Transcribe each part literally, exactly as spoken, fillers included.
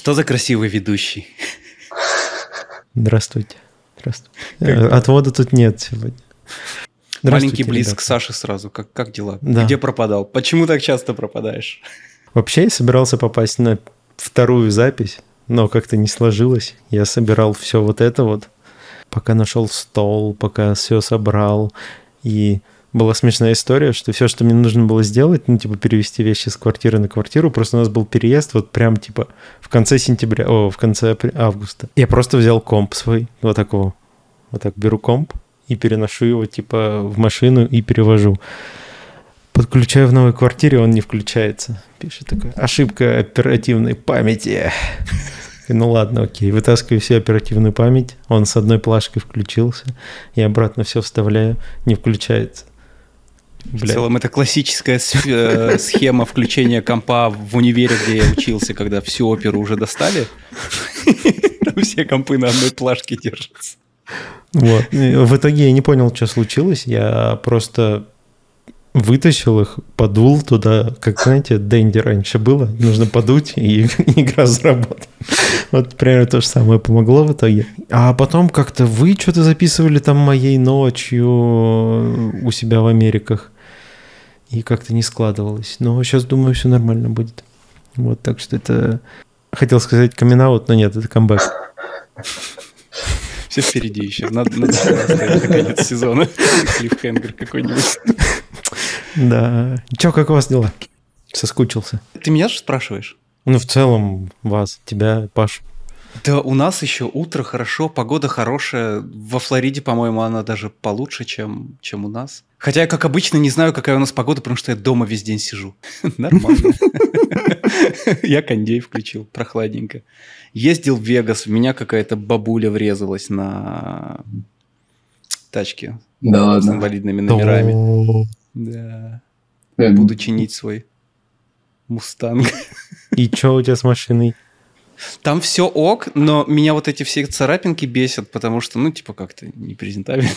Что за красивый ведущий? Здравствуйте. Здравствуйте. Отвода тут нет сегодня. Маленький близ к Саше сразу. Как, как дела? Да. Где пропадал? Почему так часто пропадаешь? Вообще я собирался попасть на вторую запись, но как-то не сложилось. Я собирал все вот это вот, пока нашел стол, пока все собрал. И была смешная история, что все, что мне нужно было сделать, ну, типа, перевести вещи с квартиры на квартиру, просто у нас был переезд вот прям, типа, в конце сентября, о, в конце августа. Я просто взял комп свой, вот такого, вот так беру комп и переношу его, типа, в машину и перевожу. Подключаю в новой квартире, он не включается. Пишет такое: ошибка оперативной памяти. Ну ладно, окей. Вытаскиваю всю оперативную память, он с одной плашкой включился, и обратно все вставляю, не включается. В целом, это классическая схема включения компа в универе, где я учился, когда всю оперу уже достали. Там все компы на одной плашке держатся. Вот. В итоге я не понял, что случилось. Я просто вытащил их, подул туда, как, знаете, Дэнди раньше было. Нужно подуть, и игра заработала. Вот примерно то же самое помогло в итоге. А потом как-то вы что-то записывали там моей ночью у себя в Америках. И как-то не складывалось. Но сейчас, думаю, все нормально будет. Вот, так что это... Хотел сказать камин-аут, но нет, это камбэк. Все впереди еще. Надо, надо оставить на конец сезона. Клиффхенгер какой-нибудь. Да. Че, как у вас дела? Соскучился. Ты меня же спрашиваешь? Ну, в целом, вас, тебя, Паш. Да у нас еще утро хорошо, погода хорошая. Во Флориде, по-моему, она даже получше, чем, чем у нас. Хотя я, как обычно, не знаю, какая у нас погода, потому что я дома весь день сижу. Нормально. Я кондей включил, прохладненько. Ездил в Вегас, в меня какая-то бабуля врезалась на тачке с инвалидными номерами. Да. Буду чинить свой Мустанг. И что у тебя с машиной? Там все ок, но меня вот эти все царапинки бесят, потому что, ну, типа, как-то непрезентабельно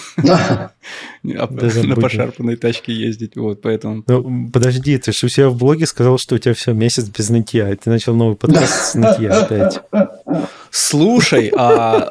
на пошарпанной тачке ездить, вот, поэтому... Ну, подожди, ты же у себя в блоге сказал, что у тебя все месяц без нытья, и ты начал новый подкаст с нытья опять. Слушай, а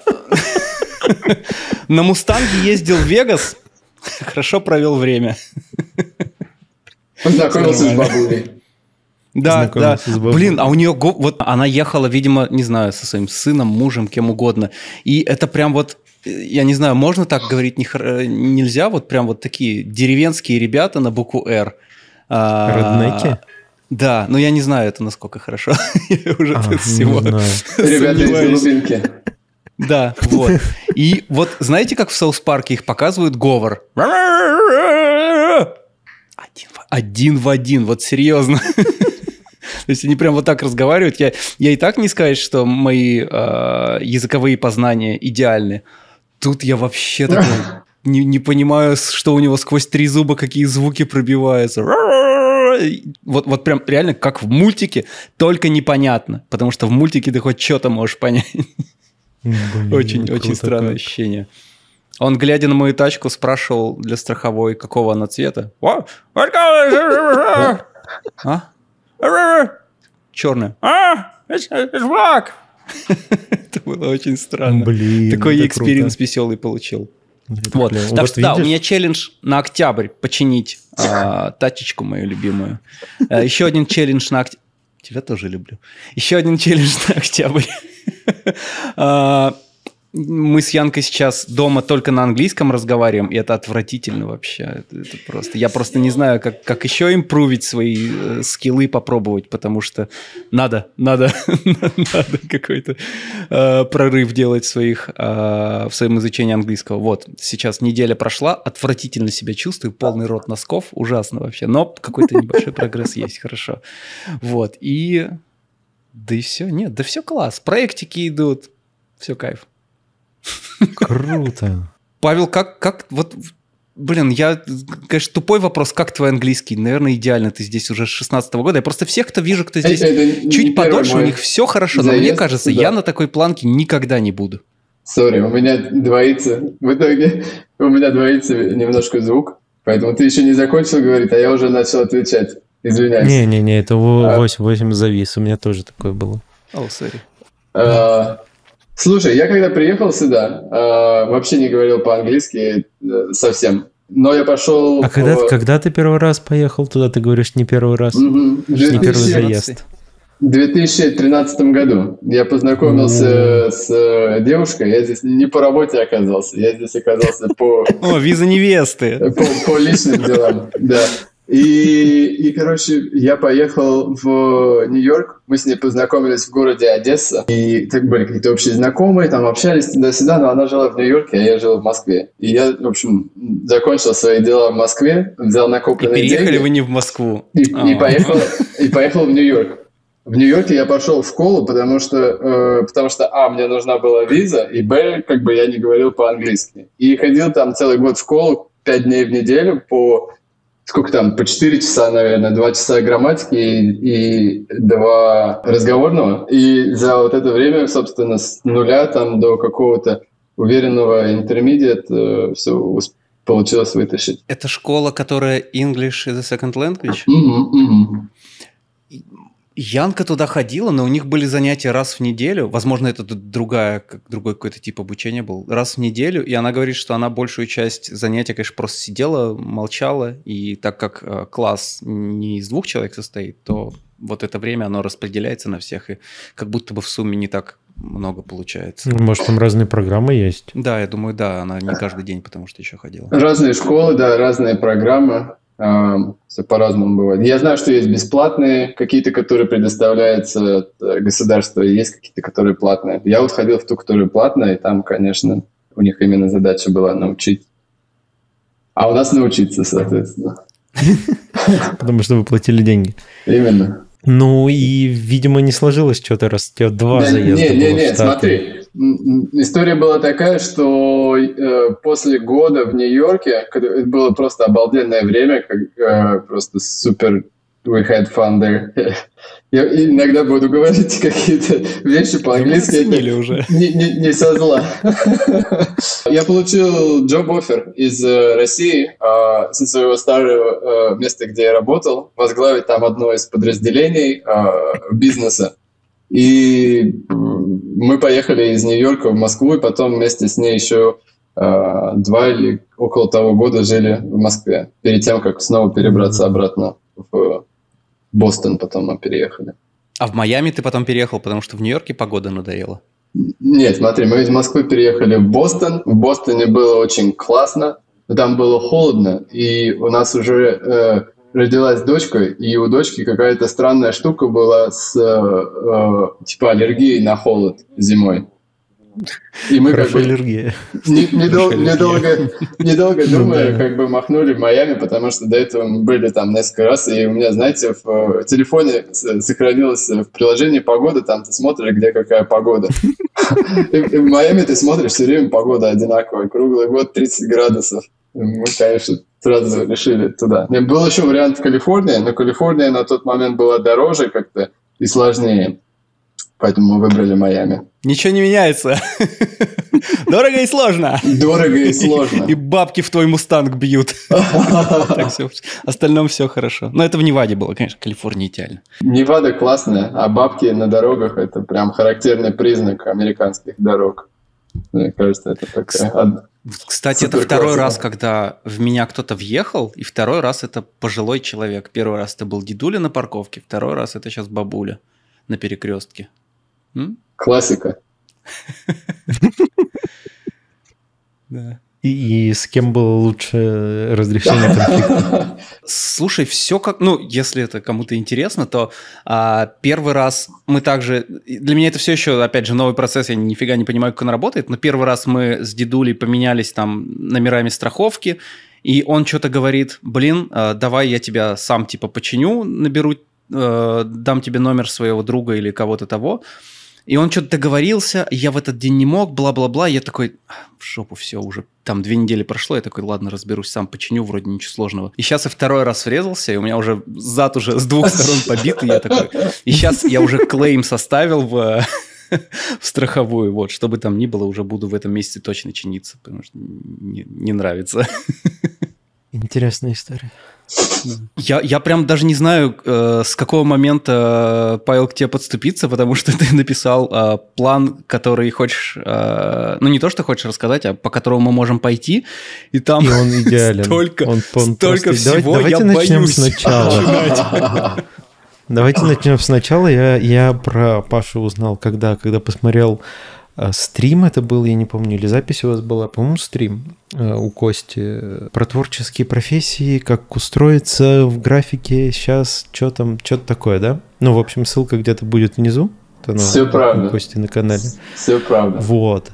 на Мустанге ездил в Вегас, хорошо провел время. Познакомился с бабулей. Да, да. Блин, а у нее... Вот она ехала, видимо, не знаю, со своим сыном, мужем, кем угодно. И это прям вот... Я не знаю, можно так говорить? Нельзя? Вот прям вот такие деревенские ребята на букву «Р». Роднеки? Да, но я не знаю, это насколько хорошо. Я уже тут всего ребята из глубинки. Да, вот. И вот знаете, как в Саус Парке их показывают говор? Один в один, вот серьезно. То есть они прям вот так разговаривают. Я, я и так не сказать, что мои э, языковые познания идеальны. Тут я вообще такой не, не понимаю, что у него сквозь три зуба какие звуки пробиваются. Вот, вот прям реально как в мультике, только непонятно. Потому что в мультике ты хоть что-то можешь понять. Очень-очень странное как. Ощущение. Он, глядя на мою тачку, спрашивал для страховой, какого она цвета. А? Черная. А, it's, it's black. Это было очень странно. Блин, такой экспириенс веселый получил. Это вот. Клево. Так вот что да, у меня челлендж на октябрь починить а, тачечку мою любимую. А, еще один челлендж на октябрь. Тебя тоже люблю. Еще один челлендж на октябрь. а, Мы с Янкой сейчас дома только на английском разговариваем, и это отвратительно вообще. Это, это просто... Я просто не знаю, как, как еще импрувить свои э, скиллы, попробовать, потому что надо, надо, надо какой-то э, прорыв делать в, своих, э, в своем изучении английского. Вот, сейчас неделя прошла, отвратительно себя чувствую, полный рот носков, ужасно вообще, но какой-то небольшой прогресс есть, хорошо. Вот, и... Да и все, нет, да все класс, проектики идут, все кайф. Круто. Павел, как, как, вот, блин, я, конечно, тупой вопрос, как твой английский? Наверное, идеально, ты здесь уже с шестнадцатого года. Я просто всех, кто вижу, кто здесь это чуть подольше, у них все хорошо, но мне кажется, туда. Я на такой планке никогда не буду. Сори, у меня двоится, в итоге у меня двоится немножко звук, поэтому ты еще не закончил говорить, а я уже начал отвечать. Извиняюсь. Не-не-не, это восемь восемь завис, у меня тоже такое было. О, сори. А, слушай, я когда приехал сюда, а, вообще не говорил по-английски э, совсем. Но я пошел... А когда, в... когда ты первый раз поехал туда, ты говоришь, не первый раз? Мгм. В Не первый 2000 заезд. В две тысячи тринадцатом году я познакомился с э, девушкой. Я здесь не по работе оказался, я здесь оказался по, О, виза невесты. по, по личным делам. Да. И, и, короче, я поехал в Нью-Йорк. Мы с ней познакомились в городе Одесса. И так были какие-то общие знакомые, там общались туда-сюда, но она жила в Нью-Йорке, а я жил в Москве. И я, в общем, закончил свои дела в Москве, взял И накопленные деньги. переехали вы не в Москву. И, и поехал, и поехал в Нью-Йорк. В Нью-Йорке я пошел в школу, потому что, э, потому что, а, мне нужна была виза, и, б, как бы я не говорил по-английски. И ходил там целый год в школу, пять дней в неделю, по, сколько там, по четыре часа, наверное, два часа грамматики и, и два разговорного. И за вот это время, собственно, с нуля там до какого-то уверенного интермедиат э, все усп- получилось вытащить. Это школа, которая English is a second language? Мгм, мгм. Янка туда ходила, но у них были занятия раз в неделю. Возможно, это другая, как, другой какой-то тип обучения был. Раз в неделю. И она говорит, что она большую часть занятий, конечно, просто сидела, молчала. И так как э, класс не из двух человек состоит, то вот это время, оно распределяется на всех. И как будто бы в сумме не так много получается. Может, там разные программы есть? Да, я думаю, да. Она не каждый день, потому что еще ходила. Разные школы, да, разные программы. Uh, все по-разному бывает. Я знаю, что есть бесплатные какие-то, которые предоставляются от государства, и есть какие-то, которые платные. Я вот ходил в ту, которая платная, и там, конечно, у них именно задача была научить. А у нас научиться, соответственно. Потому что вы платили деньги. Именно. Ну и, видимо, не сложилось что-то, раз у тебя два Да, заезда не, не, было в не, Штаты. смотри. История была такая, что э, после года в Нью-Йорке, когда это было просто обалденное время, как, э, просто супер, we had fun there. Я иногда буду говорить какие-то вещи по-английски. Мы оценили уже. Не, не, не со зла. Я получил job-offer из э, России, э, со своего старого э, места, где я работал, возглавить там одно из подразделений э, бизнеса. И мы поехали из Нью-Йорка в Москву, и потом вместе с ней еще э, два или около того года жили в Москве, перед тем, как снова перебраться обратно в Бостон, потом мы переехали. А в Майами ты потом переехал, потому что в Нью-Йорке погода надоела? Нет, смотри, мы из Москвы переехали в Бостон. В Бостоне было очень классно, но там было холодно, и у нас уже... Э, родилась дочка, и у дочки какая-то странная штука была с э, типа аллергией на холод зимой. И мы Хорошо, как бы аллергия. не, недол, аллергия. недолго, недолго Ну думая, да. как бы махнули в Майами, потому что до этого мы были там несколько раз, и у меня, знаете, в телефоне с- сохранилось в приложении погода, там ты смотришь, где какая погода. И в Майами ты смотришь, все время погода одинаковая, круглый год тридцать градусов. Мы, конечно, сразу решили туда. Нет, был еще вариант в Калифорнии, но Калифорния на тот момент была дороже как-то и сложнее. Поэтому мы выбрали Майами. Ничего не меняется. Дорого и сложно. Дорого и сложно. И бабки в твой мустанг бьют. Так всё. Остальном все хорошо. Но это в Неваде было, конечно, Калифорния идеально. Невада классная, а бабки на дорогах – это прям характерный признак американских дорог. Мне кажется, это такая... од- Кстати, это Супер второй классика. раз, когда в меня кто-то въехал, и второй раз это пожилой человек. Первый раз это был дедуля на парковке, второй раз это сейчас бабуля на перекрестке. М? Классика. Да. И, и с кем было лучше разрешение конфликта? Слушай, все как... Ну, если это кому-то интересно, то а, первый раз мы также... Для меня это все еще, опять же, новый процесс, я нифига не понимаю, как он работает, но первый раз мы с дедулей поменялись там номерами страховки, и он что-то говорит, блин, а, давай я тебя сам типа починю, наберу, а, дам тебе номер своего друга или кого-то того. И он что-то договорился, я в этот день не мог, бла-бла-бла. Я такой, в жопу, все, уже там две недели прошло. Я такой, ладно, разберусь, сам починю, вроде ничего сложного. И сейчас я второй раз врезался, и у меня уже зад уже с двух сторон побит. И я такой... И сейчас я уже клейм составил в, в страховую, вот, что бы там ни было, уже буду в этом месяце точно чиниться, потому что не, не нравится. Интересная история. Я, я прям даже не знаю, э, с какого момента, Павел, к тебе подступиться, потому что ты написал э, план, который хочешь, э, ну не то, что хочешь рассказать, а по которому мы можем пойти, и там и он идеален. столько, он, он столько просто... всего, давайте, я давайте начнем боюсь сначала. Давайте начнем сначала. Я, я про Пашу узнал, когда, когда посмотрел э, стрим, это был, я не помню, или запись у вас была, по-моему, стрим э, у Кости про творческие профессии, как устроиться в графике сейчас, что там, что-то такое, да? Ну, в общем, ссылка где-то будет внизу. Все правда. У Кости на канале. Все правда. Вот.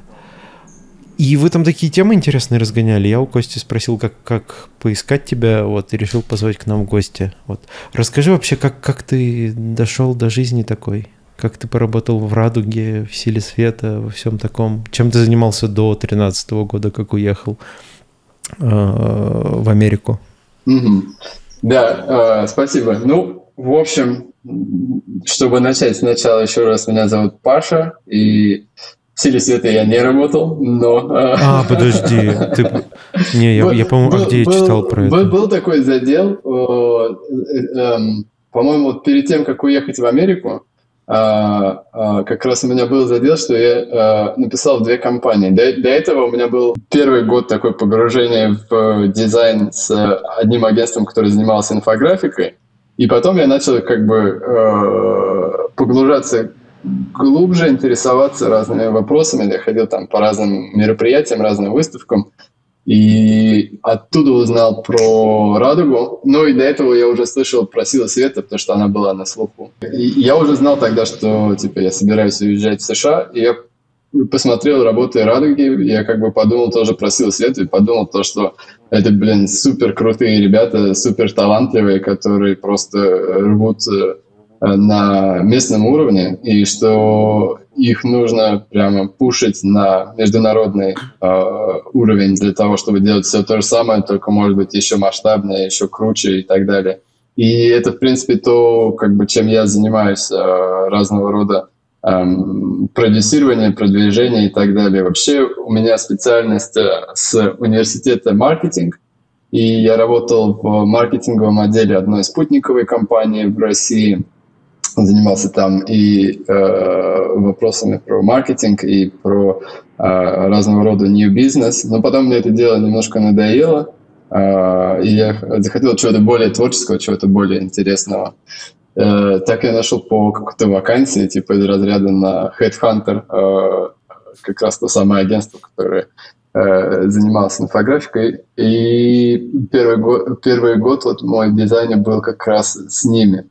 И вы там такие темы интересные разгоняли. Я у Кости спросил, как, как поискать тебя, вот, и решил позвать к нам в гости. Вот. Расскажи вообще, как, как ты дошел до жизни такой? Как ты поработал в «Радуге», в «Силе света», во всем таком? Чем ты занимался до тринадцатого года, как уехал э, в Америку? Mm-hmm. Да, э, спасибо. Ну, в общем, чтобы начать сначала, еще раз, меня зовут Паша, и в «Силе света» я не работал, но... А, подожди. Ты... Не, я, я по-моему, был, где был, читал про был, это. Был такой задел, э, э, э, по-моему, вот перед тем, как уехать в Америку, э, э, как раз у меня был задел, что я э, написал в две компании. До, до этого у меня был первый год такое погружение в дизайн с одним агентством, которое занималось инфографикой, и потом я начал как бы э, погружаться глубже, интересоваться разными вопросами. Я ходил там по разным мероприятиям, разным выставкам, и оттуда узнал про «Радугу». Ну и до этого я уже слышал про «Силу света», потому что она была на слуху. И я уже знал тогда, что типа я собираюсь уезжать в США, и я посмотрел работы «Радуги», я как бы подумал тоже про «Силу света», и подумал то, что это, блин, супер крутые ребята, супер талантливые, которые просто рвут на местном уровне, и что их нужно прямо пушить на международный э, уровень для того, чтобы делать все то же самое, только, может быть, еще масштабнее, еще круче и так далее. И это, в принципе, то, как бы, чем я занимаюсь, э, разного рода э, продюсирование, продвижение и так далее. Вообще у меня специальность с университета маркетинг, и я работал в маркетинговом отделе одной спутниковой компании в России. Занимался там и э, вопросами про маркетинг, и про э, разного рода new business. Но потом мне это дело немножко надоело, э, и я захотел чего-то более творческого, чего-то более интересного. Э, так я нашел по какой-то вакансии, типа из разряда на Headhunter, э, как раз то самое агентство, которое э, занималось инфографикой. И первый год, первый год вот мой дизайн был как раз с ними.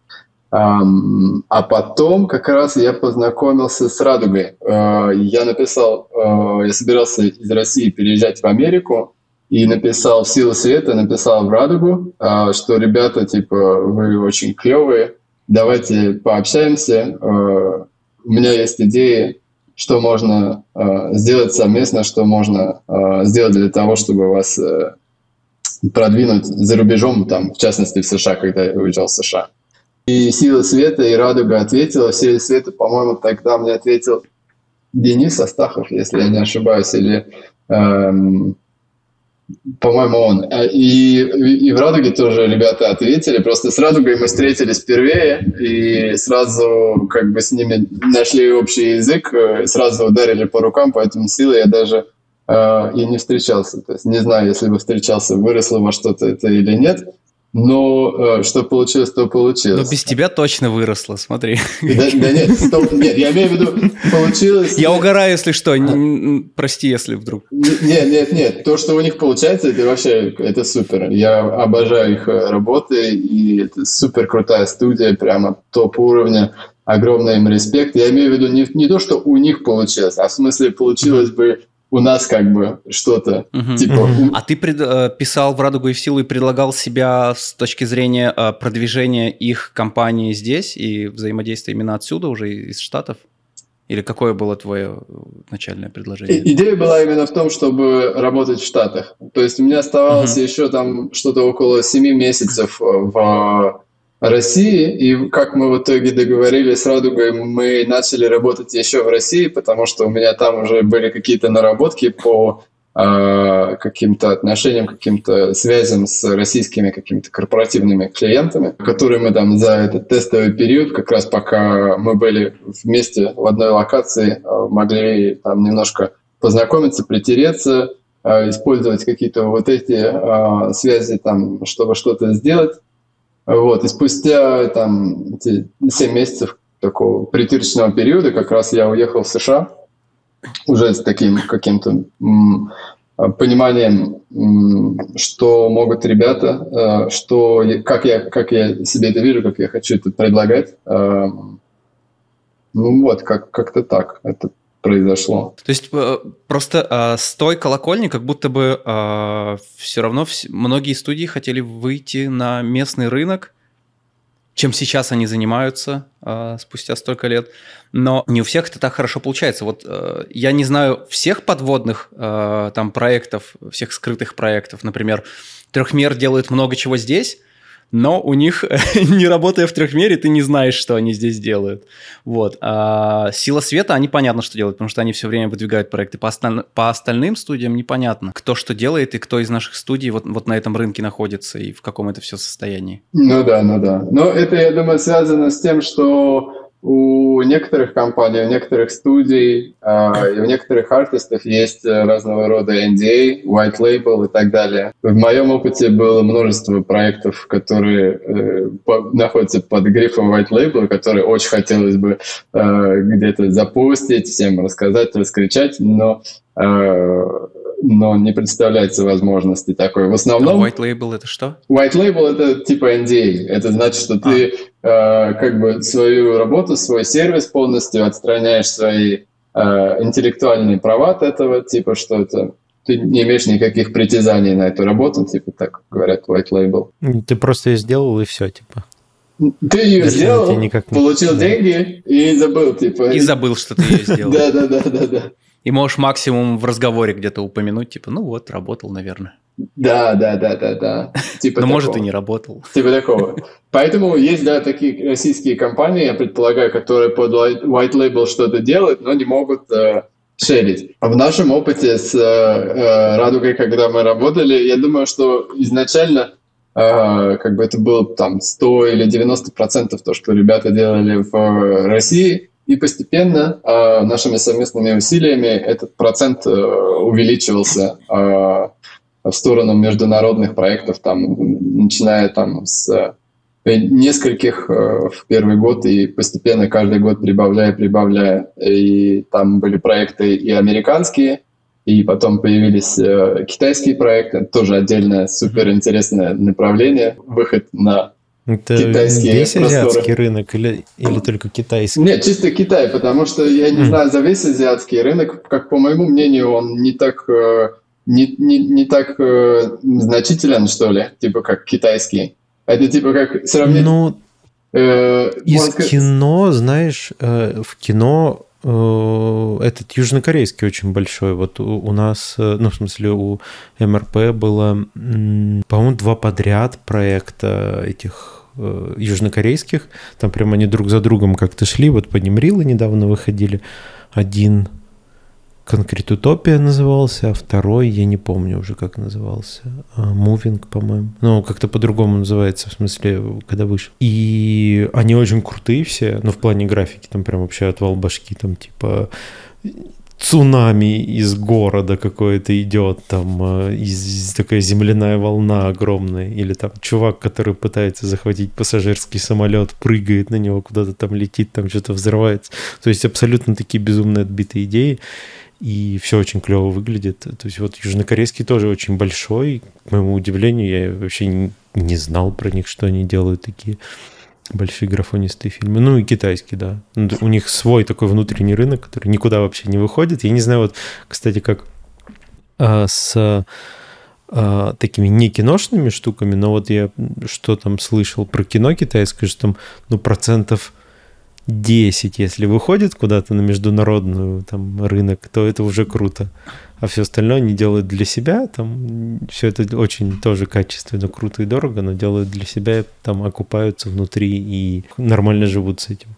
Um, а потом как раз я познакомился с «Радугой». Uh, я написал, uh, я собирался из России переезжать в Америку и написал в «Силу света», написал в «Радугу», uh, что ребята, типа, вы очень клевые, давайте пообщаемся. Uh, у меня есть идеи, что можно uh, сделать совместно, что можно uh, сделать для того, чтобы вас uh, продвинуть за рубежом, там, в частности в США, когда я уезжал в США. И «Сила света» и «Радуга» ответила. В «Силе света», по-моему, тогда мне ответил Денис Астахов, если я не ошибаюсь, или, эм, по-моему, он. И, и в «Радуге» тоже ребята ответили. Просто с «Радугой» мы встретились впервые, и сразу как бы с ними нашли общий язык, сразу ударили по рукам, поэтому «Силой» я даже э, и не встречался. То есть не знаю, если бы встречался, выросло во что-то это или нет. Но э, что получилось, то получилось. Но без тебя точно выросло, смотри. Да, да нет, стоп, нет, я имею в виду, получилось... Я угораю, если что, не, прости, если вдруг... Нет, нет, нет, то, что у них получается, это вообще, это супер. Я обожаю их работы, и это супер крутая студия, прямо топ уровня, огромный им респект. Я имею в виду не, не то, что у них получилось, а в смысле получилось бы у нас как бы что-то. Uh-huh. Типа... Uh-huh. А ты пред, э, писал в «Радугу» и в «Силу» и предлагал себя с точки зрения э, продвижения их компании здесь и взаимодействия именно отсюда, уже из Штатов? Или какое было твое начальное предложение? И, идея была именно в том, чтобы работать в Штатах. То есть у меня оставалось uh-huh. еще там что-то около семи месяцев в России, и как мы в итоге договорились с «Радугой», мы начали работать еще в России, потому что у меня там уже были какие-то наработки по э, каким-то отношениям, каким-то связям с российскими какими-то корпоративными клиентами, которые мы там за этот тестовый период, как раз пока мы были вместе в одной локации, э, могли там немножко познакомиться, притереться, э, использовать какие-то вот эти э, связи там, чтобы что-то сделать. Вот. И спустя там семь месяцев такого притирочного периода как раз я уехал в США уже с таким каким-то м, пониманием, м, что могут ребята, э, что, как, я, как я себе это вижу, как я хочу это предлагать. Э, ну вот, как, как-то так это произошло. То есть э, просто э, с той колокольни как будто бы э, все равно вс- многие студии хотели выйти на местный рынок, чем сейчас они занимаются э, спустя столько лет. Но не у всех это так хорошо получается. Вот э, я не знаю всех подводных э, там проектов, всех скрытых проектов. Например, Трехмер делает много чего здесь, но у них, не работая в Трехмере, ты не знаешь, что они здесь делают. Вот. А Сила Света, они понятно, что делают, потому что они все время выдвигают проекты. По, осталь... по остальным студиям непонятно, кто что делает и кто из наших студий вот, вот на этом рынке находится и в каком это все состоянии. Ну да, ну да. Но это, я думаю, связано с тем, что у некоторых компаний, у некоторых студий э, и у некоторых артистов есть разного рода эн ди эй, white label и так далее. В моем опыте было множество проектов, которые э, по, находятся под грифом white label, которые очень хотелось бы э, где-то запустить, всем рассказать, раскричать, но, э, но не представляется возможности такой. В основном... А white label это что? White label — это типа эн ди эй. Это значит, что ты э, как бы свою работу, свой сервис полностью отстраняешь свои э, интеллектуальные права от этого, типа что это ты не имеешь никаких притязаний на эту работу, типа так говорят white label. Ты просто ее сделал и все, типа. Ты ее Даже сделал, никак не... получил да. деньги и забыл, типа. И забыл, что ты ее сделал. Да, да, да, да, да. И можешь максимум в разговоре где-то упомянуть, типа, ну вот, работал, наверное. Да, да, да, да, да. Типа Но такого. может и не работал. Типа такого. Поэтому есть, да, такие российские компании, я предполагаю, которые под white label что-то делают, но не могут э, шерить. А в нашем опыте с э, э, Радугой, когда мы работали, я думаю, что изначально э, как бы это было там сто или девяносто процентов то, что ребята делали в России, и постепенно э, нашими совместными усилиями этот процент э, увеличивался э, в сторону международных проектов, там, начиная там с нескольких э, в первый год и постепенно каждый год прибавляя, прибавляя. И там были проекты и американские, и потом появились э, китайские проекты. Это тоже отдельное суперинтересное направление. Выход на Это китайские весь просторы. азиатский рынок или, или только китайский? Нет, чисто Китай, потому что я не Mm. знаю за весь азиатский рынок, как по моему мнению, он не так... Э, Не, не, не так э, значителен, что ли, типа как китайский. Это типа как сравнить... Ну, э, из можно сказать- кино, знаешь, э, в кино э, этот южнокорейский очень большой. Вот у, у нас, э, ну, в смысле, у эм эр пэ было, м, по-моему, два подряд проекта этих э, южнокорейских. Там прям они друг за другом как-то шли. Вот по ним рилы недавно выходили. Один... Конкрет Утопия назывался, а второй, я не помню уже, как назывался. Мувинг, по-моему. Ну, как-то по-другому называется, в смысле, когда вышел. И они очень крутые все, ну, в плане графики, там прям вообще отвал башки, там типа цунами из города какое-то идет, там из, такая земляная волна огромная, или там чувак, который пытается захватить пассажирский самолет, прыгает на него, куда-то там летит, там что-то взрывается. То есть абсолютно такие безумные отбитые идеи. И все очень клево выглядит. То есть вот южнокорейский тоже очень большой. К моему удивлению, я вообще не, не знал про них, что они делают такие большие графонистые фильмы. Ну и китайский, да. У них свой такой внутренний рынок, который никуда вообще не выходит. Я не знаю, вот, кстати, как а, с а, такими не киношными штуками, но вот я что там слышал про кино китайское, что там, ну, процентов десять, если выходит куда-то на международную там рынок, то это уже круто. А все остальное они делают для себя, там все это очень тоже качественно, круто и дорого, но делают для себя, там окупаются внутри и нормально живут с этим.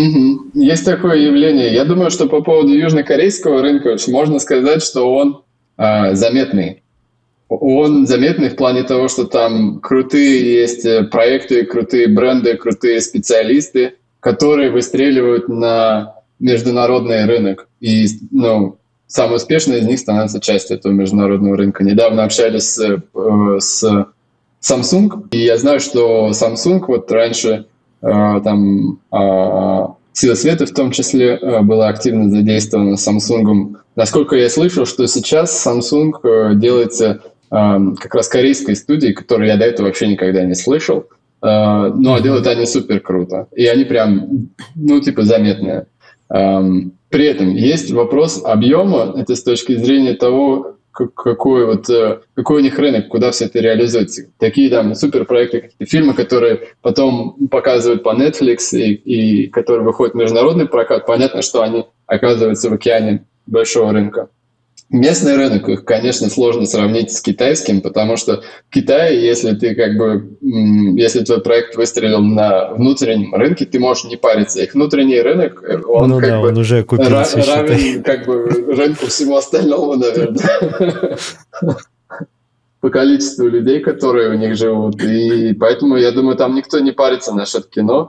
Угу. Есть такое явление. Я думаю, что по поводу южнокорейского рынка можно сказать, что он э, заметный. Он заметный в плане того, что там крутые есть проекты, крутые бренды, крутые специалисты, которые выстреливают на международный рынок. И, ну, самый успешный из них становится частью этого международного рынка. Недавно общались с, с Samsung, и я знаю, что Samsung вот раньше э, там э, Сила света в том числе э, была активно задействована Samsung. Насколько я слышал, что сейчас Samsung э, делается э, как раз корейской студией, которую я до этого вообще никогда не слышал, э, но делают они супер круто. И они прям, ну, типа, заметные. Эм, при этом есть вопрос объема, это с точки зрения того, какой, вот, какой у них рынок, куда все это реализуется. Такие там суперпроекты, какие-то фильмы, которые потом показывают по Netflix и, и которые выходят в международный прокат, понятно, что они оказываются в океане большого рынка. Местный рынок, их, конечно, сложно сравнить с китайским, потому что в Китае, если ты как бы, если твой проект выстрелил на внутреннем рынке, ты можешь не париться. Их внутренний рынок, он ну, как да, бы он уже окупился, ра- равен как бы рынку всему остальному, наверное, по количеству людей, которые у них живут. И поэтому, я думаю, там никто не парится насчет кино,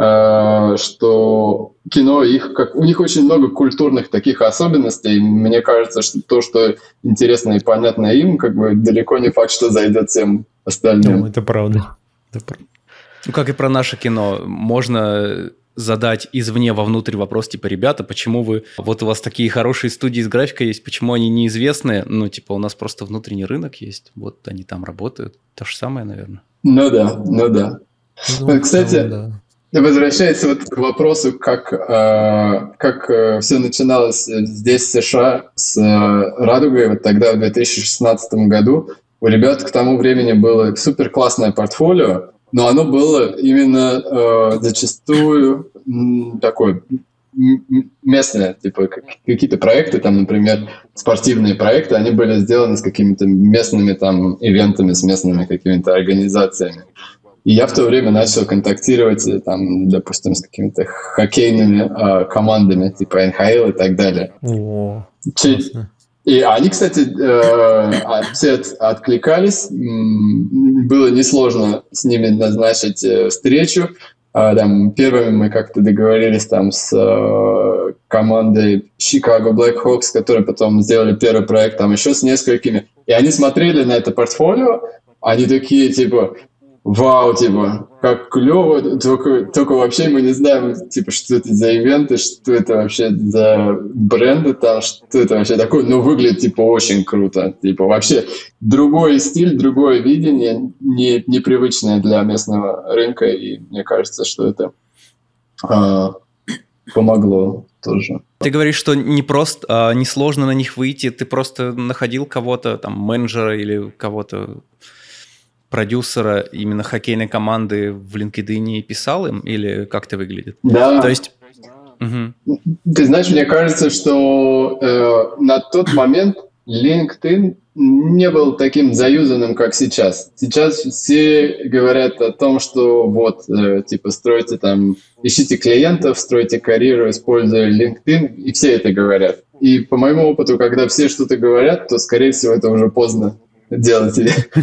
что кино, их, как, у них очень много культурных таких особенностей. Мне кажется, что то, что интересно и понятно им, как бы далеко не факт, что зайдет всем остальным. Ну, это правда. Это правда. Ну, как и про наше кино. Можно задать извне вовнутрь вопрос, типа, ребята, почему вы... Вот у вас такие хорошие студии с графикой есть, почему они неизвестные? Ну, типа, у нас просто внутренний рынок есть, вот они там работают. То же самое, наверное. Ну да, ну да. Ну, кстати... Ну, да. Возвращаясь вот к вопросу, как, э, как э, все начиналось здесь, в США, с э, «Радугой», вот тогда, в две тысячи шестнадцатом году, у ребят к тому времени было супер классное портфолио, но оно было именно э, зачастую м, такое м- местное, типа какие-то проекты, там, например, спортивные проекты, они были сделаны с какими-то местными там ивентами, с местными какими-то организациями. И я в то время начал контактировать, там, допустим, с какими-то хоккейными э, командами, типа эн ха эл и так далее. О, Чи- и они, кстати, э, все от- откликались. М, Было несложно с ними назначить э, встречу. А, там, первыми мы как-то договорились там, с э, командой Chicago Blackhawks, которые потом сделали первый проект, там еще с несколькими. И они смотрели на это портфолио, они такие, типа... Вау, типа, как клево, только, только вообще мы не знаем, типа, что это за ивенты, что это вообще за бренды там, что это вообще такое, но выглядит, типа, очень круто. Типа, вообще другой стиль, другое видение, не, непривычное для местного рынка, и мне кажется, что это а, помогло тоже. Ты говоришь, что не просто, а, не сложно на них выйти, ты просто находил кого-то, там, менеджера или кого-то... продюсера именно хоккейной команды в LinkedIn и писал им, или как это выглядит? Да. То есть... Угу. Ты знаешь, мне кажется, что э, на тот момент LinkedIn не был таким заюзанным, как сейчас. Сейчас все говорят о том, что вот, э, типа, стройте там, ищите клиентов, стройте карьеру, используя LinkedIn, и все это говорят. И по моему опыту, когда все что-то говорят, то, скорее всего, это уже поздно делать.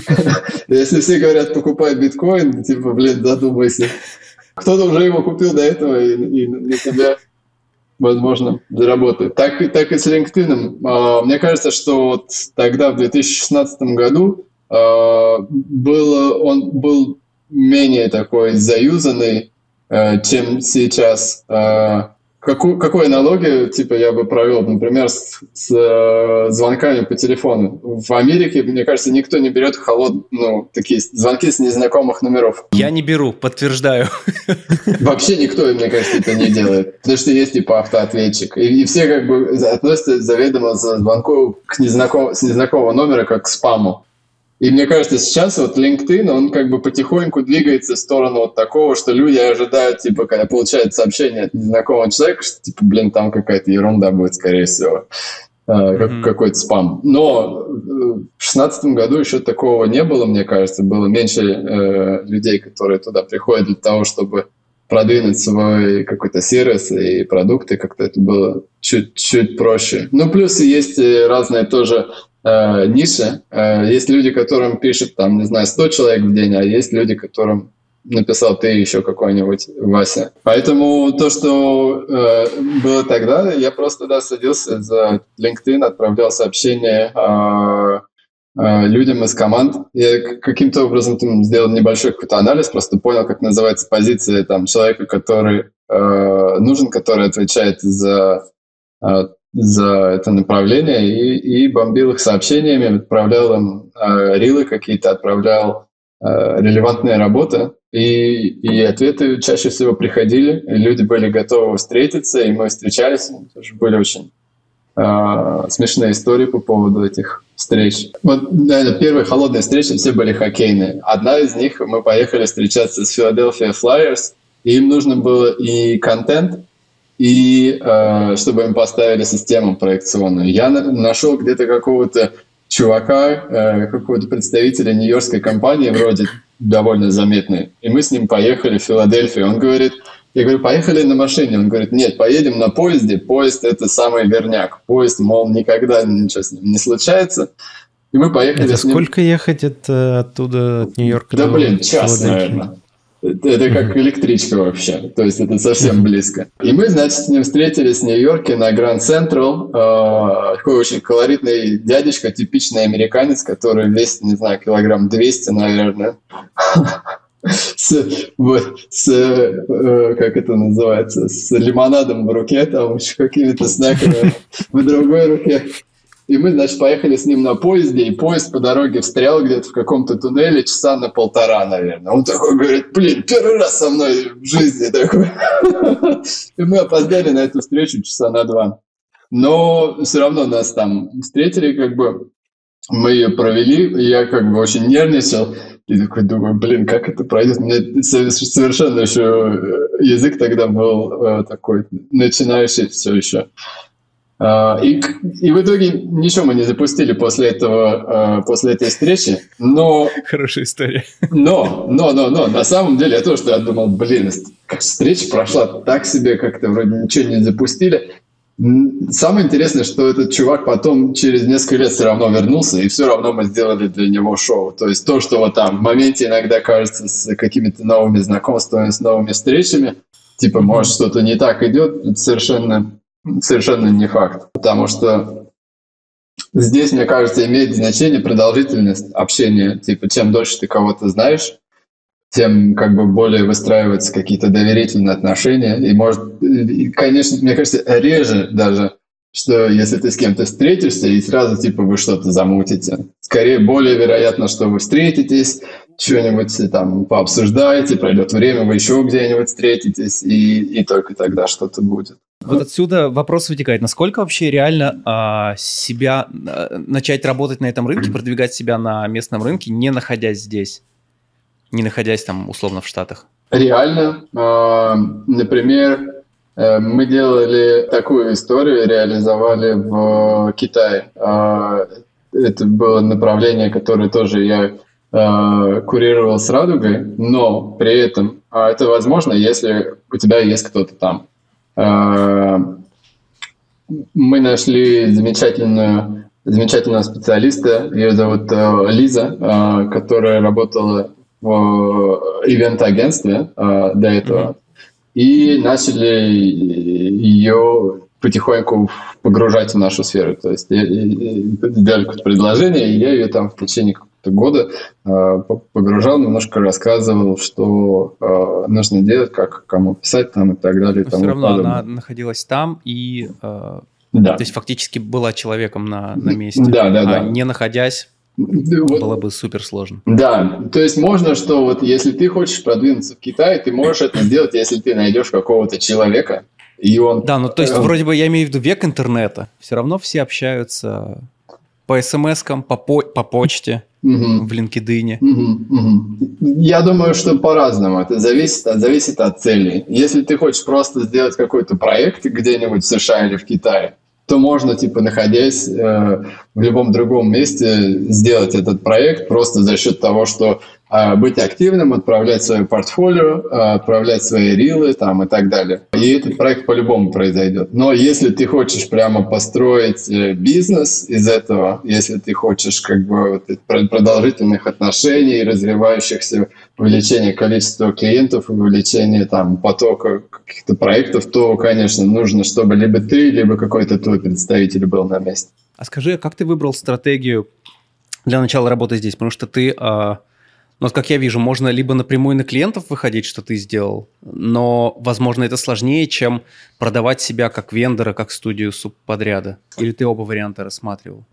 Если все говорят, покупай биткоин, типа, блин, задумайся. Кто-то уже его купил до этого, и, и на тебя, возможно, заработает. Так, так и с LinkedIn. А, мне кажется, что вот тогда, в две тысячи шестнадцатом году, а, было, он был менее такой заюзанный, а, чем сейчас. А, Какую, какую аналогию, типа, я бы провел, например, с, с э, звонками по телефону? В Америке, мне кажется, никто не берет холод, ну, такие звонки с незнакомых номеров. Я не беру, подтверждаю. Вообще никто, мне кажется, это не делает. Потому что есть, типа, автоответчик. И, и все, как бы, относятся заведомо за звонком к незнаком, с незнакомого номера как к спаму. И мне кажется, сейчас вот LinkedIn, он как бы потихоньку двигается в сторону вот такого, что люди ожидают, типа, когда получают сообщение от незнакомого человека, что, типа, блин, там какая-то ерунда будет, скорее всего, mm-hmm. как, какой-то спам. Но в шестнадцатом году еще такого не было, мне кажется, было меньше э, людей, которые туда приходят для того, чтобы продвинуть свой какой-то сервис и продукты, как-то это было чуть-чуть проще. Ну, плюс есть разные тоже э, ниши. Э, есть люди, которым пишет, там, не знаю, сто человек в день, а есть люди, которым написал ты еще какой-нибудь Вася. Поэтому то, что э, было тогда, я просто да, садился за LinkedIn, отправлял сообщения э, э, людям из команд. Я каким-то образом там сделал небольшой какой-то анализ, просто понял, как называется позиция там, человека, который э, нужен, который отвечает за, э, за это направление, и, и бомбил их сообщениями, отправлял им э, рилы какие-то, отправлял релевантная работа, и, и ответы чаще всего приходили, и люди были готовы встретиться, и мы встречались. Тоже были очень э, смешные истории по поводу этих встреч. Вот, наверное, первые холодные встречи все были хоккейные. Одна из них, мы поехали встречаться с Philadelphia Flyers, и им нужно было и контент, и э, чтобы им поставили систему проекционную. Я на- нашел где-то какого-то чувака, какого-то представителя нью-йоркской компании, вроде довольно заметной, и мы с ним поехали в Филадельфию. Он говорит, я говорю, поехали на машине. Он говорит, нет, поедем на поезде. Поезд — это самый верняк. Поезд, мол, никогда ничего с ним не случается. И мы поехали это с ним... сколько ехать от, оттуда, от Нью-Йорка да, до блин, час, наверное. Это, это как электричка вообще, то есть это совсем близко. И мы, значит, с ним встретились в Нью-Йорке на Гранд Централ. Э, такой очень колоритный дядечка, типичный американец, который весит, не знаю, килограмм двести, наверное. С, вот, с э, как это называется, с лимонадом в руке, там еще какими-то снеками в другой руке. И мы, значит, поехали с ним на поезде, и поезд по дороге встрял где-то в каком-то туннеле часа на полтора, наверное. Он такой говорит, блин, первый раз со мной в жизни такой. И мы опоздали на эту встречу часа на два. Но все равно нас там встретили, как бы, мы ее провели, и я как бы очень нервничал. И такой думаю, блин, как это пройдет? У меня совершенно еще язык тогда был такой начинающий все еще. И, и в итоге ничего мы не запустили после этого, после этой встречи, но... Хорошая история. Но, но, но, но, на самом деле я тоже я думал, блин, встреча прошла так себе, как-то вроде ничего не запустили. Самое интересное, что этот чувак потом через несколько лет все равно вернулся, и все равно мы сделали для него шоу. То есть то, что вот там в моменте иногда кажется с какими-то новыми знакомствами, с новыми встречами, типа, может, что-то не так идет, это совершенно... Совершенно не факт, потому что здесь, мне кажется, имеет значение продолжительность общения. Типа, чем дольше ты кого-то знаешь, тем как бы более выстраиваются какие-то доверительные отношения. И может, и, конечно, мне кажется, реже даже, что если ты с кем-то встретишься и сразу типа вы что-то замутите. Скорее, более вероятно, что вы встретитесь, что-нибудь там пообсуждаете, пройдет время, вы еще где-нибудь встретитесь, и, и только тогда что-то будет. Вот отсюда вопрос вытекает, насколько вообще реально а, себя а, начать работать на этом рынке, продвигать себя на местном рынке, не находясь здесь, не находясь там условно в Штатах? Реально. Э, например, э, мы делали такую историю, реализовали в Китае. Э, это было направление, которое тоже я э, курировал с «Радугой», но при этом э, это возможно, если у тебя есть кто-то там. Мы нашли замечательную, замечательного специалиста, ее зовут Лиза, которая работала в ивент-агентстве до этого, и начали ее потихоньку погружать в нашу сферу. То есть сделали какое-то предложение, и я ее там в течение года э, погружал, немножко рассказывал, что э, нужно делать, как кому писать там и так далее. Но все равно подобное. Она находилась там и э, да. То есть фактически была человеком на, на месте. Да, да, а да. Не находясь, вот. Было бы супер сложно. Да, то есть можно, что вот если ты хочешь продвинуться в Китае, ты можешь это сделать, если ты найдешь какого-то человека, и он... Да, ну то есть вроде бы я имею в виду век интернета, все равно все общаются по смс-кам, по, по, по почте. Угу. В LinkedIn. Угу, угу. Я думаю, что по-разному. Это зависит, зависит от цели. Если ты хочешь просто сделать какой-то проект где-нибудь в США или в Китае, то можно, типа, находясь э, в любом другом месте, сделать этот проект просто за счет того, что а, быть активным, отправлять свое портфолио, а, отправлять свои рилы там, и так далее. И этот проект по-любому произойдет. Но если ты хочешь прямо построить бизнес из этого, если ты хочешь как бы вот, продолжительных отношений, развивающихся, увеличения количества клиентов, увеличения там, потока каких-то проектов, то, конечно, нужно, чтобы либо ты, либо какой-то твой представитель был на месте. А скажи, а как ты выбрал стратегию для начала работы здесь? Потому что ты, а, ну, как я вижу, можно либо напрямую на клиентов выходить, что ты сделал, но, возможно, это сложнее, чем продавать себя как вендора, как студию субподряда. Или ты оба варианта рассматривал?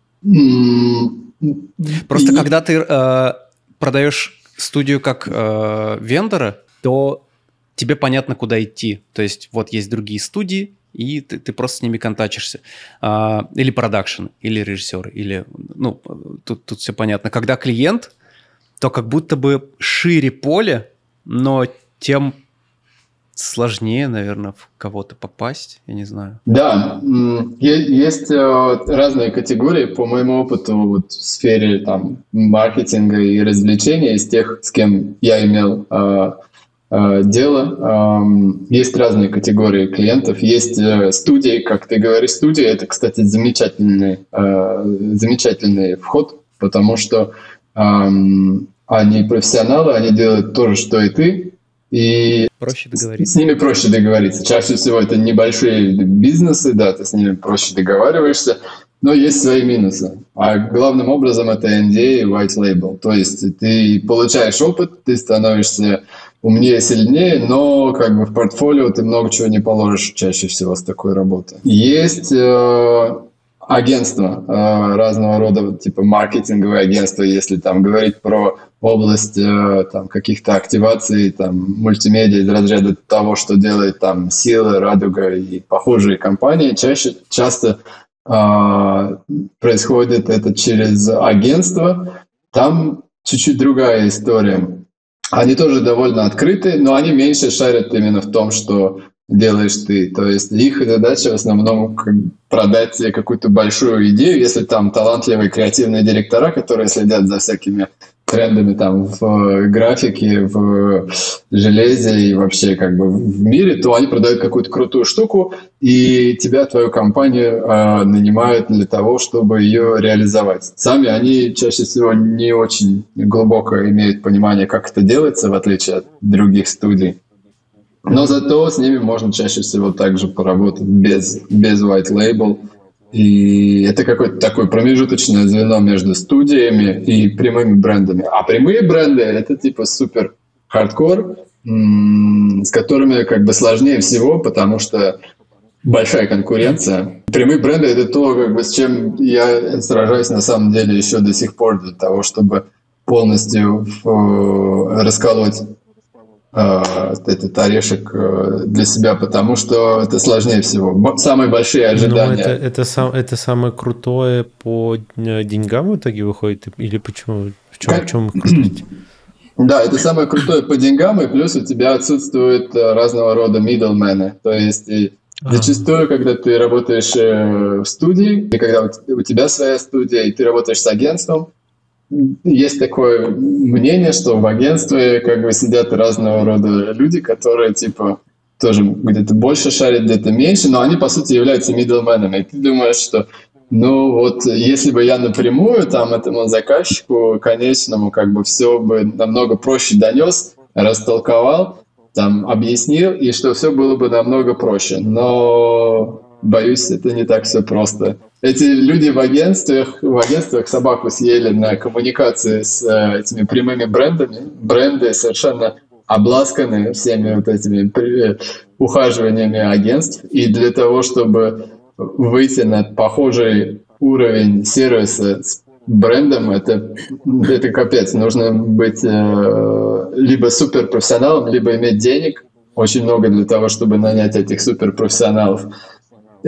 Просто И... когда ты э, продаешь студию как э, вендора, то тебе понятно, куда идти. То есть вот есть другие студии, и ты, ты просто с ними контачишься. А, или продакшн, или режиссер, или... Ну, тут, тут все понятно. Когда клиент, то как будто бы шире поле, но тем сложнее, наверное, в кого-то попасть, я не знаю. Да, есть разные категории. По моему опыту вот, в сфере там, маркетинга и развлечения, из тех, с кем я имел дело, есть разные категории клиентов. Есть студии, как ты говоришь, студии. Это, кстати, замечательный, замечательный вход, потому что они профессионалы, они делают то же, что и ты. И проще договориться. С ними проще договориться. Чаще всего это небольшие бизнесы, да, ты с ними проще договариваешься, но есть свои минусы. А главным образом это эн ди эй и white label. То есть ты получаешь опыт, ты становишься умнее, сильнее, но как бы в портфолио ты много чего не положишь чаще всего с такой работы. Есть э, агентства э, разного рода, типа маркетинговые агентства, если там говорить про область э, там, каких-то активаций, там, мультимедиа из разряда того, что делает там Сила, Радуга и похожие компании, чаще, часто э, происходит это через агентство. Там чуть-чуть другая история. Они тоже довольно открыты, но они меньше шарят именно в том, что делаешь ты. То есть их задача в основном продать тебе какую-то большую идею, если там талантливые креативные директора, которые следят за всякими трендами там в графике, в железе и вообще как бы в мире, то они продают какую-то крутую штуку, и тебя, твою компанию э, нанимают для того, чтобы ее реализовать. Сами они чаще всего не очень глубоко имеют понимание, как это делается, в отличие от других студий. Но зато с ними можно чаще всего также поработать без, без white label. И это какое-то такое промежуточное звено между студиями и прямыми брендами. А прямые бренды — это типа супер хардкор, с которыми как бы сложнее всего, потому что большая конкуренция. Прямые бренды — это то, как бы, с чем я сражаюсь на самом деле еще до сих пор для того, чтобы полностью расколоть этот орешек для себя, потому что это сложнее всего. Самые большие ожидания. Но это, это, сам, это самое крутое по деньгам в итоге выходит? Или почему? В чем, в чем крутость? Да, это самое крутое по деньгам, и плюс у тебя отсутствуют разного рода middlemen. То есть зачастую, когда ты работаешь в студии, и когда у тебя своя студия, и ты работаешь с агентством, есть такое мнение, что в агентстве как бы сидят разного рода люди, которые типа тоже где-то больше шарят, где-то меньше, но они по сути являются middlemen'ами. И ты думаешь, что ну вот если бы я напрямую там этому заказчику конечному как бы все бы намного проще донес, растолковал, там объяснил, и что все было бы намного проще. Но боюсь, это не так все просто. Эти люди в агентствах, в агентствах собаку съели на коммуникации с э, этими прямыми брендами. Бренды совершенно обласканы всеми вот этими при, ухаживаниями агентств. И для того, чтобы выйти на похожий уровень сервиса с брендом, это, это капец. Нужно быть э, либо суперпрофессионалом, либо иметь денег очень много для того, чтобы нанять этих суперпрофессионалов.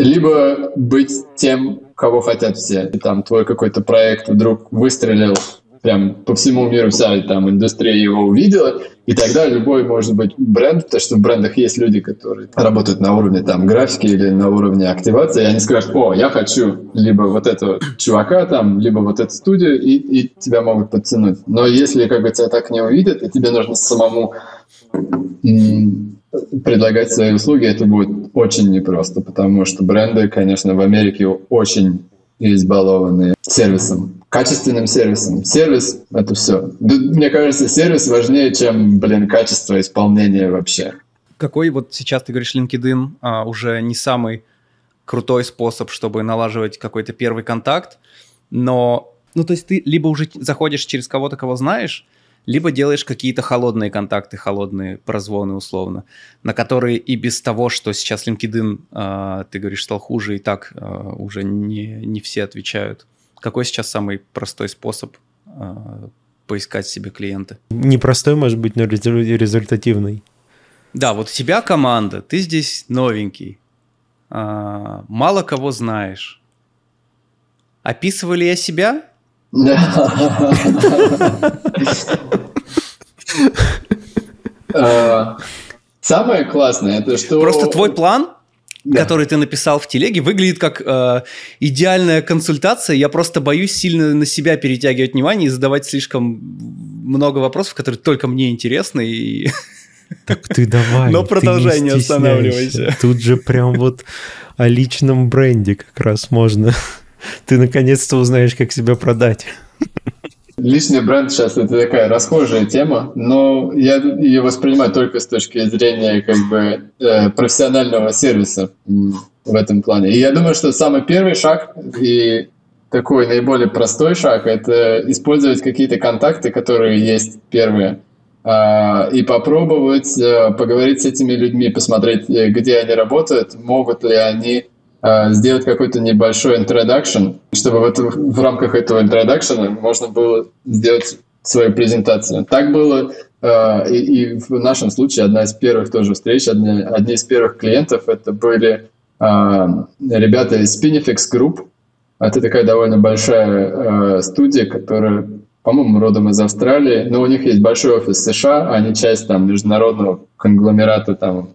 Либо быть тем, кого хотят все. И там твой какой-то проект вдруг выстрелил прям по всему миру вся там индустрия его увидела, и тогда любой может быть бренд, потому что в брендах есть люди, которые работают на уровне там графики или на уровне активации, и они скажут: о, я хочу либо вот этого чувака там, либо вот эту студию, и, и тебя могут подтянуть. Но если как бы тебя так не увидят, и тебе нужно самому м- предлагать свои услуги, это будет очень непросто, потому что бренды, конечно, в Америке очень избалованы сервисом, качественным сервисом. Сервис — это все. Мне кажется, сервис важнее, чем, блин, качество исполнения вообще. Какой вот сейчас, ты говоришь, LinkedIn а, уже не самый крутой способ, чтобы налаживать какой-то первый контакт, но, ну, то есть ты либо уже заходишь через кого-то, кого знаешь, либо делаешь какие-то холодные контакты, холодные прозвоны условно, на которые и без того, что сейчас LinkedIn, э, ты говоришь, стал хуже, и так э, уже не, не все отвечают. Какой сейчас самый простой способ э, поискать себе клиента? Непростой, может быть, но результативный. Да, вот у тебя команда, ты здесь новенький, э, мало кого знаешь. Описывали я себя? Самое классное, это что... Просто твой план, да, который ты написал в телеге, выглядит как э, идеальная консультация. Я просто боюсь сильно на себя перетягивать внимание и задавать слишком много вопросов, которые только мне интересны. И... Так ты давай. Но продолжай, не, не останавливайся. Тут же прям вот о личном бренде как раз можно. Ты наконец-то узнаешь, как себя продать. Личный бренд сейчас это такая расхожая тема, но я ее воспринимаю только с точки зрения как бы э, профессионального сервиса в этом плане. И я думаю, что самый первый шаг и такой наиболее простой шаг — это использовать какие-то контакты, которые есть первые, э, и попробовать э, поговорить с этими людьми, посмотреть, где они работают, могут ли они сделать какой-то небольшой introduction, чтобы в, это, в рамках этого introduction можно было сделать свою презентацию. Так было э, и, и в нашем случае одна из первых тоже встреч, одни, одни из первых клиентов это были э, ребята из Spinifex Group. Это такая довольно большая э, студия, которая, по-моему, родом из Австралии, но у них есть большой офис в США, они часть там международного конгломерата там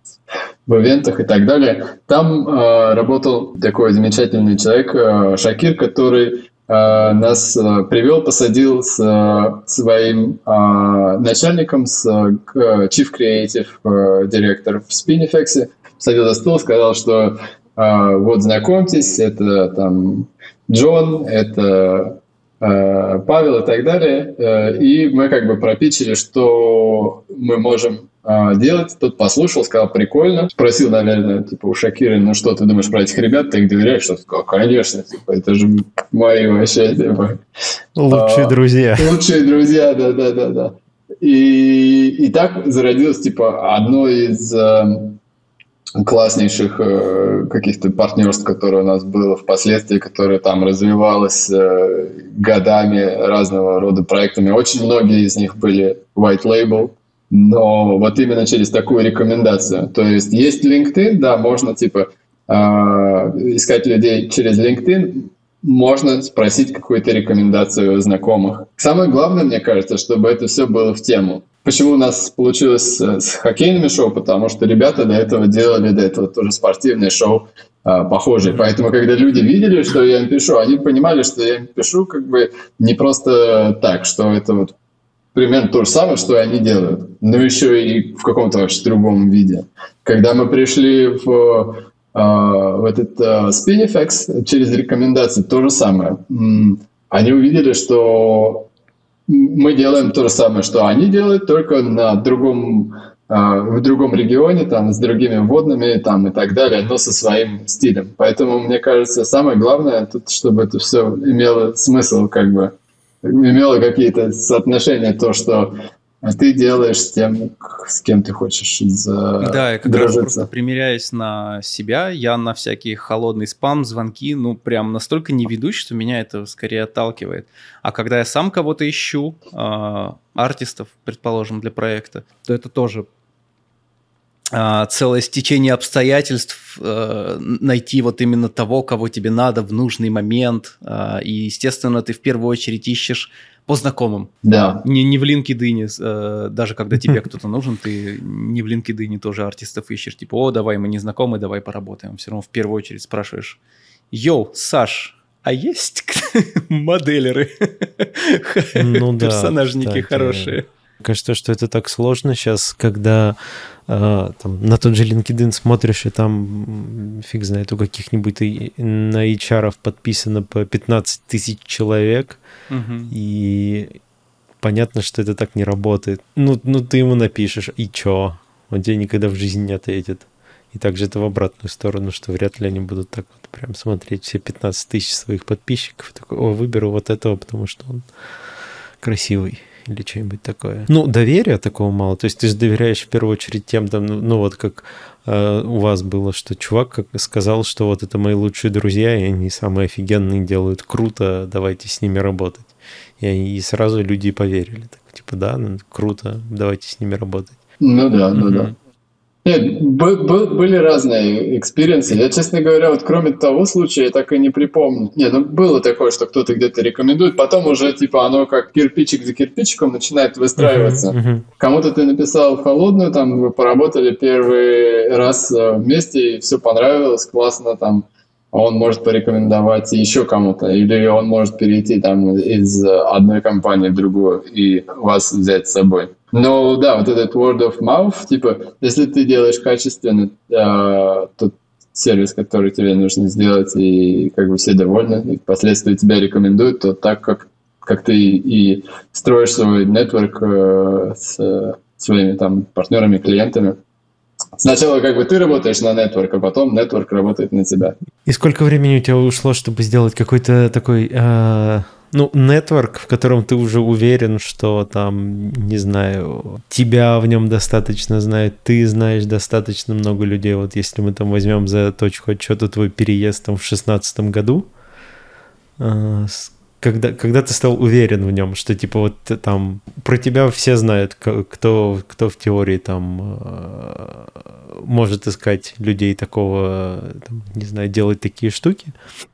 в ивентах и так далее. Там э, работал такой замечательный человек, э, Шакир, который э, нас э, привел, посадил с э, своим э, начальником, с э, Chief Creative э, Director в Spinifex, посадил за стол, сказал, что э, вот знакомьтесь, это там Джон, это э, Павел и так далее. Э, и мы как бы пропичили, что мы можем делать. Тот послушал, сказал: прикольно. Спросил, наверное, типа у Шакира: ну что ты думаешь про этих ребят, ты их доверяешь? Что-то сказал: конечно, типа, это же мои вообще типа, лучшие а, друзья. Лучшие друзья, да-да-да. И, и так зародилось типа одно из э, класснейших э, каких-то партнерств, которое у нас было впоследствии, которое там развивалось э, годами разного рода проектами. Очень многие из них были white label, но вот именно через такую рекомендацию. То есть есть LinkedIn, да, можно типа э, искать людей через LinkedIn, можно спросить какую-то рекомендацию у знакомых. Самое главное, мне кажется, чтобы это все было в тему. Почему у нас получилось с хоккейными шоу? Потому что ребята до этого делали, до этого тоже спортивные шоу э, похожие. Поэтому, когда люди видели, что я им пишу, они понимали, что я им пишу как бы не просто так, что это вот примерно то же самое, что и они делают, но еще и в каком-то вообще другом виде. Когда мы пришли в, э, в этот э, Spinifex через рекомендации, то же самое. Они увидели, что мы делаем то же самое, что они делают, только на другом, э, в другом регионе, там, с другими вводными там, и так далее, но со своим стилем. Поэтому, мне кажется, самое главное тут, чтобы это все имело смысл, как бы, имело какие-то соотношения, то, что ты делаешь с тем, с кем ты хочешь задружиться. Да, я как раз просто примеряясь на себя, я на всякие холодный спам, звонки, ну, прям настолько не ведусь, что меня это скорее отталкивает. А когда я сам кого-то ищу, э, артистов, предположим, для проекта, то это тоже а, целое стечение обстоятельств, а, найти вот именно того, кого тебе надо в нужный момент. А, и, естественно, ты в первую очередь ищешь по знакомым. Да. Не, не в LinkedIn, а, даже когда тебе кто-то нужен, ты не в LinkedIn тоже артистов ищешь. Типа, о, давай, мы не знакомы, давай поработаем. Все равно в первую очередь спрашиваешь: йоу, Саш, а есть моделеры? Ну да, Персонажники кстати. хорошие. Кажется, что это так сложно сейчас, когда э, там, на тот же LinkedIn смотришь, и там, фиг знает, у каких-нибудь и, на эйч ар подписано по пятнадцать тысяч человек, Мгм. и понятно, что это так не работает. Ну, ну ты ему напишешь, и чё? Он тебе никогда в жизни не ответит. И также это в обратную сторону, что вряд ли они будут так вот прям смотреть все пятнадцать тысяч своих подписчиков. И такой, о, выберу вот этого, потому что он красивый. Или что-нибудь такое. Ну, доверия такого мало. То есть ты же доверяешь в первую очередь тем, там, ну, ну вот как э, у вас было, что чувак как сказал, что вот это мои лучшие друзья, и они самые офигенные, делают круто, давайте с ними работать. И, и сразу люди поверили. Так, типа, да, ну, круто, давайте с ними работать. Ну да, ну Мгм. да. Нет, бы- бы- были разные экспириенсы. Я, честно говоря, вот кроме того случая, я так и не припомню. Не, ну было такое, что кто-то где-то рекомендует, потом уже типа оно как кирпичик за кирпичиком начинает выстраиваться. Мгм, мгм. Кому-то ты написал в холодную, там вы поработали первый раз э, вместе, и все понравилось, классно, там он может порекомендовать еще кому-то, или он может перейти там из э, одной компании в другую и вас взять с собой. Но да, вот этот word of mouth, типа, если ты делаешь качественно э, тот сервис, который тебе нужно сделать, и как бы все довольны, и впоследствии тебя рекомендуют, то так как, как ты и строишь свой нетворк э, с э, своими там партнерами, клиентами. Сначала как бы ты работаешь на нетворк, а потом нетворк работает на тебя. И сколько времени у тебя ушло, чтобы сделать какой-то такой, э, ну, нетворк, в котором ты уже уверен, что там, не знаю, тебя в нем достаточно знают, ты знаешь достаточно много людей. Вот если мы там возьмем за точку отчета твой переезд там в шестнадцатом году, э, с- когда, когда ты стал уверен в нем, что типа вот ты там про тебя все знают, к- кто, кто в теории там э, может искать людей такого, там, не знаю, делать такие штуки.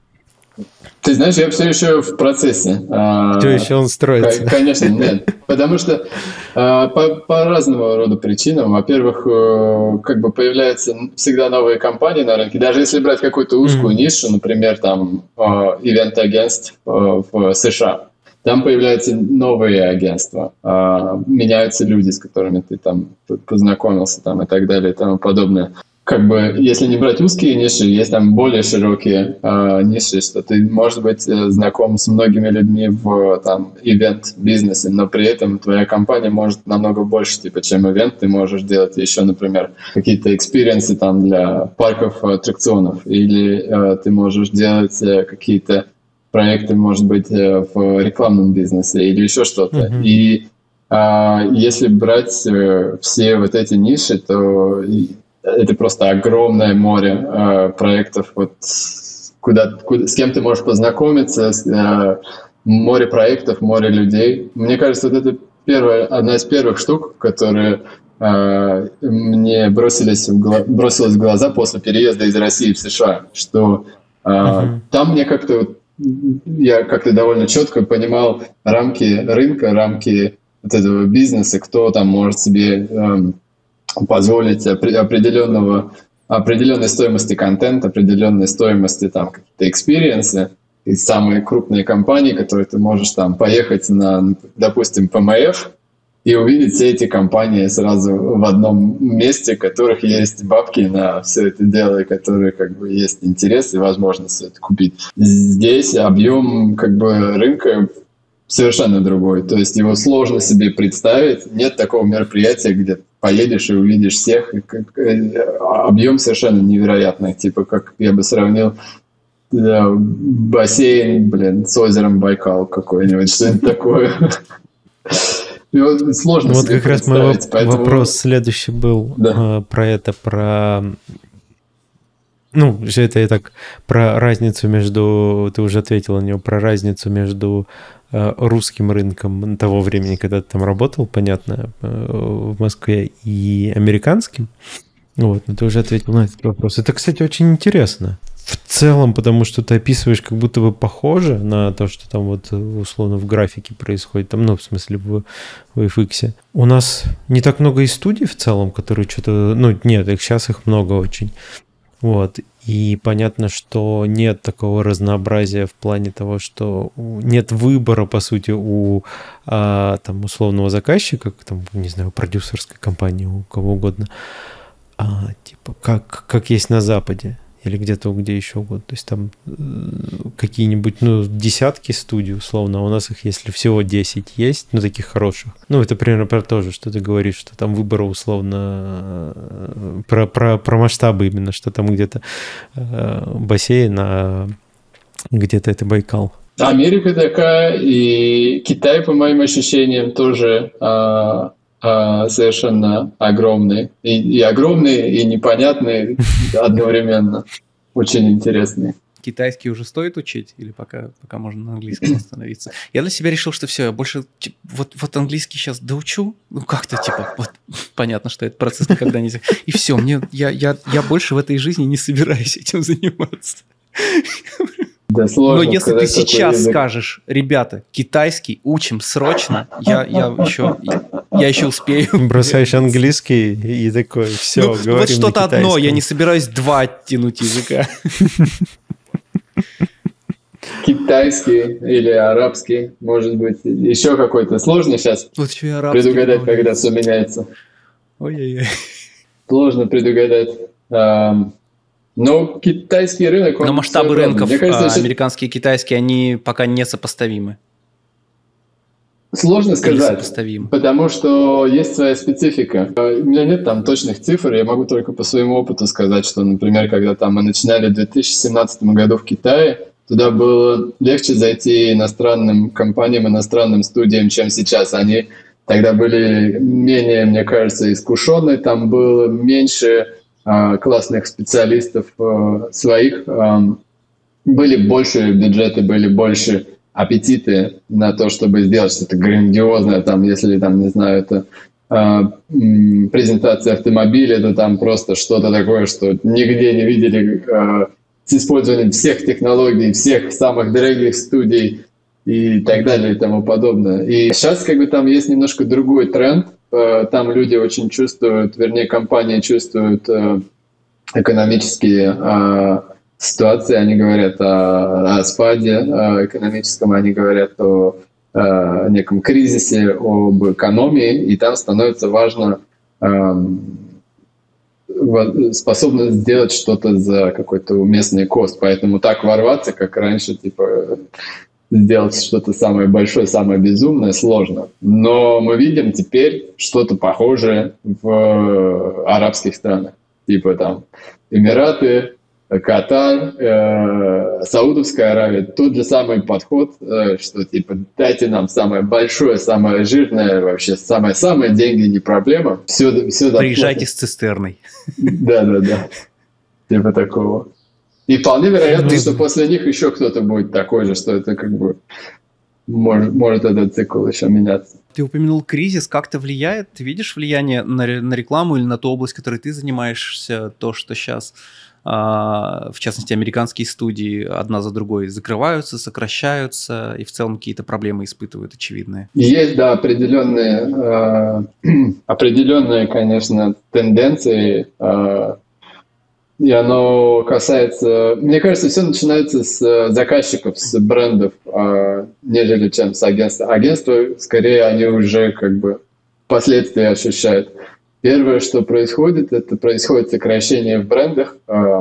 Ты знаешь, я все еще в процессе. А, Все еще он строится. К- Конечно, нет. Потому что а, по, по разного рода причинам. Во-первых, э, как бы появляются всегда новые компании на рынке. Даже если брать какую-то узкую Мгм. нишу, например, там а, ивент-агентств э, в США, там появляются новые агентства, а, меняются люди, с которыми ты там познакомился, там и так далее и тому подобное. Как бы, если не брать узкие ниши, есть там более широкие э, ниши, что ты, может быть, э, знаком с многими людьми в там ивент-бизнесе, но при этом твоя компания может намного больше, типа, чем ивент. Ты можешь делать еще, например, какие-то экспириенсы там для парков аттракционов, или э, ты можешь делать э, какие-то проекты, может быть, э, в рекламном бизнесе или еще что-то. Мгм. И а, если брать э, все вот эти ниши, то и- это просто огромное море э, проектов, вот с- куда, куда- с кем ты можешь познакомиться, с, э, море проектов, море людей. Мне кажется, вот это первая, одна из первых штук, которые э, мне бросились в, гла- бросилась в глаза после переезда из России в США, что э, Мгм. там мне как-то вот, м, я как-то довольно четко понимал рамки рынка, рамки вот этого бизнеса, кто там может себе эм, позволить опре- определенного, определенной стоимости контента, определенной стоимости там какие-то экспириенсы. И самые крупные компании, которые ты можешь там поехать на, допустим, пэ эм эф и увидеть все эти компании сразу в одном месте, у которых есть бабки на все это дело, и которые как бы есть интерес и возможность все это купить. Здесь объем как бы рынка совершенно другой. То есть его сложно себе представить. Нет такого мероприятия, где поедешь и увидишь всех. И как- э, объем совершенно невероятный. Типа, как я бы сравнил э, бассейн, блин, с озером Байкал какой-нибудь, что-нибудь такое. И вот сложно Ну вот себе как раз мой представить. воп- Поэтому вопрос следующий был Да. э, про это, про... Ну, же это я так, про разницу между... Ты уже ответил на него, про разницу между э, русским рынком того времени, когда ты там работал, понятно, э, в Москве, и американским. Вот, но ты уже ответил на этот вопрос. Это, кстати, очень интересно. В целом, потому что ты описываешь как будто бы похоже на то, что там вот условно в графике происходит, там, ну, в смысле в, в эф икс. У нас не так много и студий в целом, которые что-то... Ну, нет, их сейчас их много очень. Вот. И понятно, что нет такого разнообразия в плане того, что нет выбора, по сути, у а, там, условного заказчика, там, не знаю, продюсерской компании, у кого угодно, а, типа, как, как есть на Западе или где-то, где еще угодно. То есть там какие-нибудь, ну, десятки студий, условно, а у нас их, если всего десять есть, ну, таких хороших. Ну, это примерно про то же, что ты говоришь, что там выбора, условно, про, про, про масштабы именно, что там где-то э, бассейн, а где-то это Байкал. Америка такая, и Китай, по моим ощущениям, тоже а, а, совершенно огромный. И, и огромный, и непонятный одновременно. Очень интересный. Китайский уже стоит учить? Или пока, пока можно на английском остановиться? Я для себя решил, что все, я больше... Типа, вот, вот английский сейчас доучу. Ну, как-то, типа, вот, понятно, что этот процесс никогда не... И все, мне, я, я, я больше в этой жизни не собираюсь этим заниматься. Да, сложно. Но если ты сейчас скажешь, ребята, китайский учим срочно, я, я, еще, я еще успею. Бросаешь английский и такой, все, ну, говорим вот что-то на китайском. Одно, я не собираюсь два тянуть языка. Китайский или арабский, может быть, еще какой-то. Сложно сейчас вот предугадать, когда все меняется. Ой-ой-ой. Сложно предугадать. Но китайский рынок... Но масштабы рынков, Мне кажется, сейчас... американские и китайские, они пока не сопоставимы. Сложно сказать, потому что есть своя специфика. У меня нет там точных цифр, я могу только по своему опыту сказать, что, например, когда там мы начинали в две тысячи семнадцатом году в Китае, туда было легче зайти иностранным компаниям, иностранным студиям, чем сейчас. Они тогда были менее, мне кажется, искушенные, там было меньше э, классных специалистов э, своих, э, были больше бюджеты, были больше аппетиты на то, чтобы сделать что-то грандиозное, там, если, там, не знаю, это э, м, презентация автомобиля, это там просто что-то такое, что нигде не видели, э, с использованием всех технологий, всех самых дорогих студий и так далее и тому подобное. И сейчас как бы там есть немножко другой тренд, э, там люди очень чувствуют, вернее, компании чувствуют э, экономические э, ситуации, они говорят о, о спаде о экономическом, они говорят о, о неком кризисе, об экономии, и там становится важно э, способность сделать что-то за какой-то уместный кост. Поэтому так ворваться, как раньше, типа сделать что-то самое большое, самое безумное, сложно. Но мы видим теперь что-то похожее в арабских странах. Типа там Эмираты, Катар, э, Саудовская Аравия, тот же самый подход, э, что типа дайте нам самое большое, самое жирное, вообще самое-самое, деньги не проблема. Все, все приезжайте с цистерной. Да-да-да, типа такого. И вполне вероятно, что после них еще кто-то будет такой же, что это как бы может, может этот цикл еще меняться. Ты упомянул кризис, как-то влияет? Ты видишь влияние на, на рекламу или на ту область, которой ты занимаешься, то, что сейчас... в частности, американские студии одна за другой закрываются, сокращаются и в целом какие-то проблемы испытывают очевидные? Есть, да, определенные, э, определенные, конечно, тенденции, э, и оно касается... Мне кажется, все начинается с заказчиков, с брендов, э, нежели чем с агентства. Агентства, скорее, они уже как бы последствия ощущают. Первое, что происходит, это происходит сокращение в брендах.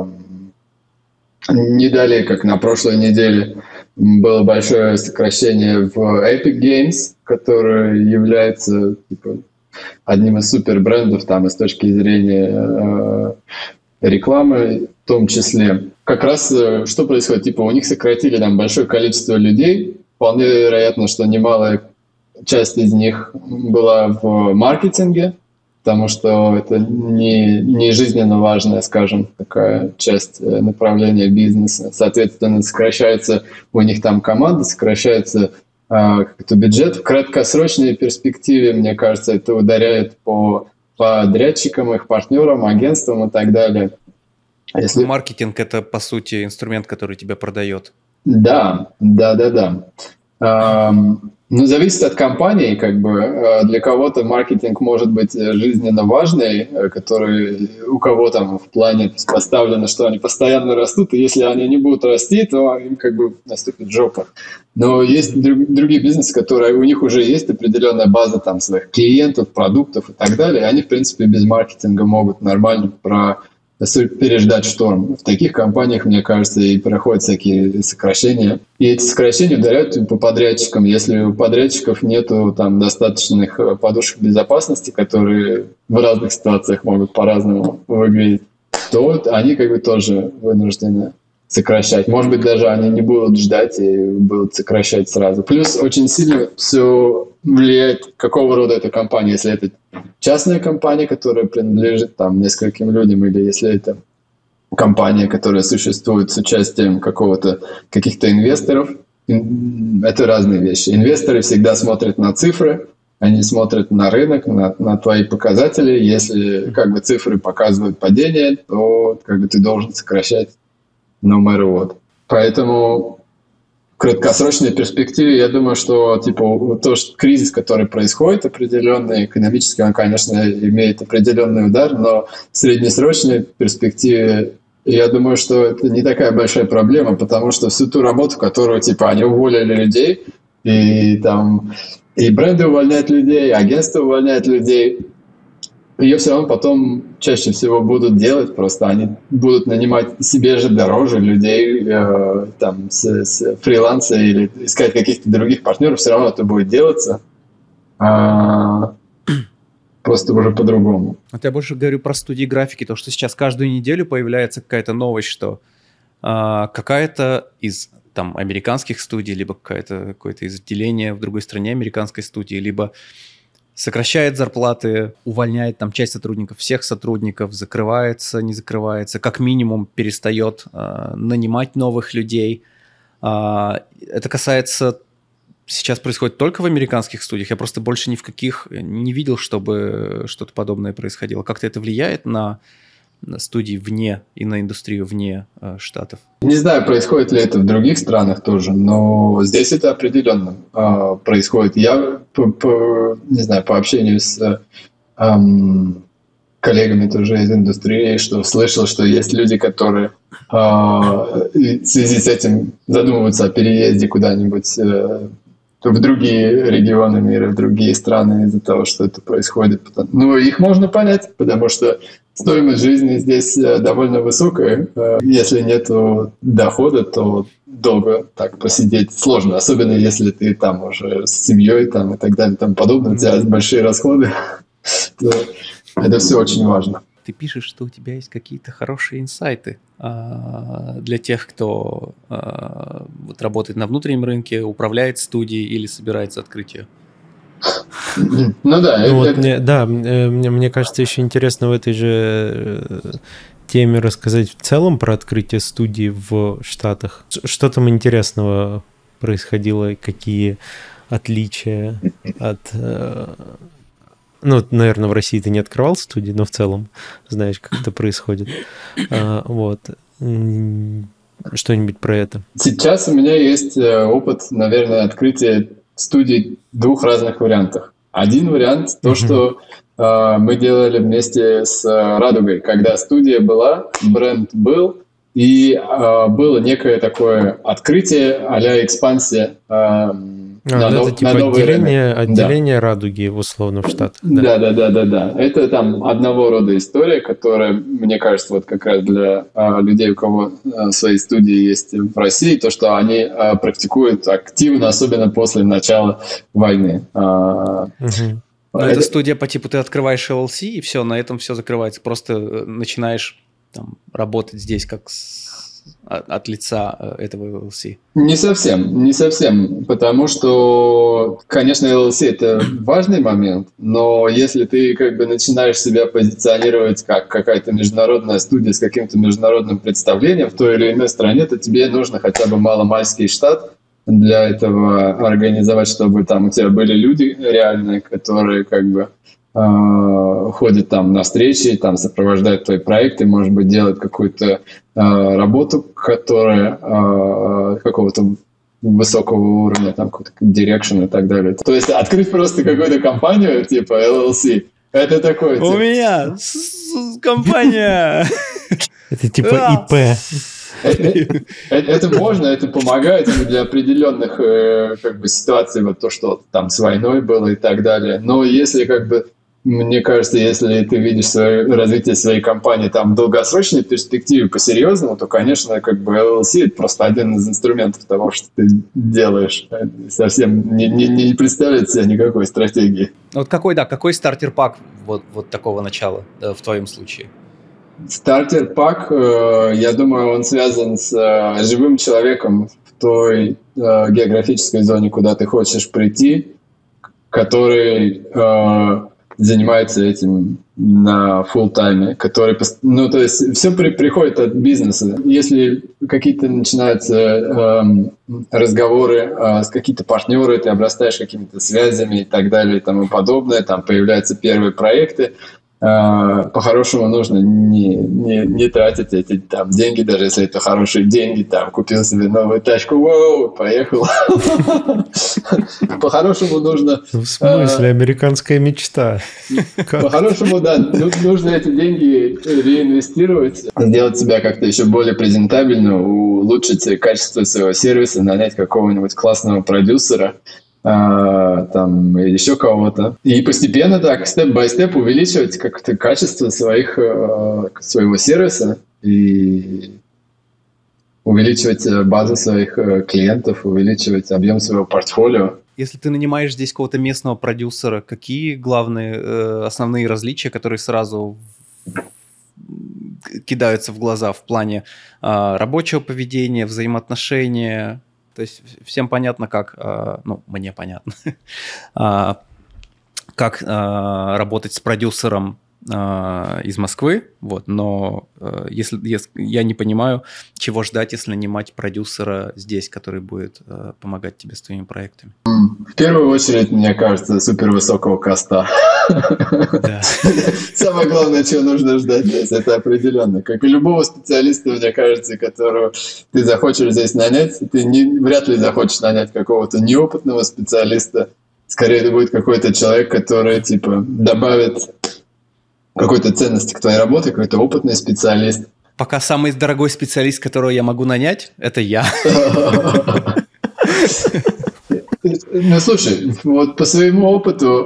Не далее, как на прошлой неделе, было большое сокращение в Epic Games, который является типа, одним из супербрендов там, и с точки зрения э, рекламы в том числе. Как раз что происходит? Типа, у них сократили там большое количество людей. Вполне вероятно, что немалая часть из них была в маркетинге, потому что это не, не жизненно важная, скажем, такая часть направления бизнеса. Соответственно, сокращается у них там команда, сокращается э, как-то бюджет. В краткосрочной перспективе, мне кажется, это ударяет по подрядчикам, их партнерам, агентствам и так далее. Если... Маркетинг – это, по сути, инструмент, который тебя продает. Да, да, да, да. Эм, ну, зависит от компании, как бы. Для кого-то маркетинг может быть жизненно важный, который у кого там в плане поставлено, что они постоянно растут, и если они не будут расти, то им как бы наступит жопа. Но есть друг, другие бизнесы, которые у них уже есть определенная база там своих клиентов, продуктов и так далее, и они, в принципе, без маркетинга могут нормально про переждать шторм. В таких компаниях, мне кажется, и проходят всякие сокращения. И эти сокращения ударяют по подрядчикам. Если у подрядчиков нету там достаточных подушек безопасности, которые в разных ситуациях могут по-разному выглядеть, то они как бы тоже вынуждены сокращать. Может быть, даже они не будут ждать и будут сокращать сразу. Плюс очень сильно все влияет, какого рода эта компания. Если это частная компания, которая принадлежит там нескольким людям, или если это компания, которая существует с участием какого-то, каких-то инвесторов, это разные вещи. Инвесторы всегда смотрят на цифры, они смотрят на рынок, на, на твои показатели. Если как бы цифры показывают падение, то как бы ты должен сокращать no matter what. Поэтому в краткосрочной перспективе я думаю, что типа то, что кризис, который происходит определенный, экономический, он, конечно, имеет определенный удар, но в среднесрочной перспективе я думаю, что это не такая большая проблема, потому что всю ту работу, которую типа они уволили людей, и там и бренды увольняют людей, и агентства увольняют людей, ее все равно потом чаще всего будут делать, просто они будут нанимать себе же дороже людей, э, там, с, с фриланса или искать каких-то других партнеров, все равно это будет делаться, а, просто уже по-другому. Вот я больше говорю про студии графики, то, что сейчас каждую неделю появляется какая-то новость, что а, какая-то из там американских студий, либо какая-то, какое-то из отделения в другой стране американской студии, либо сокращает зарплаты, увольняет там часть сотрудников, всех сотрудников, закрывается, не закрывается, как минимум перестает э, нанимать новых людей. Э, это касается, сейчас происходит только в американских студиях, я просто больше ни в каких не видел, чтобы что-то подобное происходило. Как-то это влияет на, на студии вне и на индустрию вне э, Штатов? Не знаю, происходит ли это в других странах тоже, но здесь это определенно э, происходит. Я, по, по, не знаю, по общению с э, коллегами тоже из индустрии, что слышал, что есть люди, которые э, в связи с этим задумываются о переезде куда-нибудь э, в другие регионы мира, в другие страны из-за того, что это происходит. Ну, их можно понять, потому что стоимость жизни здесь довольно высокая. Если нет дохода, то долго так посидеть сложно, особенно если ты там уже с семьей там, и так далее, там подобное, у тебя большие расходы. Это все очень важно. Ты пишешь, что у тебя есть какие-то хорошие инсайты а, для тех, кто а, вот, работает на внутреннем рынке, управляет студией или собирается открыть ее. Ну да. Ну, вот мне, да, мне, мне кажется, еще интересно в этой же теме рассказать в целом про открытие студии в Штатах. Что там интересного происходило, какие отличия от... Ну, наверное, в России ты не открывал студии, но в целом знаешь, как это происходит. А, вот. Что-нибудь про это? Сейчас у меня есть опыт, наверное, открытия студий в двух разных вариантах. Один вариант – то, что э, мы делали вместе с «Радугой», когда студия была, бренд был, и э, было некое такое открытие а-ля экспансия э, А, на, это нов, типа на новый отделение, рынок. отделение да. «Радуги» условно в Штатах. Да. да, да, да, да, да. Это там одного рода история, которая, мне кажется, вот как раз для а, людей, у кого а, свои студии есть в России, то, что они а, практикуют активно, особенно после начала войны. А, угу. Но это... это студия по типу ты открываешь эл эл си, и все, на этом все закрывается. Просто начинаешь там, работать здесь как с... от лица этого эл эл си? Не совсем, не совсем, потому что, конечно, эл эл си это важный момент, но если ты как бы начинаешь себя позиционировать как какая-то международная студия с каким-то международным представлением в той или иной стране, то тебе нужно хотя бы маломальский штат для этого организовать, чтобы там у тебя были люди реальные, которые как бы э, ходит там на встречи, там сопровождает твои проекты, может быть, делает какую-то э, работу, которая э, какого-то высокого уровня, там какой-то дирекшн и так далее. То есть открыть просто какую-то компанию, типа эл эл си, это такое... У меня компания! Это типа ИП. Это, это можно, это помогает для определенных э, как бы ситуаций, вот то, что там с войной было и так далее. Но если как бы, мне кажется, если ты видишь свое, развитие своей компании там в долгосрочной перспективе по-серьезному, то, конечно, как бы эл эл си это просто один из инструментов того, что ты делаешь. Совсем не, не, не представляет себе никакой стратегии. Вот какой, да, какой стартер-пак вот, вот такого начала в твоем случае? Стартер-пак, э, я думаю, он связан с э, живым человеком в той э, географической зоне, куда ты хочешь прийти, который э, занимается этим на фулл-тайме, который, ну, то есть все при, приходит от бизнеса. Если какие-то начинаются э, разговоры э, с какими-то партнерами, ты обрастаешь какими-то связями и так далее и тому подобное, там появляются первые проекты, по-хорошему нужно не, не, не тратить эти там деньги, даже если это хорошие деньги, там купил себе новую тачку, воу, поехал. По-хорошему нужно... В смысле, американская мечта? По-хорошему, да, нужно эти деньги реинвестировать, сделать себя как-то еще более презентабельно, улучшить качество своего сервиса, нанять какого-нибудь классного продюсера, А, там, или еще кого-то. И постепенно, так, степ-бай-степ увеличивать как-то качество своих, своего сервиса и увеличивать базу своих клиентов, увеличивать объем своего портфолио. Если ты нанимаешь здесь какого-то местного продюсера, какие главные, э, основные различия, которые сразу кидаются в глаза в плане э, рабочего поведения, взаимоотношения? То есть всем понятно, как, ну, мне понятно, как работать с продюсером из Москвы, вот, но если, если я не понимаю, чего ждать, если нанимать продюсера здесь, который будет помогать тебе с твоими проектами. В первую очередь, мне кажется, супервысокого коста. Да. Самое главное, чего нужно ждать здесь, это определенно. Как и любого специалиста, мне кажется, которого ты захочешь здесь нанять, ты не, вряд ли захочешь нанять какого-то неопытного специалиста. Скорее, это будет какой-то человек, который типа добавит какой-то ценности к твоей работе, какой-то опытный специалист. Пока самый дорогой специалист, которого я могу нанять, это я. Ну, слушай, вот по своему опыту,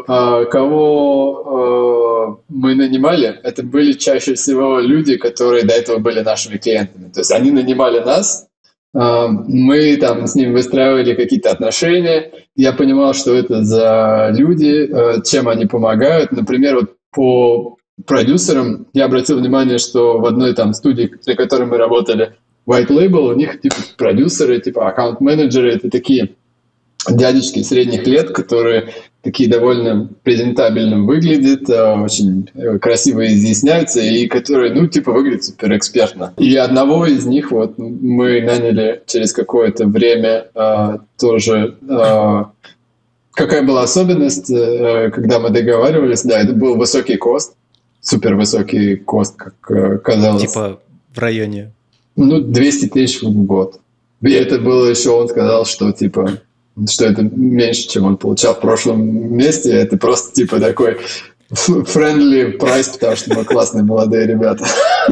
кого мы нанимали, это были чаще всего люди, которые до этого были нашими клиентами. То есть они нанимали нас, мы там с ними выстраивали какие-то отношения. Я понимал, что это за люди, чем они помогают. Например, вот по продюсерам я обратил внимание, что в одной там студии, для которой мы работали, White Label, у них типа продюсеры, типа аккаунт-менеджеры, это такие дядечки средних лет, которые такие довольно презентабельно выглядят, очень красиво изъясняются и которые, ну, типа, выглядят суперэкспертно. И одного из них вот мы наняли через какое-то время а, тоже... А, какая была особенность, а, когда мы договаривались, да, это был высокий кост, супервысокий кост, как казалось. Типа в районе? Ну, двести тысяч в год. И это было еще, он сказал, что, типа... что это меньше, чем он получал в прошлом месте. Это просто типа такой friendly прайс, потому что мы классные молодые ребята.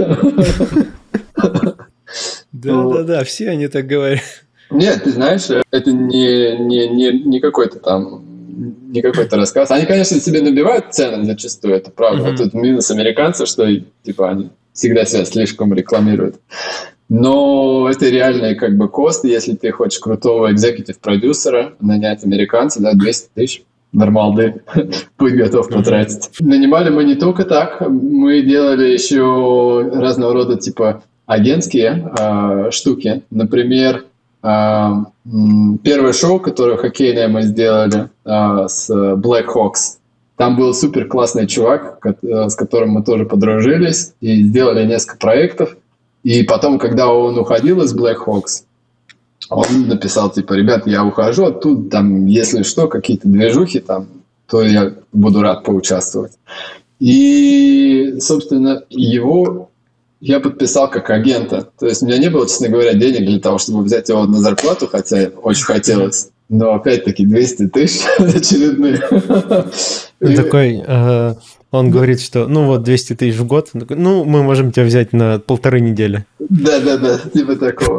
Да-да-да, все они так говорят. Нет, ты знаешь, это не, не, не, не какой-то там не какой-то рассказ. Они, конечно, себе набивают цены зачастую, это правда. Mm-hmm. Тут минус американцев, что типа они всегда себя слишком рекламируют. Но это реальный как бы кост, если ты хочешь крутого экзекутив-продюсера нанять американца, да, двести тысяч, нормалды, будь готов потратить. Нанимали мы не только так, мы делали еще разного рода типа агентские э, штуки. Например, э, первое шоу, которое хоккейное мы сделали э, с Black Hawks, там был супер классный чувак, с которым мы тоже подружились и сделали несколько проектов. И потом, когда он уходил из Black Hawks, он написал, типа, ребят, я ухожу оттуда, там, если что, какие-то движухи, там, то я буду рад поучаствовать. И, собственно, его я подписал как агента. То есть у меня не было, честно говоря, денег для того, чтобы взять его на зарплату, хотя очень хотелось. Но опять-таки двести тысяч очередные. Такой, э, он говорит, что ну вот двести тысяч в год. Такой, ну, мы можем тебя взять на полторы недели. Да-да-да, типа такого.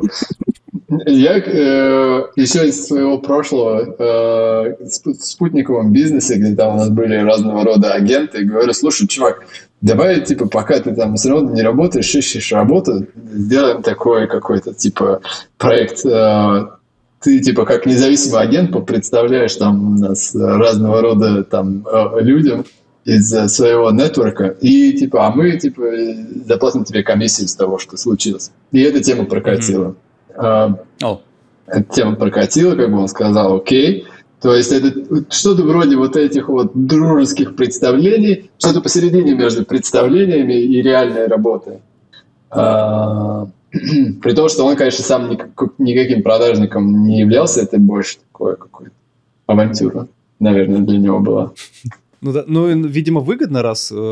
Я э, еще из своего прошлого э, спутниковом бизнесе, где там у нас были разного рода агенты, говорю, слушай, чувак, давай, типа, пока ты там все равно не работаешь, ищешь работу, сделаем такой какой-то, типа, проект. Э, ты, типа, как независимый агент представляешь там нас разного рода там людям из своего нетворка, и, типа, а мы, типа, заплатим тебе комиссию с того, что случилось. И эта тема прокатила. Mm-hmm. Uh, oh. Эта тема прокатила, как бы он сказал, окей. То есть это что-то вроде вот этих вот дружеских представлений, что-то посередине между представлениями и реальной работой. Uh, при том, что он, конечно, сам никак, никаким продажником не являлся, это больше такое какое-то авантюра, наверное, для него была. Ну, да, ну, видимо, выгодно, раз э,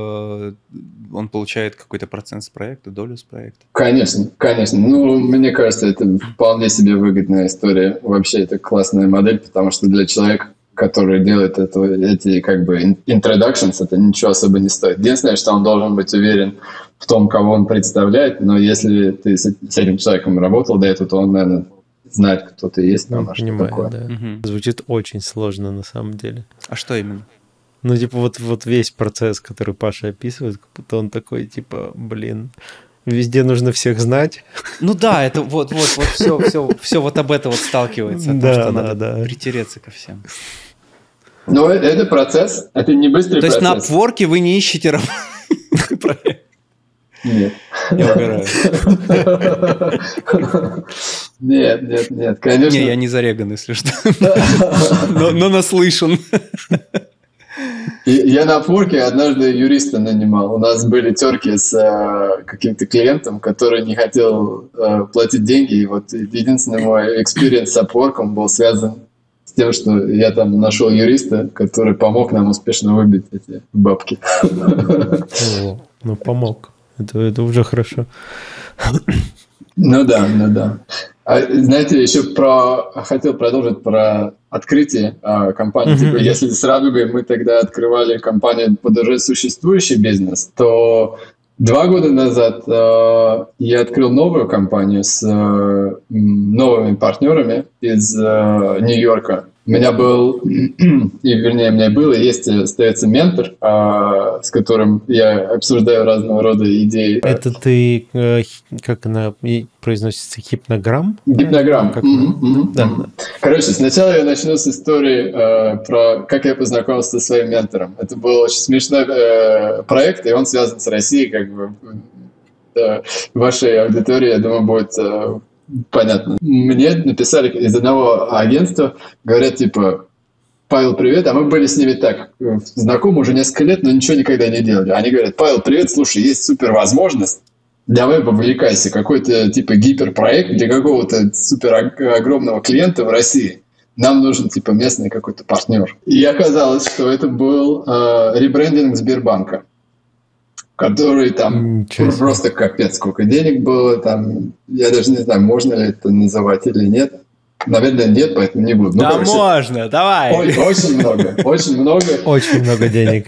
он получает какой-то процент с проекта, долю с проекта. Конечно, конечно. Ну, мне кажется, это вполне себе выгодная история. Вообще, это классная модель, потому что для человека, который делает это, эти как бы introductions, это ничего особо не стоит. Единственное, что он должен быть уверен в том, кого он представляет, но если ты с, с этим человеком работал до этого, то он, наверное, знает, кто ты есть. Ну, там, понимаю, что такое. Да. Угу. Звучит очень сложно на самом деле. А что именно? Ну, типа, вот, вот весь процесс, который Паша описывает, как будто он такой, типа, блин, везде нужно всех знать. Ну да, это вот, вот, вот все, все, все вот об этом вот сталкивается, о том, да, что да, надо да. притереться ко всем. Ну, это процесс, это не быстрый То процесс. То есть на Upwork'е вы не ищете работу? Нет. Я угораю. Нет, нет, нет, конечно. Не, я не зареган, если что. но, но наслышан. Я на Upwork'е однажды юриста нанимал. У нас были терки с э, каким-то клиентом, который не хотел э, платить деньги. И вот единственный мой экспириенс с Upwork'ом был связан с тем, что я там нашел юриста, который помог нам успешно выбить эти бабки. О, ну, помог. Это, это уже хорошо. Ну да, ну да. А, знаете, еще про хотел продолжить про открытие а, компании. Mm-hmm. Типа, если с Радугой мы тогда открывали компанию под уже существующий бизнес, то два года назад а, я открыл новую компанию с а, новыми партнерами из а, Нью-Йорка. У меня был, и, вернее, у меня был и есть, остается ментор, а, с которым я обсуждаю разного рода идеи. Это ты, э, как она произносится, хипнограмм? Гипнограмм. Как... Mm-hmm, mm-hmm. Да. Короче, сначала я начну с истории э, про как я познакомился со своим ментором. Это был очень смешной э, проект, и он связан с Россией, как бы э, вашей аудитории, я думаю, будет... Э, понятно. Мне написали из одного агентства, говорят, типа, Павел, привет, а мы были с ними так, знакомы уже несколько лет, но ничего никогда не делали. Они говорят, Павел, привет, слушай, есть супер возможность, давай повлекайся, какой-то типа гиперпроект для какого-то супер огромного клиента в России. Нам нужен типа местный какой-то партнер. И оказалось, что это был э, ребрендинг Сбербанка, который там просто капец, сколько денег было, там, я даже не знаю, можно ли это называть или нет. Наверное, нет, поэтому не буду. Да, ну, короче, можно, давай. Ой, очень много, очень много. Очень много денег.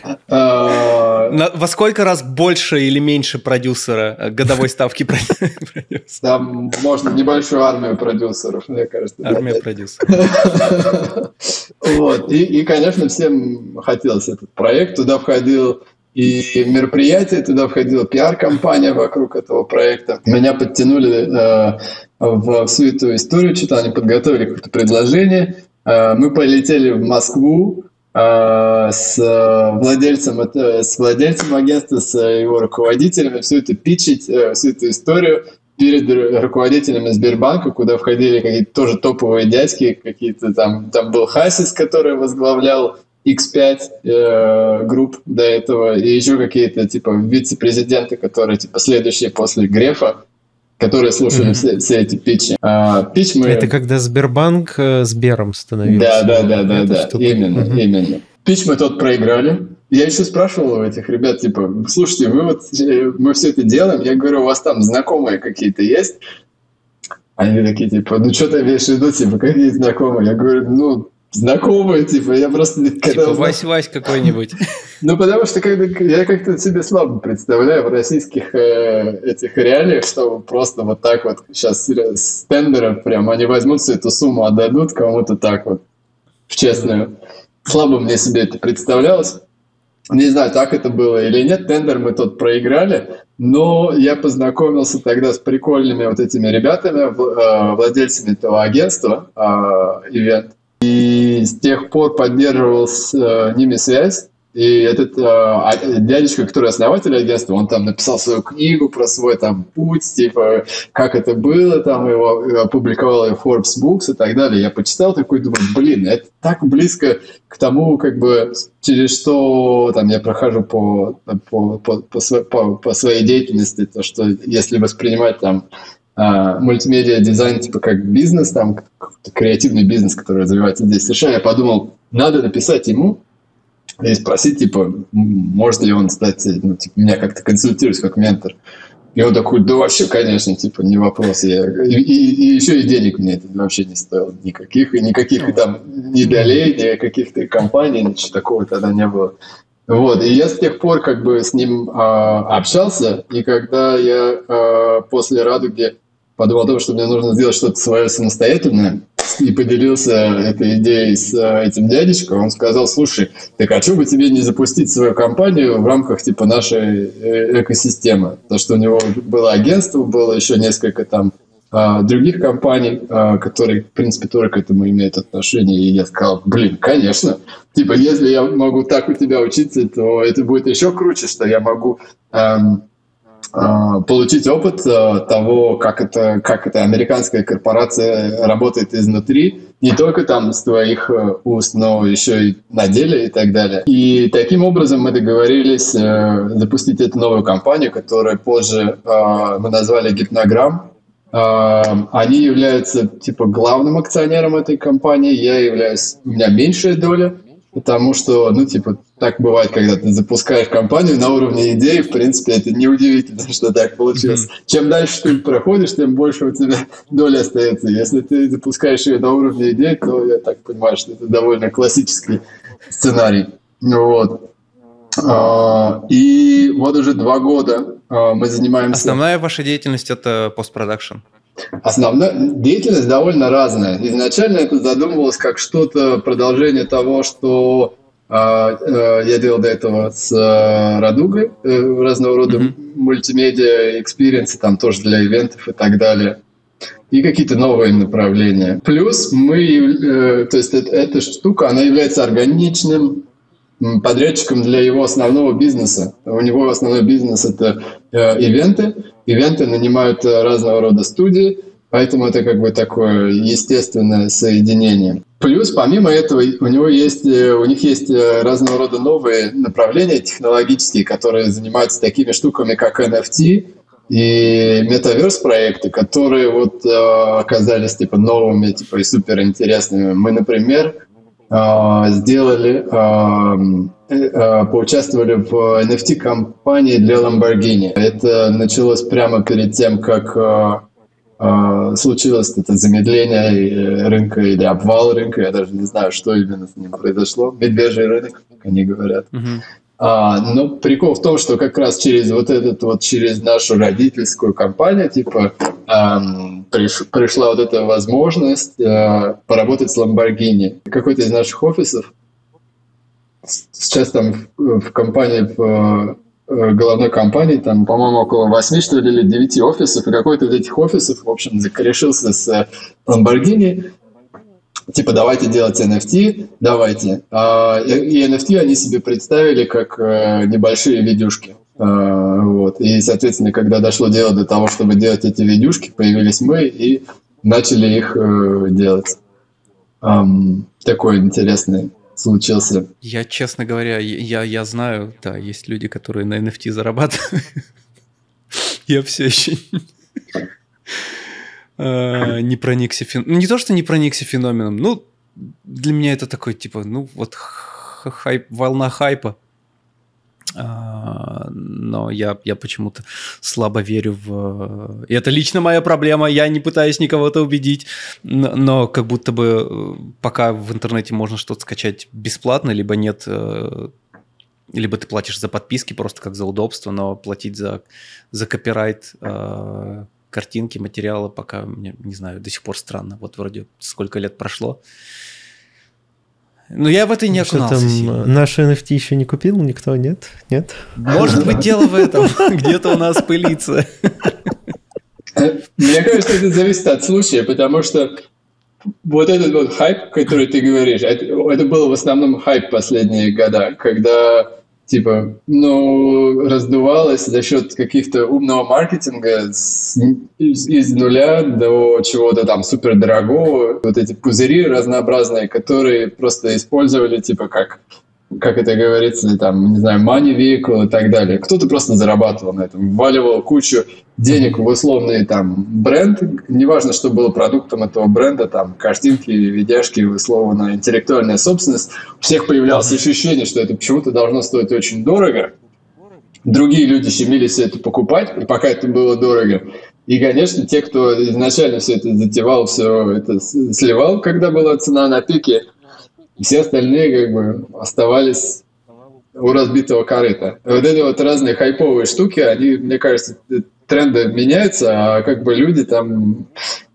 Во сколько раз больше или меньше продюсера годовой ставки продюсера? Там можно небольшую армию продюсеров, мне кажется. Армия продюсеров. Вот, и, конечно, всем хотелось этот проект. Туда входил и мероприятие, туда входила пиар-компания вокруг этого проекта. Меня подтянули э, в всю эту историю, что-то они подготовили какое-то предложение. Э, мы полетели в Москву э, с владельцем, это, с владельцем агентства, с его руководителями, все это питчить, э, всю эту историю перед руководителями Сбербанка, куда входили какие-то тоже топовые дядьки, какие-то там, там был Хасис, который возглавлял икс пять э, групп до этого, и еще какие-то типа вице-президенты, которые типа следующие после Грефа, которые слушали mm-hmm. все, все эти питчи. А, питч мы... Это когда Сбербанк э, Сбером становился. Да, да, да, да, да. Именно, mm-hmm. именно. Пич мы тот проиграли. Я еще спрашивал у этих ребят, типа, слушайте, вы вот, мы все это делаем, я говорю, у вас там знакомые какие-то есть? Они такие, типа, ну что ты имеешь в виду, типа, какие знакомые? Я говорю, ну, знакомые, типа, я просто... Типа Вась-Вась какой-нибудь. Ну, потому что когда, я как-то себе слабо представляю в российских э, этих реалиях, что просто вот так вот сейчас с тендеров прям они возьмут всю эту сумму, отдадут кому-то так вот в честную. Слабо мне себе это представлялось. Не знаю, так это было или нет. Тендер мы тот проиграли, но я познакомился тогда с прикольными вот этими ребятами, владельцами этого агентства Event. И с тех пор поддерживал с ними связь. И этот э, дядечка, который основатель агентства, он там написал свою книгу про свой там путь, типа, как это было, там его опубликовал в Forbes Books и так далее. Я почитал такой, думаю, блин, это так близко к тому, как бы, через что там я прохожу по, по, по, по, по, по своей деятельности, то, что если воспринимать там Uh, мультимедиа дизайн типа как бизнес, там креативный бизнес, который развивается здесь в США, я подумал, надо написать ему и спросить, типа, может ли он стать, ну, типа, меня как-то консультировать как ментор. И он такой, да вообще, конечно, типа, не вопрос. Я... И, и, и еще и денег мне это вообще не стоило никаких, и никаких там ни долей, ни каких-то компаний, ничего такого тогда не было. Вот, и я с тех пор как бы с ним э, общался, и когда я э, после «Радуги» подумал о том, что мне нужно сделать что-то свое самостоятельное, и поделился этой идеей с этим дядечкой, он сказал, слушай, так а что бы тебе не запустить свою компанию в рамках типа нашей экосистемы? То, что у него было агентство, было еще несколько там других компаний, которые, в принципе, тоже к этому имеют отношение. И я сказал, блин, конечно. Типа, если я могу так у тебя учиться, то это будет еще круче, что я могу эм, э, получить опыт э, того, как это, как эта американская корпорация работает изнутри, не только там с твоих э, уст, но еще и на деле и так далее. И таким образом мы договорились э, запустить эту новую компанию, которую позже э, мы назвали «Гипнограмм». Они являются типа главным акционером этой компании, я являюсь, у меня меньшая доля, потому что, ну, типа, так бывает, когда ты запускаешь компанию на уровне идеи, в принципе, это неудивительно, что так получилось. Mm-hmm. Чем дальше ты проходишь, тем больше у тебя доля остается. Если ты запускаешь ее на уровне идеи, то я так понимаю, что это довольно классический сценарий. Вот. И вот уже два года мы занимаемся... Основная ваша деятельность – это постпродакшн? Основная деятельность довольно разная. Изначально это задумывалось как что-то, продолжение того, что э, э, я делал до этого с э, Радугой, э, разного рода mm-hmm. мультимедиа, экспириенсы, там тоже для ивентов и так далее. И какие-то новые направления. Плюс мы, э, то есть это, эта штука, она является органичным подрядчиком для его основного бизнеса. У него основной бизнес – это э, ивенты. Ивенты нанимают разного рода студии, поэтому это как бы такое естественное соединение. Плюс, помимо этого, у него есть, у них есть разного рода новые направления технологические, которые занимаются такими штуками, как эн эф ти и метаверс проекты, которые вот э, оказались типа новыми, типа и суперинтересными. Мы, например, сделали, поучаствовали в эн эф ти-компании для Lamborghini. Это началось прямо перед тем, как случилось это замедление рынка или обвал рынка. Я даже не знаю, что именно с ним произошло. Медвежий рынок, как они говорят. Uh-huh. А, но прикол в том, что как раз через вот этот вот, через нашу родительскую компанию, типа, эм, приш, пришла вот эта возможность э, поработать с Lamborghini. Какой-то из наших офисов, сейчас там в, в компании, в э, головной компании, там, по-моему, около восьми, что ли, или девяти офисов, и какой-то из этих офисов, в общем, закорешился с Lamborghini. Типа, давайте делать эн эф ти, давайте. И эн эф ти они себе представили как небольшие видюшки. Вот. И, соответственно, когда дошло дело до того, чтобы делать эти видюшки, появились мы и начали их делать. Такой интересный случился. Я, честно говоря, я, я знаю, да, есть люди, которые на эн эф ти зарабатывают. Я все еще... не проникся феноменом. Не то, что не проникся феноменом, ну, для меня это такой, типа, ну, вот хайп, волна хайпа. А, но я, я почему-то слабо верю в... И это лично моя проблема, я не пытаюсь никого-то убедить, но, но как будто бы пока в интернете можно что-то скачать бесплатно, либо нет... Либо ты платишь за подписки просто как за удобство, но платить за, за копирайт э, картинки, материала пока, мне, не знаю, до сих пор странно. Вот вроде сколько лет прошло. Но я в это и не окунался. Что там, наши эн эф ти еще не купил никто, нет? Нет? Может быть, дело в этом. Где-то у нас пылится. Мне кажется, это зависит от случая, потому что вот этот вот хайп, который ты говоришь, это, это был в основном хайп последние года, когда типа, ну, раздувалось за счет каких-то умного маркетинга с, из, из нуля до чего-то там супердорогого. Вот эти пузыри разнообразные, которые просто использовали типа как... как это говорится, там, не знаю, money vehicle и так далее. Кто-то просто зарабатывал на этом, вваливал кучу денег в условный там бренд, неважно, что было продуктом этого бренда, там, картинки, видяшки, условно, интеллектуальная собственность. У всех появлялось ощущение, что это почему-то должно стоить очень дорого. Другие люди стремились это покупать, и пока это было дорого. И, конечно, те, кто изначально все это затевал, все это сливал, когда была цена на пике, и все остальные как бы оставались у разбитого корыта. Вот эти вот разные хайповые штуки, они, мне кажется, тренды меняются, а как бы люди там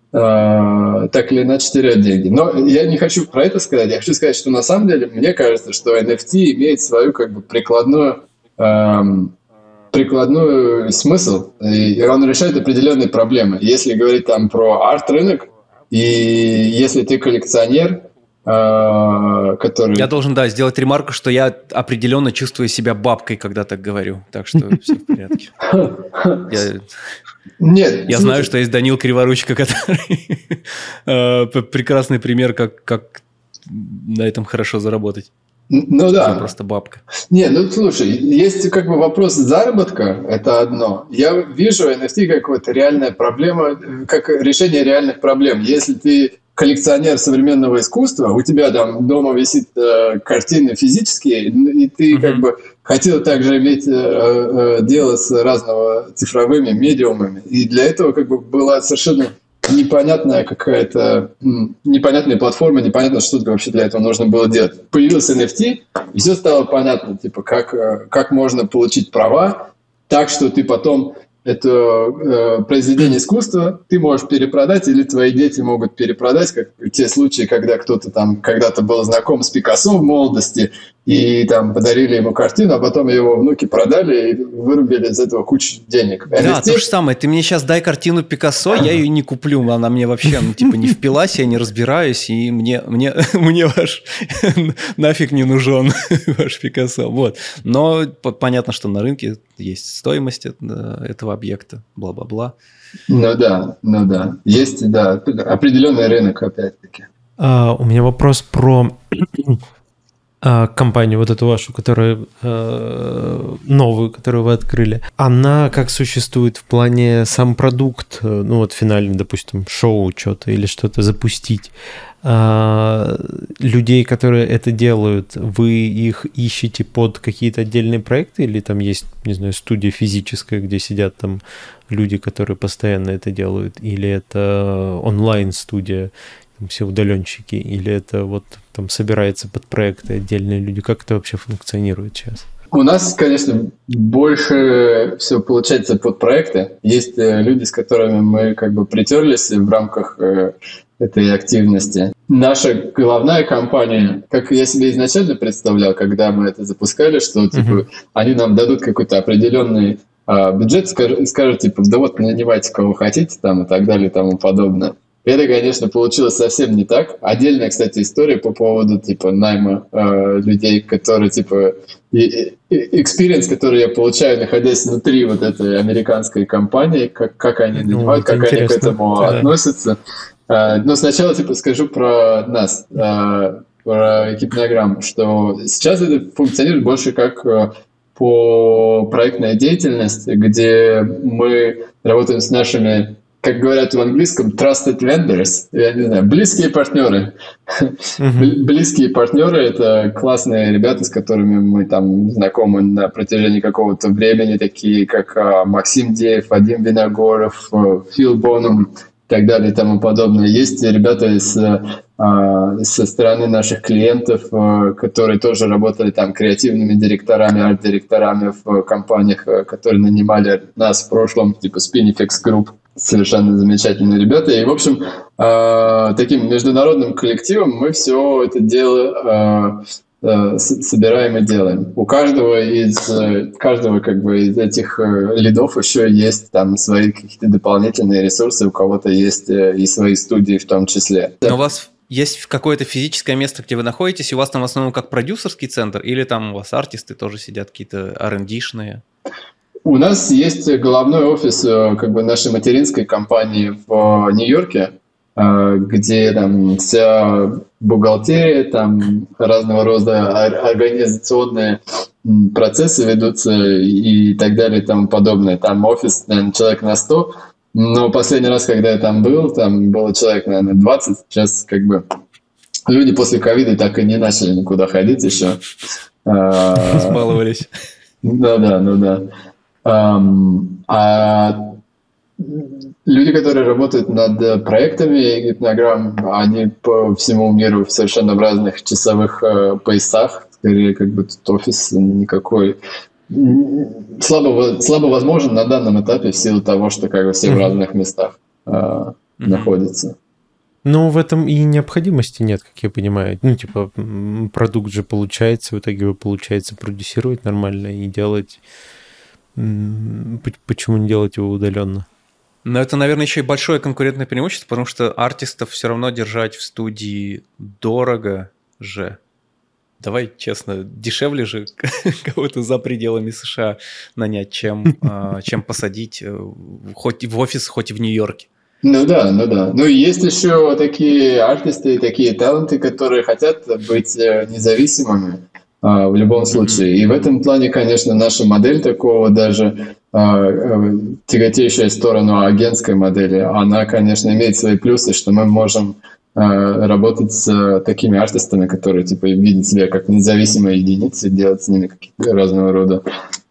э, так или иначе теряют деньги. Но я не хочу про это сказать. Я хочу сказать, что на самом деле мне кажется, что эн эф ти имеет свою как бы прикладную, э, прикладную смысл, и он решает определенные проблемы. Если говорить там про арт-рынок, и если ты коллекционер, который... Я должен, да, сделать ремарку, что я определенно чувствую себя бабкой, когда так говорю. Так что все в порядке. Я... Нет. Я знаю, что есть Данил Криворучко, который прекрасный пример, как, как на этом хорошо заработать. Ну да. Я просто бабка. Не, ну слушай, есть как бы вопрос заработка, это одно. Я вижу эн эф ти как вот реальная проблема, как решение реальных проблем. Если ты коллекционер современного искусства, у тебя там дома висит э, картины физические, и ты mm-hmm. как бы хотел также иметь э, э, дело с разного цифровыми медиумами, и для этого как бы была совершенно непонятная какая-то непонятная платформа, непонятно, что вообще для этого нужно было делать. Появился эн эф ти, и все стало понятно, типа как как можно получить права так, что ты потом это э, произведение искусства ты можешь перепродать, или твои дети могут перепродать, как те случаи, когда кто-то там когда-то был знаком с Пикассо в молодости, и там подарили ему картину, а потом его внуки продали и вырубили из этого кучу денег. Да, эн эф ти... то же самое. Ты мне сейчас дай картину Пикассо, я ее не куплю, она мне вообще, ну, типа, не впилась, я не разбираюсь, и мне, мне, мне ваш нафиг не нужен ваш Пикассо. Вот. Но понятно, что на рынке есть стоимость этого объекта, бла-бла-бла. Ну да, ну да. Есть, да, определенный рынок, опять-таки. А, у меня вопрос про компанию вот эту вашу, которую новую, которую вы открыли. Она как существует в плане сам продукт, ну вот финальный, допустим, шоу что-то или что-то запустить. Людей, которые это делают, вы их ищете под какие-то отдельные проекты или там есть, не знаю, студия физическая, где сидят там люди, которые постоянно это делают, или это онлайн-студия, все удаленщики, или это вот там собирается под проекты отдельные люди? Как это вообще функционирует сейчас? У нас, конечно, больше все получается под проекты. Есть люди, с которыми мы как бы притерлись в рамках этой активности. Наша головная компания, как я себе изначально представлял, когда мы это запускали, что типа uh-huh. они нам дадут какой-то определенный а, бюджет, скажут, скажут типа, да вот нанимайте кого хотите там и так далее и тому подобное. Это, конечно, получилось совсем не так. Отдельная, кстати, история по поводу типа найма э, людей, которые типа экспириенс, который я получаю, находясь внутри вот этой американской компании, как, как они нанимают, ну, как они к этому да. относятся. Э, но сначала типа скажу про нас, э, про Hypnogram, что сейчас это функционирует больше как э, по проектной деятельности, где мы работаем с нашими как говорят в английском, trusted vendors, я не знаю, близкие партнеры. Uh-huh. Близкие партнеры — это классные ребята, с которыми мы там знакомы на протяжении какого-то времени, такие как а, Максим Деев, Вадим Виногоров, Фил Боном и так далее и тому подобное. Есть ребята из, а, со стороны наших клиентов, а, которые тоже работали там креативными директорами, арт-директорами в компаниях, а, которые нанимали нас в прошлом, типа Spinifex Group. Совершенно замечательные ребята. И, в общем, э, таким международным коллективом мы все это дело э, э, собираем и делаем. У каждого из, каждого как бы из этих э, лидов еще есть там свои какие-то дополнительные ресурсы, у кого-то есть э, и свои студии в том числе. Но у вас есть какое-то физическое место, где вы находитесь, и у вас там в основном как продюсерский центр, или там у вас артисты тоже сидят, какие-то ар энд ди-шные? У нас есть головной офис как бы нашей материнской компании в Нью-Йорке, где там вся бухгалтерия, там разного рода организационные процессы ведутся и так далее и тому подобное. Там офис, наверное, человек на сто, но последний раз, когда я там был, там было человек, наверное, двадцать. Сейчас как бы люди после ковида так и не начали никуда ходить еще. Разбаловались. Да-да, ну да. Um, а люди, которые работают над проектами гипнограмм, они по всему миру в совершенно разных часовых э, поясах. Скорее, как бы тут офис никакой слабо, слабо возможен на данном этапе в силу того, что как бы все mm-hmm. в разных местах э, mm-hmm. находятся. Ну, в этом и необходимости нет, как я понимаю. Ну, типа, продукт же получается, в итоге его получается продюсировать нормально и делать. Почему не делать его удаленно? Но это, наверное, еще и большое конкурентное преимущество, потому что артистов все равно держать в студии дорого же. Давай честно, дешевле же кого-то за пределами США нанять, чем, чем посадить хоть в офис, хоть и в Нью-Йорке. Ну да, ну да. Ну и есть еще такие артисты, такие таланты, которые хотят быть независимыми. В любом случае. И в этом плане, конечно, наша модель такого даже э, тяготеющая в сторону агентской модели, она, конечно, имеет свои плюсы, что мы можем э, работать с такими артистами, которые типа видят себя как независимые единицы, делать с ними какие-то разного рода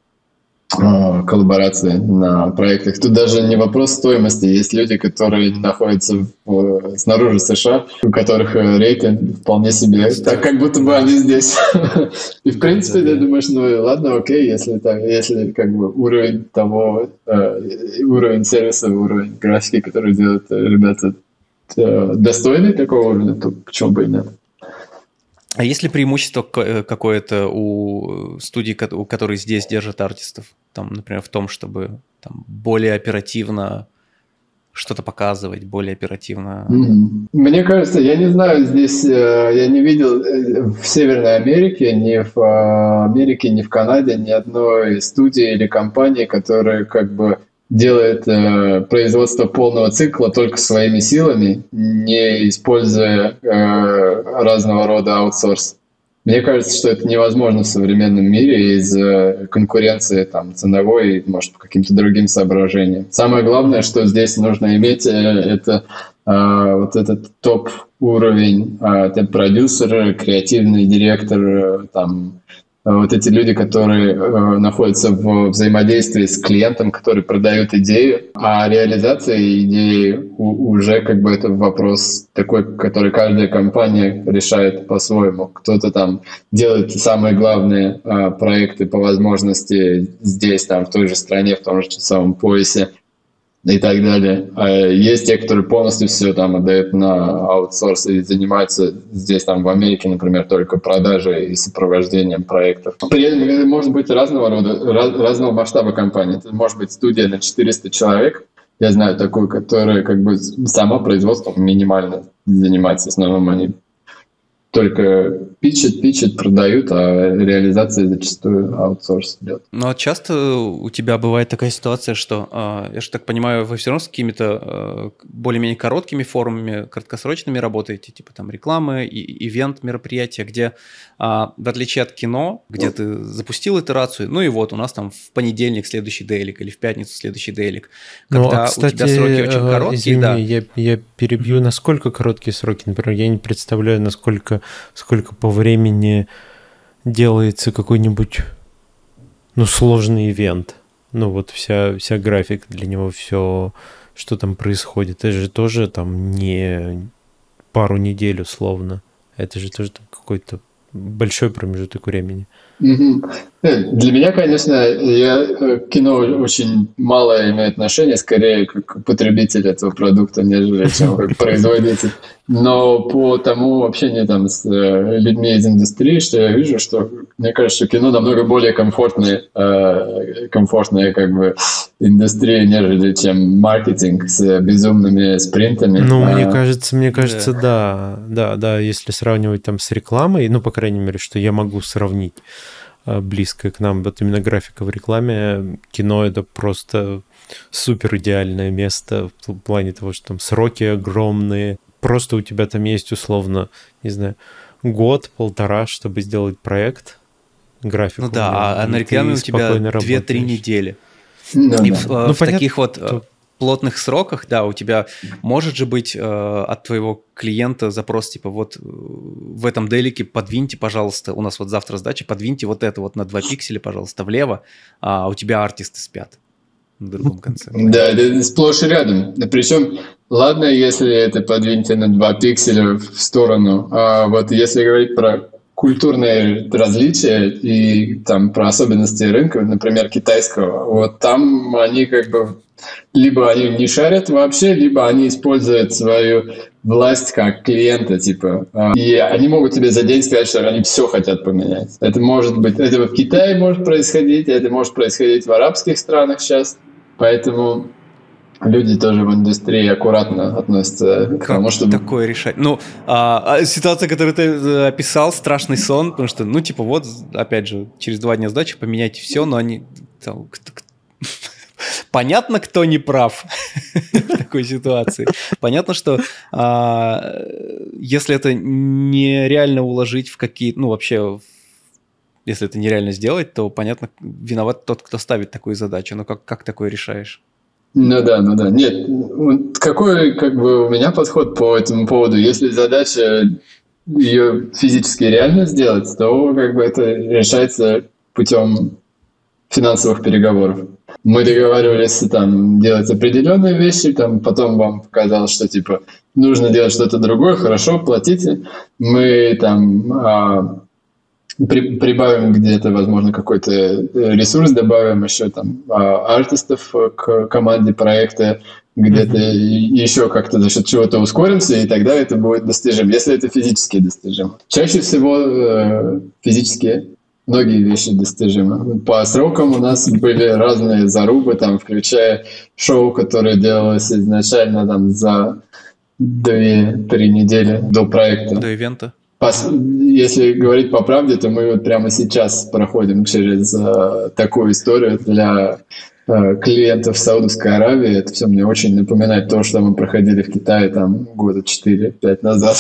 э, коллаборации на проектах. Тут даже не вопрос стоимости. Есть люди, которые находятся в, снаружи США, у которых рейтинг вполне себе, так как будто бы они здесь. И в принципе ты думаешь, ну ладно, окей, если так, если как бы уровень того, э, уровень сервиса, уровень графики, который делают ребята, э, достойный такого уровня, то почему бы и нет. А есть ли преимущество какое-то у студий, которые здесь держат артистов? Там, например, в том, чтобы там, более оперативно что-то показывать, более оперативно? Mm-hmm. Мне кажется, я не знаю, здесь я не видел в Северной Америке, ни в Америке, ни в Канаде ни одной студии или компании, которая как бы делает э, производство полного цикла только своими силами, не используя э, разного рода аутсорс. Мне кажется, что это невозможно в современном мире из-за конкуренции там, ценовой и, может, по каким-то другим соображениям. Самое главное, что здесь нужно иметь, это э, вот этот топ-уровень, э, это продюсер, креативный директор, там, вот эти люди, которые э, находятся в взаимодействии с клиентом, которые продают идею, а реализация идеи у, уже как бы это вопрос такой, который каждая компания решает по-своему. Кто-то там делает самые главные э, проекты по возможности здесь, там, в той же стране, в том же часовом поясе и так далее. А есть те, которые полностью все там отдают на аутсорс и занимаются здесь, там, в Америке, например, только продажей и сопровождением проектов. При этом это может быть разного рода, раз, разного масштаба компании. Это может быть студия на четыреста человек. Я знаю такую, которая как бы сама производством минимально занимается. В основном они только питчат, питчат, продают, а реализация зачастую аутсорс идет. Ну, а часто у тебя бывает такая ситуация, что, э, я же так понимаю, вы все равно с какими-то э, более-менее короткими формами, краткосрочными работаете, типа там рекламы, и, ивент, мероприятия, где, э, в отличие от кино, где ну. ты запустил итерацию, ну и вот у нас там в понедельник следующий дейлик или в пятницу следующий дейлик. Когда ну, а, кстати, у тебя сроки очень короткие, извини, да. я, я перебью, насколько короткие сроки, например, я не представляю, насколько сколько по времени делается какой-нибудь, ну, сложный ивент. Ну, вот вся, вся графика для него, все, что там происходит. Это же тоже там не пару недель условно. Это же тоже какой-то большой промежуток времени. Mm-hmm. Для меня, конечно, я, кино очень мало имеет отношение, скорее как потребитель этого продукта, нежели чем как производитель. Но по тому общению там с людьми из индустрии, что я вижу, что мне кажется, что кино намного более комфортная, комфортная как бы индустрия, нежели чем маркетинг с безумными спринтами. Ну, а... мне кажется, мне кажется, да, да, да, если сравнивать там с рекламой, ну, по крайней мере, что я могу сравнить близко к нам, вот именно графика в рекламе, кино — это просто супер идеальное место в плане того, что там сроки огромные, просто у тебя там есть условно, не знаю, год, полтора, чтобы сделать проект, графику. Ну да, а на рекламе у тебя две-три недели. Да, и да. в, ну, в понятно, таких вот то... плотных сроках, да, у тебя может же быть э, от твоего клиента запрос, типа, вот в этом делике подвиньте, пожалуйста, у нас вот завтра сдача, подвиньте вот это вот на два пикселя, пожалуйста, влево, а у тебя артисты спят на другом конце. Да, это сплошь и рядом. Причем, ладно, если это подвиньте на два пикселя в сторону, а вот если говорить про культурные различия и там про особенности рынка, например, китайского, вот там они как бы либо они не шарят вообще, либо они используют свою власть как клиента, типа, и они могут тебе за день сказать, что они все хотят поменять. Это может быть, это в Китае может происходить, это может происходить в арабских странах сейчас, поэтому люди тоже в индустрии аккуратно относятся к как тому, чтобы... такое решать? Ну, а, а ситуация, которую ты описал, страшный сон, потому что, ну, типа, вот, опять же, через два дня сдачи поменяйте все, но они... Там, понятно, кто не прав в такой ситуации. Понятно, что а, если это нереально уложить в какие... Ну, вообще, если это нереально сделать, то, понятно, виноват тот, кто ставит такую задачу. Но как, как такое решаешь? Ну да, ну да. Нет, какой как бы у меня подход по этому поводу? Если задача ее физически реально сделать, то как бы это решается путем финансовых переговоров. Мы договаривались там делать определенные вещи, там потом вам показалось, что типа нужно делать что-то другое, хорошо, платите. Мы там а, при, прибавим где-то, возможно, какой-то ресурс, добавим еще там а, артистов к команде проекта, где-то mm-hmm. еще как-то за счет чего-то ускоримся, и тогда это будет достижимо, если это физически достижимо. Чаще всего э, физически многие вещи достижимы. По срокам у нас были разные зарубы, там, включая шоу, которое делалось изначально там, за две-три недели до проекта. До ивента. Если говорить по правде, то мы вот прямо сейчас проходим через э, такую историю для э, клиентов Саудовской Аравии. Это все мне очень напоминает то, что мы проходили в Китае там года четыре-пять назад.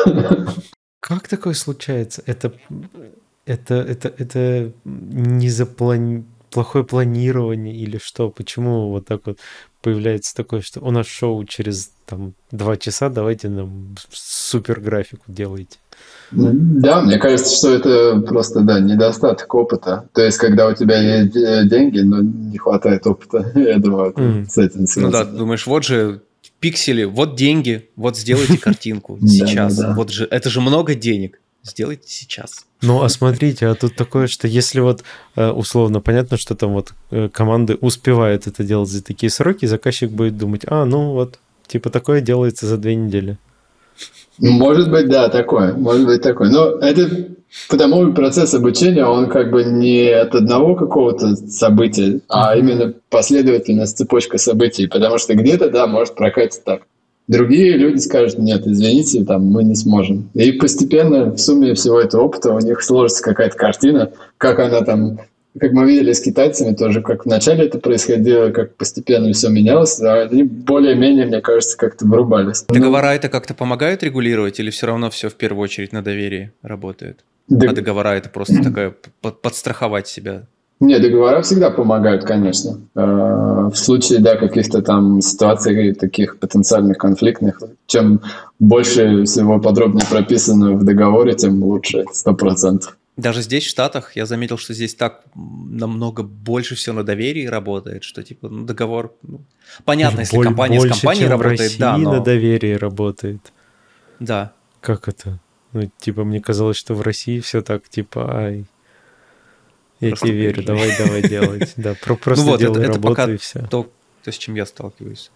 Как такое случается? Это... Это, это, это не заплани... плохое планирование или что? Почему вот так вот появляется такое, что у нас шоу через там, два часа, давайте нам супер графику делайте? Да, мне кажется, что это просто, да, недостаток опыта. То есть, когда у тебя есть деньги, но не хватает опыта, я думаю, mm. с этим связано. Ну да, думаешь, вот же пиксели, вот деньги, вот сделайте картинку сейчас. Вот же, это же много денег. Сделайте сейчас. Ну, а смотрите, а тут такое, что если вот условно понятно, что там вот команды успевают это делать за такие сроки, заказчик будет думать, а, ну вот, типа такое делается за две недели. Может быть, да, такое, может быть такое. Но это потому процесс обучения, он как бы не от одного какого-то события, а именно последовательность, цепочка событий, потому что где-то, да, может прокатить так. Другие люди скажут, нет, извините, там, мы не сможем. И постепенно в сумме всего этого опыта у них сложится какая-то картина, как она там, как мы видели с китайцами тоже, как вначале это происходило, как постепенно все менялось, а они более-менее, мне кажется, как-то вырубались. Договора это как-то помогают регулировать или все равно все в первую очередь на доверии работает? Дог- А договора это просто такое под- подстраховать себя? Не, договора всегда помогают, конечно. Э, В случае, да, каких-то там ситуаций таких потенциальных конфликтных, чем больше всего подробнее прописано в договоре, тем лучше, сто процентов. Даже здесь, в Штатах, я заметил, что здесь так намного больше все на доверии работает, что типа ну, договор... Ну, понятно, если Боль- компания с больше, компанией чем в работает, России да, но... на доверии работает. Да. Как это? Ну, типа, мне казалось, что в России все так, типа, ай, я Просто тебе верю, приезжай. давай, давай делать. Да, про- просто Ну вот, это, делай это работу пока и все. то, то, с чем я сталкиваюсь.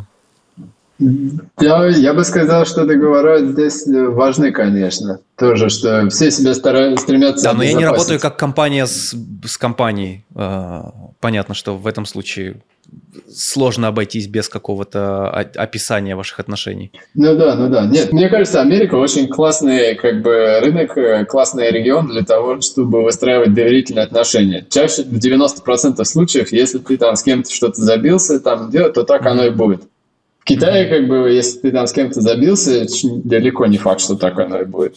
Я, я бы сказал, что договора здесь э, важны, конечно. Тоже, что все себя стараются, стремятся Да, но я не обезопасить. работаю как компания с, с компанией. А, Понятно, что в этом случае сложно обойтись без какого-то о- описания ваших отношений. Ну да, ну да. Нет, мне кажется, Америка очень классный как бы рынок, э, классный регион для того, чтобы выстраивать доверительные отношения. Чаще в девяносто процентов случаев, если ты там с кем-то что-то забился, там делать, то так оно и будет. В Китае, как бы, если ты там с кем-то забился, ч- далеко не факт, что так оно и будет.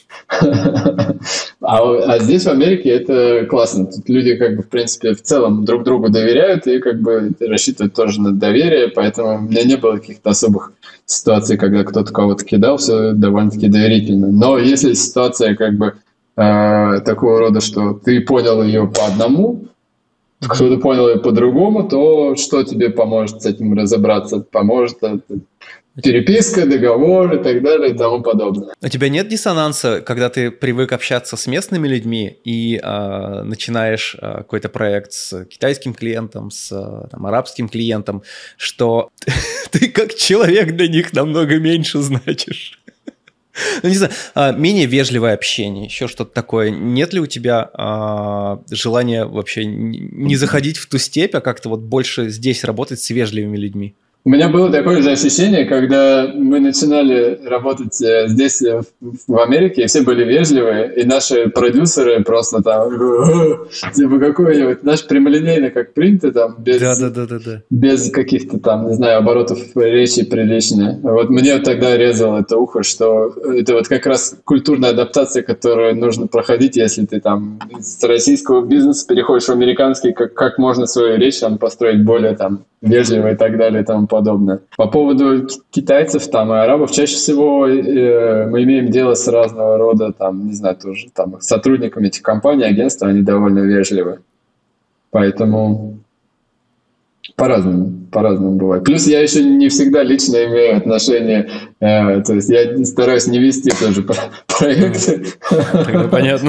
А, а здесь, в Америке, это классно. Тут люди, как бы, в принципе, в целом друг другу доверяют и, как бы, рассчитывают тоже на доверие, поэтому у меня не было каких-то особых ситуаций, когда кто-то кого-то кидал, все довольно-таки доверительно. Но если ситуация, как бы, э, такого рода, что ты понял ее по одному, кто-то понял ее по-другому, то что тебе поможет с этим разобраться? Поможет это переписка, договор и так далее и тому подобное. У тебя нет диссонанса, когда ты привык общаться с местными людьми и а, начинаешь а, какой-то проект с китайским клиентом, с а, там, арабским клиентом, что ты как человек для них намного меньше значишь? Ну, не знаю, а, менее вежливое общение, еще что-то такое. Нет ли у тебя а, желания вообще н- не заходить в ту степь, а как-то вот больше здесь работать с вежливыми людьми? У меня было такое же ощущение, когда мы начинали работать э, здесь, э, в в Америке, и все были вежливые, и наши продюсеры просто там, типа какой-нибудь, наш прямолинейно, как принято, там, без, Да-да-да-да-да. без каких-то там, не знаю, оборотов речи приличные. Вот мне вот тогда резало это ухо, что это вот как раз культурная адаптация, которую нужно проходить, если ты там с российского бизнеса переходишь в американский, как, как можно свою речь там построить более там вежливо и так далее и тому подобное. По поводу ки- китайцев там и арабов, чаще всего э, мы имеем дело с разного рода там, не знаю, тоже там сотрудниками этих компаний, агентств, они довольно вежливы. Поэтому по-разному, по-разному бывает. Плюс я еще не всегда лично имею отношение, э, то есть я стараюсь не вести тоже про- проекты. Тогда понятно.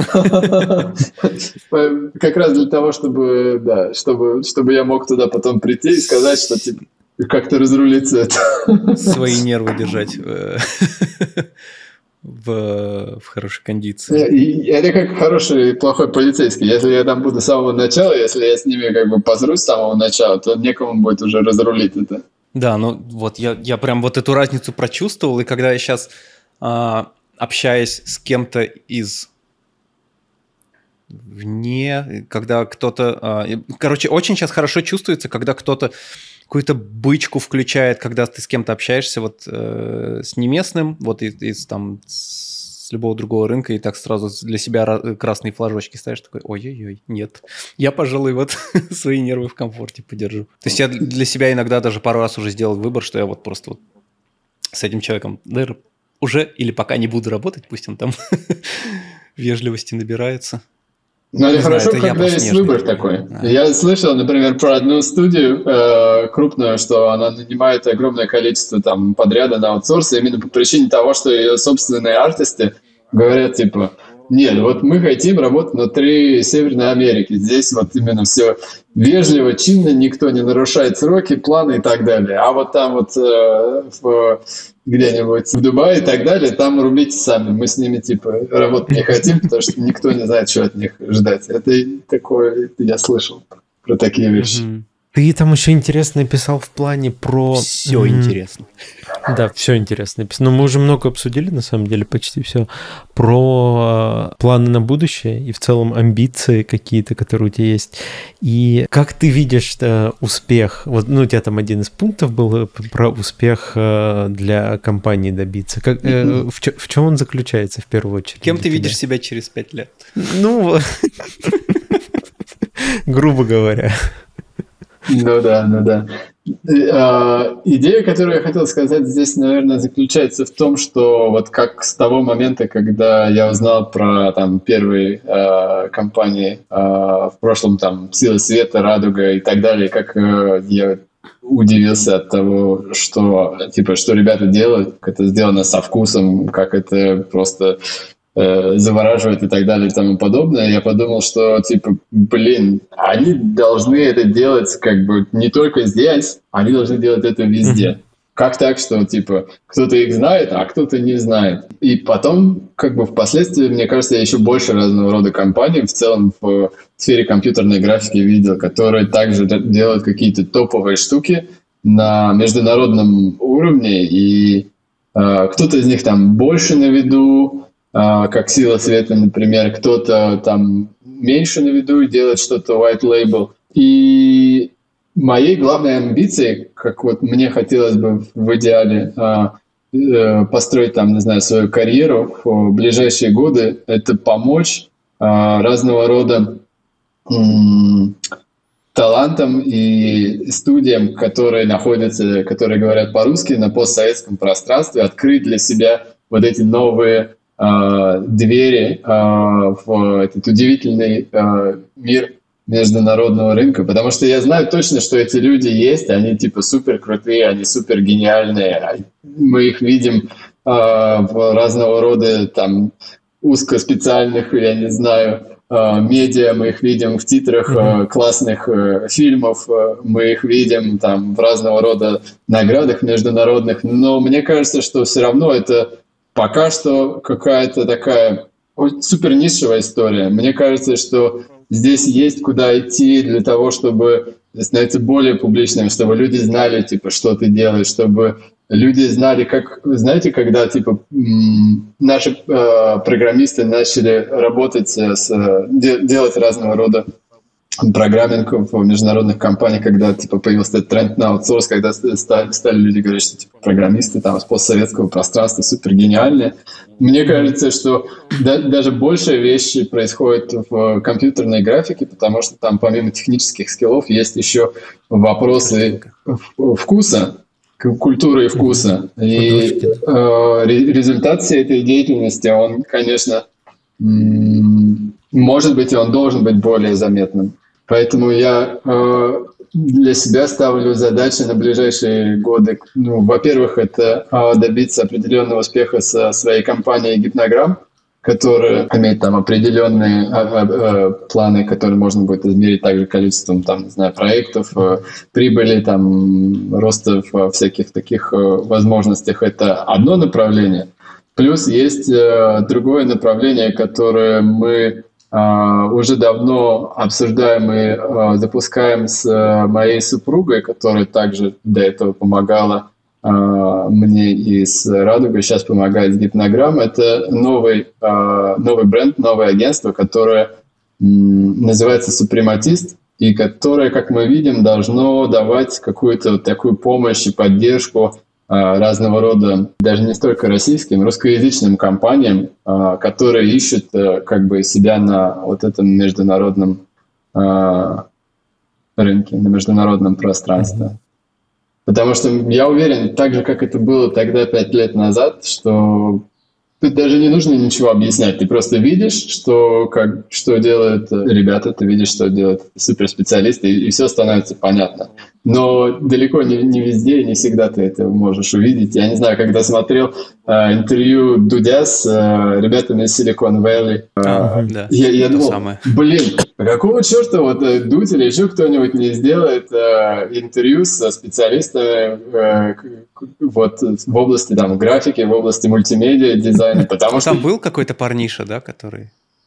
Как раз для того, чтобы, да, чтобы, чтобы я мог туда потом прийти и сказать, что типа как-то разрулиться это. Свои нервы держать э, в, в хорошей кондиции. И это как хороший и плохой полицейский. Если я там буду с самого начала, если я с ними как бы позрусь с самого начала, то некому будет уже разрулить это. Да, ну вот я, я прям вот эту разницу прочувствовал, и когда я сейчас а, общаюсь с кем-то из вне, когда кто-то... а, и, короче, очень сейчас хорошо чувствуется, когда кто-то какую-то бычку включает, когда ты с кем-то общаешься вот э, с неместным, вот из, из там с любого другого рынка, и так сразу для себя ра- красные флажочки ставишь, такой, ой-ой-ой, нет, я, пожалуй, вот свои нервы в комфорте подержу. То есть я для себя иногда даже пару раз уже сделал выбор, что я вот просто вот с этим человеком, наверное, уже или пока не буду работать, пусть он там вежливости набирается. Но это Не знаю, хорошо, это я когда просто есть нежный выбор такой. такой. Да. Я слышал, например, про одну студию э, крупную, что она нанимает огромное количество там подряда на аутсорсе именно по причине того, что ее собственные артисты говорят типа, нет, вот мы хотим работать внутри Северной Америки. Здесь вот именно все вежливо, чинно, никто не нарушает сроки, планы и так далее. А вот там вот э, в, где-нибудь в Дубае и так далее, там рулите сами. Мы с ними типа работать не хотим, потому что никто не знает, что от них ждать. Это и такое я слышал про такие вещи. Мгм. Ты там еще интересно писал в плане про... Все м, интересно. Да, все интересно. Но мы уже много обсудили, на самом деле, почти все. Про э, планы на будущее и в целом амбиции какие-то, которые у тебя есть. И как ты видишь э, успех? Вот, ну, у тебя там один из пунктов был про успех э, для компании добиться. Как, э, в, чё- в чем он заключается в первую очередь? Кем для ты тебя? видишь себя через пять лет? Ну, грубо говоря. Ну да, ну да. А, Идея, которую я хотел сказать здесь, наверное, заключается в том, что вот как с того момента, когда я узнал про там первые а, компании а, в прошлом, там «Сила света», «Радуга» и так далее, как э, я удивился от того, что типа что ребята делают, как это сделано со вкусом, как это просто э, завораживает и так далее и тому подобное. Я подумал, что типа, блин, они должны это делать как бы не только здесь, они должны делать это везде. Мгм. Как так, что типа кто-то их знает, а кто-то не знает. И потом, как бы впоследствии, мне кажется, я еще больше разного рода компаний в целом в сфере компьютерной графики видел, которые также д- делают какие-то топовые штуки на международном уровне, и э, кто-то из них там больше на виду, э, как «Сила света», например, кто-то там меньше на виду и делает что-то white label. И моей главной амбицией, как вот мне хотелось бы в идеале а, э, построить там, не знаю, свою карьеру в ближайшие годы, это помочь а, разного рода м, талантам и студиям, которые находятся, которые говорят по-русски на постсоветском пространстве, открыть для себя вот эти новые а, двери а, в этот удивительный а, мир международного рынка, потому что я знаю точно, что эти люди есть, они типа супер крутые, они супер гениальные, мы их видим а, в разного рода там узкоспециальных, я не знаю, а, медиа, мы их видим в титрах а, классных а, фильмов, а, мы их видим там в разного рода наградах международных, но мне кажется, что все равно это пока что какая-то такая супер нишевая история. Мне кажется, что здесь есть куда идти для того, чтобы становиться более публичным, чтобы люди знали, типа, что ты делаешь, чтобы люди знали, как, знаете, когда, типа, м, наши э, программисты начали работать с, де- делать разного рода программинг в международных компаниях, когда типа появился этот тренд на аутсорс, когда стали, стали люди говорить, что типа программисты там с постсоветского пространства супер гениальные. Мне кажется, что да, даже больше вещи происходит в компьютерной графике, потому что там помимо технических скиллов есть еще вопросы в- вкуса, к- культуры и вкуса. И э, ре- результат всей этой деятельности, он, конечно, м, может быть, и он должен быть более заметным. Поэтому я э, для себя ставлю задачи на ближайшие годы. Ну, во-первых, это э, добиться определенного успеха со своей компанией Гипнограмм, которая имеет там определенные а, а, а, планы, которые можно будет измерить также количеством там, не знаю, проектов, э, прибыли, там, роста в всяких таких э, возможностях. Это одно направление. Плюс есть э, другое направление, которое мы Uh, уже давно обсуждаем и uh, запускаем с uh, моей супругой, которая также до этого помогала uh, мне и с Радугой, сейчас помогает с Гипнограмм. Это новый, uh, новый бренд, новое агентство, которое м, называется «Супрематист», и которое, как мы видим, должно давать какую-то вот такую помощь и поддержку разного рода, даже не столько российским, русскоязычным компаниям, которые ищут как бы себя на вот этом международном рынке, на международном пространстве. Mm-hmm. Потому что я уверен, так же, как это было тогда, пять лет назад, что тут даже не нужно ничего объяснять. Ты просто видишь, что, как, что делают ребята, ты видишь, что делают суперспециалисты, и, и все становится понятно. Но далеко не, не везде и не всегда ты это можешь увидеть. Я не знаю, когда смотрел э, интервью Дудя с э, ребятами из Silicon Valley, э, а, да, я, я думал, самое. блин, какого черта вот э, Дудь или еще кто-нибудь не сделает э, интервью со специалистами э, вот, в области там, графики, в области мультимедиа, дизайна, потому а что... Там был какой-то парниша, да, который...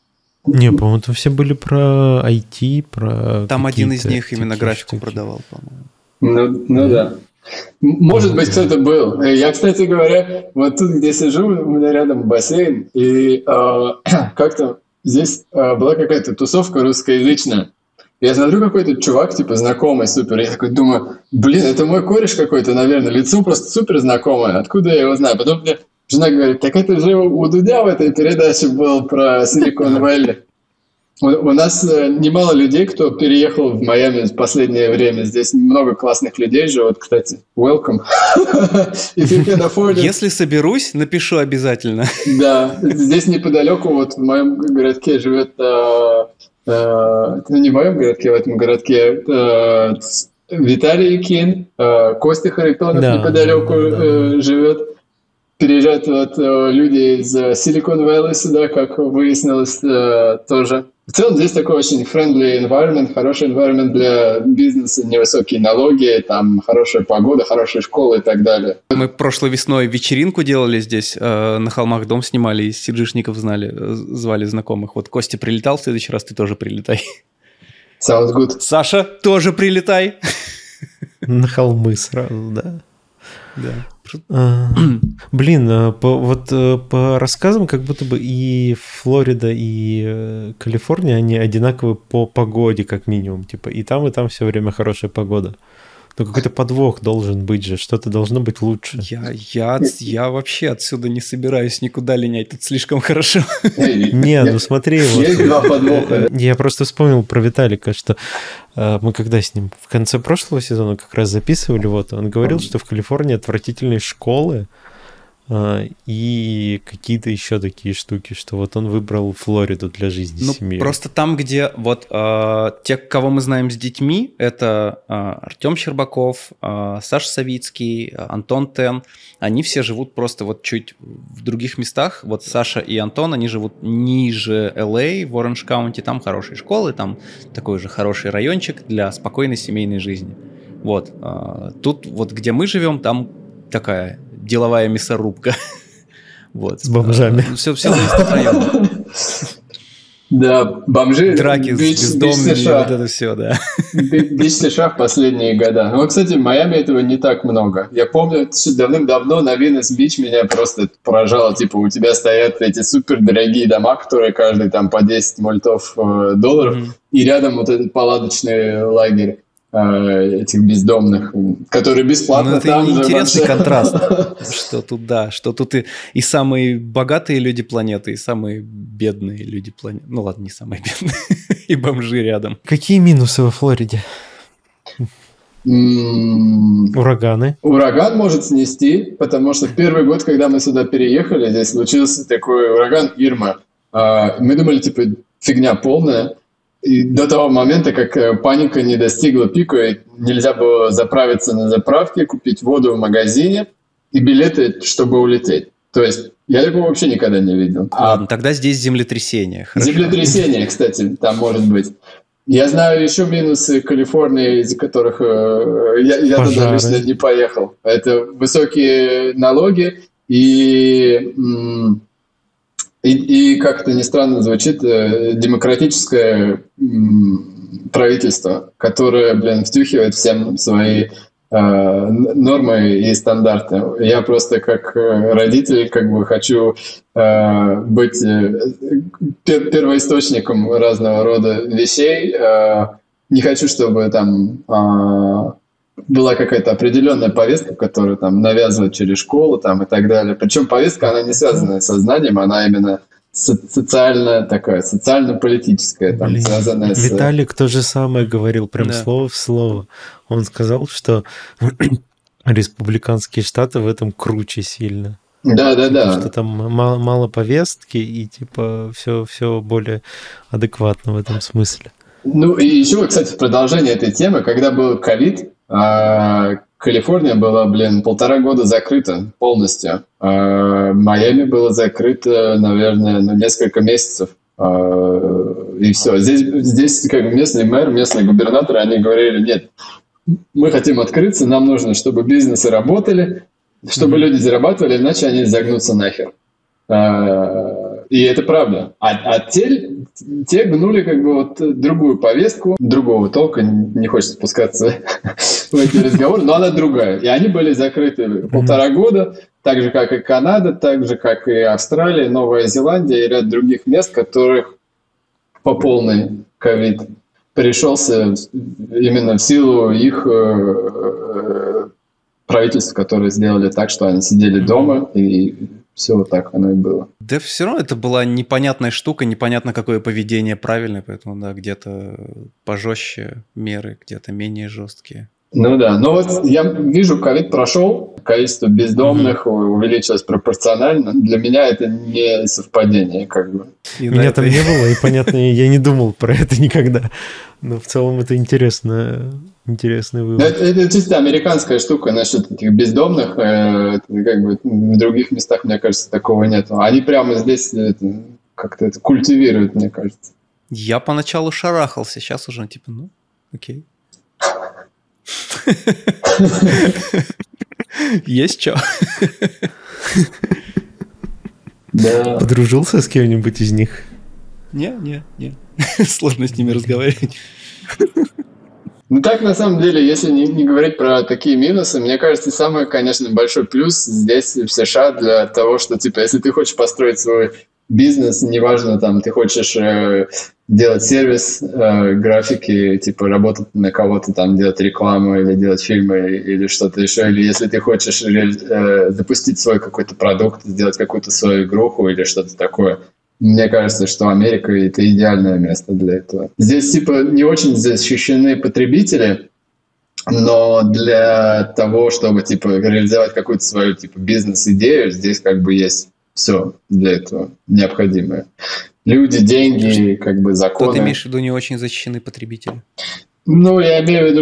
Не, по-моему, там все были про ай ти, про... Там один из них такие именно графику штуки. продавал, по-моему. Ну, ну да. Может быть, кто-то был. Я, кстати говоря, вот тут, где сижу, у меня рядом бассейн, и э, как-то здесь э, была какая-то тусовка русскоязычная. Я смотрю, какой-то чувак, типа, знакомый супер. Я такой думаю, блин, это мой кореш какой-то, наверное. Лицо просто супер знакомое. Откуда я его знаю? Потом мне жена говорит, так это же у Дудя в этой передаче был про Силикон Вэлли. У, у нас немало людей, кто переехал в Майами в последнее время. Здесь много классных людей живут, кстати. Welcome. If you can afford it. Если соберусь, напишу обязательно. Да, здесь неподалеку, вот в моем городке живет... Это не в моем городке, в этом городке Виталий Кин, Костя Харитонов да, неподалеку да, да. живет. Переезжают вот люди из Silicon Valley сюда, как выяснилось, тоже. В целом здесь такой очень friendly environment, хороший environment для бизнеса, невысокие налоги, там хорошая погода, хорошая школа и так далее. Мы прошлой весной вечеринку делали здесь, э, на холмах дом снимали, из сиджишников знали, звали знакомых. Вот Костя прилетал, в следующий раз ты тоже прилетай. Sounds good. Саша, тоже прилетай. На холмы сразу, да. Да. А, блин, по, вот по рассказам, как будто бы и Флорида, и Калифорния, они одинаковы по погоде, как минимум. Типа и там, и там все время хорошая погода. Но какой-то подвох должен быть же, что-то должно быть лучше. Я, я, я вообще отсюда не собираюсь никуда линять, тут слишком хорошо. Не, ну смотри. Есть два подвоха. Я просто вспомнил про Виталика, что мы когда с ним в конце прошлого сезона как раз записывали, вот он говорил, что в Калифорнии отвратительные школы и какие-то еще такие штуки, что вот он выбрал Флориду для жизни ну, с семьей. Просто там, где вот э, те, кого мы знаем с детьми, это э, Артем Щербаков, э, Саша Савицкий, Антон Тен, они все живут просто вот чуть в других местах. Вот Саша и Антон, они живут ниже эл эй, в Оранж-Каунти, там хорошие школы, там такой же хороший райончик для спокойной семейной жизни. Вот. Э, тут вот где мы живем, там такая деловая мясорубка. Вот. С бомжами. Все, все зависит от района. Да, бомжи. Драки с бездомными, вот это все, да. Бич США в последние года. Ну, кстати, в Майами этого не так много. Я помню, давным-давно на Винес-Бич меня просто поражало. Типа, у тебя стоят эти супер дорогие дома, которые каждый там по десять мультов э, долларов, mm-hmm. и рядом вот этот палаточный лагерь этих бездомных, которые бесплатно ну, там же. Это интересный вообще. Контраст, что тут, да, что тут и, и самые богатые люди планеты, и самые бедные люди планеты. Ну ладно, не самые бедные, и бомжи рядом. Какие минусы во Флориде? Mm. Ураганы. Ураган может снести, потому что в первый год, когда мы сюда переехали, здесь случился такой ураган Ирма. Мы думали, типа, фигня полная. И до того момента, как паника не достигла пика, и нельзя было заправиться на заправке, купить воду в магазине и билеты, чтобы улететь. То есть я такого вообще никогда не видел. Ладно, а тогда здесь землетрясение. Хорошо. Землетрясение, кстати, там может быть. Я знаю еще минусы Калифорнии, из-за которых э, я, я туда лично не поехал. Это высокие налоги и... М- И, и как это ни странно звучит, демократическое правительство, которое, блин, втюхивает всем свои э, нормы и стандарты. Я просто как родитель как бы хочу э, быть пер- первоисточником разного рода вещей. Э, не хочу, чтобы там... Э, была какая-то определенная повестка, которую там навязывают через школу там, и так далее. Причем повестка, она не связана со знанием, она именно со- социально такая, социально-политическая, там, Блин, связанная с... Виталик то же самое говорил, прям да. слово в слово. Он сказал, что республиканские штаты в этом круче сильно. Да, да, да. Что там мало, мало повестки и типа все, все более адекватно в этом смысле. Ну и еще, кстати, в продолжение этой темы, когда был ковид, А, Калифорния была, блин, полтора года закрыта полностью. А, Майами было закрыто, наверное, на несколько месяцев. А, и все. Здесь, здесь как местный мэр, местные губернаторы, они говорили, нет, мы хотим открыться, нам нужно, чтобы бизнесы работали, чтобы mm-hmm. люди зарабатывали, иначе они загнутся нахер. А, И это правда. А, а те, те гнули как бы вот другую повестку, другого толка, не хочется спускаться в эти разговоры, но она другая. И они были закрыты полтора года, так же, как и Канада, так же, как и Австралия, Новая Зеландия и ряд других мест, которых по полной ковид пришелся именно в силу их э, правительств, которые сделали так, что они сидели дома, и все вот так оно и было. Да все равно это была непонятная штука, непонятно какое поведение правильное, поэтому да, где-то пожестче меры, где-то менее жесткие. Ну да, но вот я вижу, ковид прошел, количество бездомных mm-hmm. увеличилось пропорционально. Для меня это не совпадение, как бы. И Меня там это... не было, и понятно, я не думал про это никогда. Но в целом это интересно, интересный вывод. Это, это чисто американская штука насчет этих бездомных. Это, как бы, в других местах, мне кажется, такого нет. Они прямо здесь это, как-то это культивируют, мне кажется. Я поначалу шарахался, сейчас уже типа, ну, окей. Есть что? Да. Подружился с кем-нибудь из них? Не, не, не. Сложно с ними разговаривать. Ну так, на самом деле, если не, не говорить про такие минусы, мне кажется, самый, конечно, большой плюс здесь, в США, для того, что, типа, если ты хочешь построить свой бизнес, неважно, там, ты хочешь э, делать сервис, э, графики, типа, работать на кого-то, там, делать рекламу или делать фильмы или что-то еще, или если ты хочешь э, запустить свой какой-то продукт, сделать какую-то свою игруху или что-то такое, мне кажется, что Америка – это идеальное место для этого. Здесь, типа, не очень защищены потребители, но для того, чтобы, типа, реализовать какую-то свою, типа, бизнес-идею, здесь, как бы, есть все для этого необходимое. Люди, деньги, как бы законы. Что ты имеешь в виду не очень защищены потребители? Ну, я имею в виду,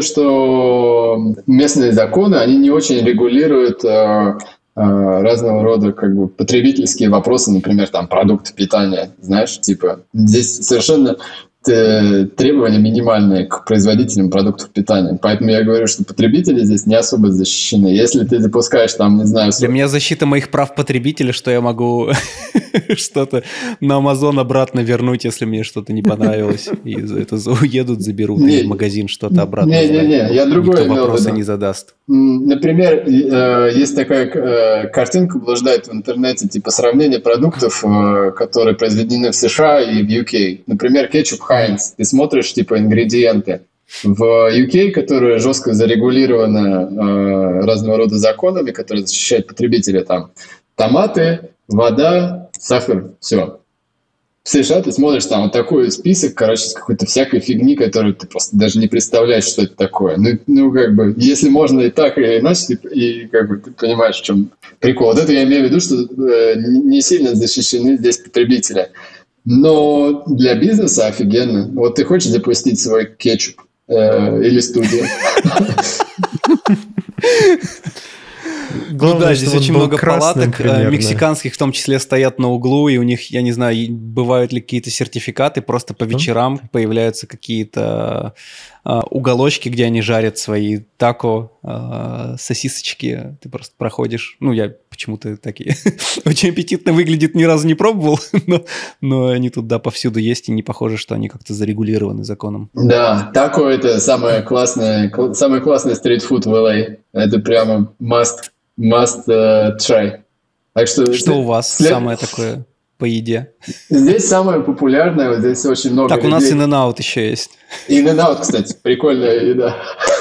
что местные законы, они не очень регулируют э, э, разного рода как бы потребительские вопросы, например, там продукты питания, знаешь, типа здесь совершенно требования минимальные к производителям продуктов питания. Поэтому я говорю, что потребители здесь не особо защищены. Если ты запускаешь там, не знаю... Для меня защита моих прав потребителя, что я могу что-то на Amazon обратно вернуть, если мне что-то не понравилось. И это уедут, заберут в магазин что-то обратно. Не-не-не, я другое имел в виду. Никто вопроса не задаст. Например, есть такая картинка, блуждает в интернете, типа сравнение продуктов, которые произведены в США и в ю кей. Например, кетчуп Хайнц. Ты смотришь, типа, ингредиенты. В ю кей, которая жестко зарегулирована разного рода законами, которые защищают потребителя, там томаты, вода, сахар, все. В США ты смотришь, там вот такой список, короче, с какой-то всякой фигни, которую ты просто даже не представляешь, что это такое. Ну, ну как бы, если можно и так, или иначе, и, и как бы ты понимаешь, в чем прикол. Вот это я имею в виду, что э, не сильно защищены здесь потребители. Но для бизнеса офигенно. Вот ты хочешь запустить свой кетчуп э, или студию? Ну да, здесь очень много палаток мексиканских, в том числе, стоят на углу, и у них, я не знаю, бывают ли какие-то сертификаты, просто по вечерам появляются какие-то уголочки, где они жарят свои тако, сосисочки. Ты просто проходишь. Ну, я почему-то такие... Очень аппетитно выглядит, ни разу не пробовал, но, но они тут, да, повсюду есть, и не похоже, что они как-то зарегулированы законом. Да, тако – это самое классное, самый классный стритфуд в эл эй. Это прямо must, must uh, try. Так что, что у вас след... самое такое по еде? Здесь самое популярное, вот здесь очень много Так, людей. у нас In-N-Out еще есть. In-N-Out, кстати, прикольная еда.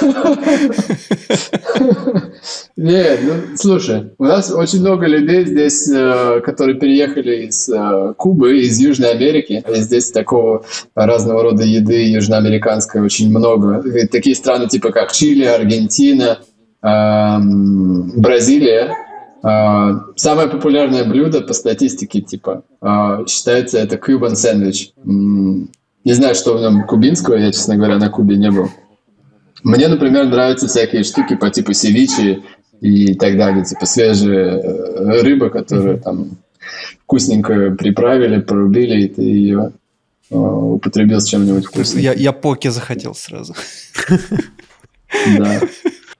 Нет, ну, слушай, у нас очень много людей здесь, которые переехали из Кубы, из Южной Америки. И здесь такого разного рода еды южноамериканской очень много. И такие страны типа как Чили, Аргентина, Бразилия. Uh, самое популярное блюдо по статистике, типа, uh, считается это Cuban сэндвич. Mm, не знаю, что в нем кубинского, я, честно говоря, на Кубе не был. Мне, например, нравятся всякие штуки по типу севичи и так далее, типа свежая рыба, которую там вкусненько приправили, порубили, и ты ее uh, употребил с чем-нибудь вкусным. Я, я поке захотел сразу. Да.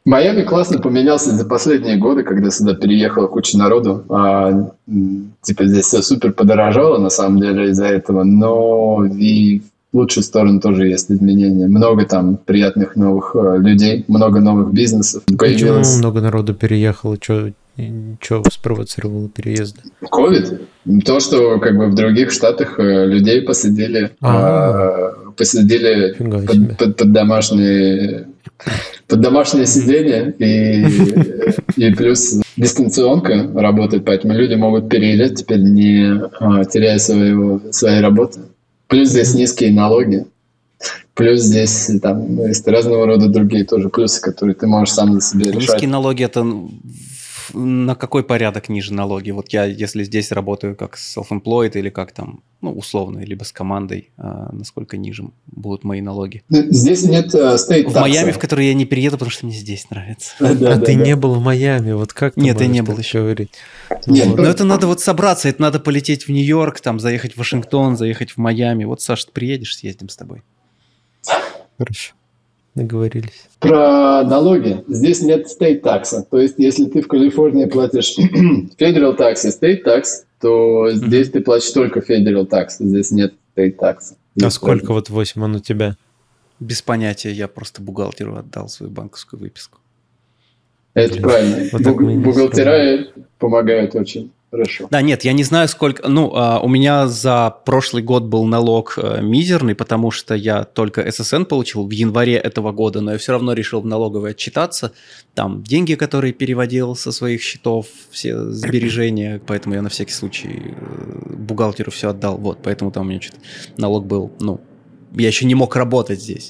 Майами классно поменялся за последние годы, когда сюда переехала куча народу. А, типа здесь все супер подорожало на самом деле из-за этого, но и в лучшую сторону тоже есть изменения. Много там приятных новых э, людей, много новых бизнесов. Почему много народу переехало? Что Что спровоцировало переезды? Ковид. То, что как бы в других штатах э, людей посадили, э, посадили под, под, под домашние под домашнее сидение и, и плюс дистанционка работает, поэтому люди могут переезжать теперь, не а, теряя своего, своей работы. Плюс здесь низкие налоги. Плюс здесь там есть разного рода другие тоже плюсы, которые ты можешь сам за себя решать. Низкие налоги – это на какой порядок ниже налоги? Вот я, если здесь работаю как self-employed или как там, ну, условно, либо с командой, а насколько ниже будут мои налоги? Здесь нет uh, state tax. В Майами, в который я не приеду, потому что мне здесь нравится. А ты не был в Майами, вот как ты Нет, я не был еще. Говорить? Но это надо вот собраться, это надо полететь в Нью-Йорк, там, заехать в Вашингтон, заехать в Майами. Вот, Саш, ты приедешь, съездим с тобой. Хорошо. Договорились. Про налоги. Здесь нет state tax. То есть, если ты в Калифорнии платишь federal tax и state tax, то здесь ты платишь только federal tax. Здесь нет state tax. А сколько вот восемь он у тебя? Без понятия. Я просто бухгалтеру отдал свою банковскую выписку. Это Блин. правильно. Вот Буг- бухгалтера помогают очень. Хорошо. Да, нет, я не знаю, сколько... Ну, а, у меня за прошлый год был налог а, мизерный, потому что я только эс эс эн получил в январе этого года, но я все равно решил в налоговой отчитаться. Там деньги, которые переводил со своих счетов, все сбережения, поэтому я на всякий случай бухгалтеру все отдал. Вот, поэтому там у меня что-то налог был... Ну, я еще не мог работать здесь.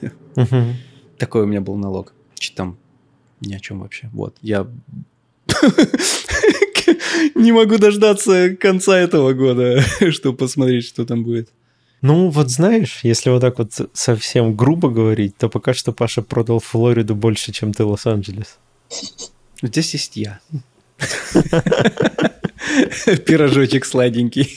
Такой у меня был налог. Что-то там ни о чем вообще. Вот, я... Не могу дождаться конца этого года, чтобы посмотреть, что там будет. Ну, вот знаешь, если вот так вот совсем грубо говорить, то пока что Паша продал Флориду больше, чем ты Лос-Анджелес. Здесь есть я. Пирожочек сладенький.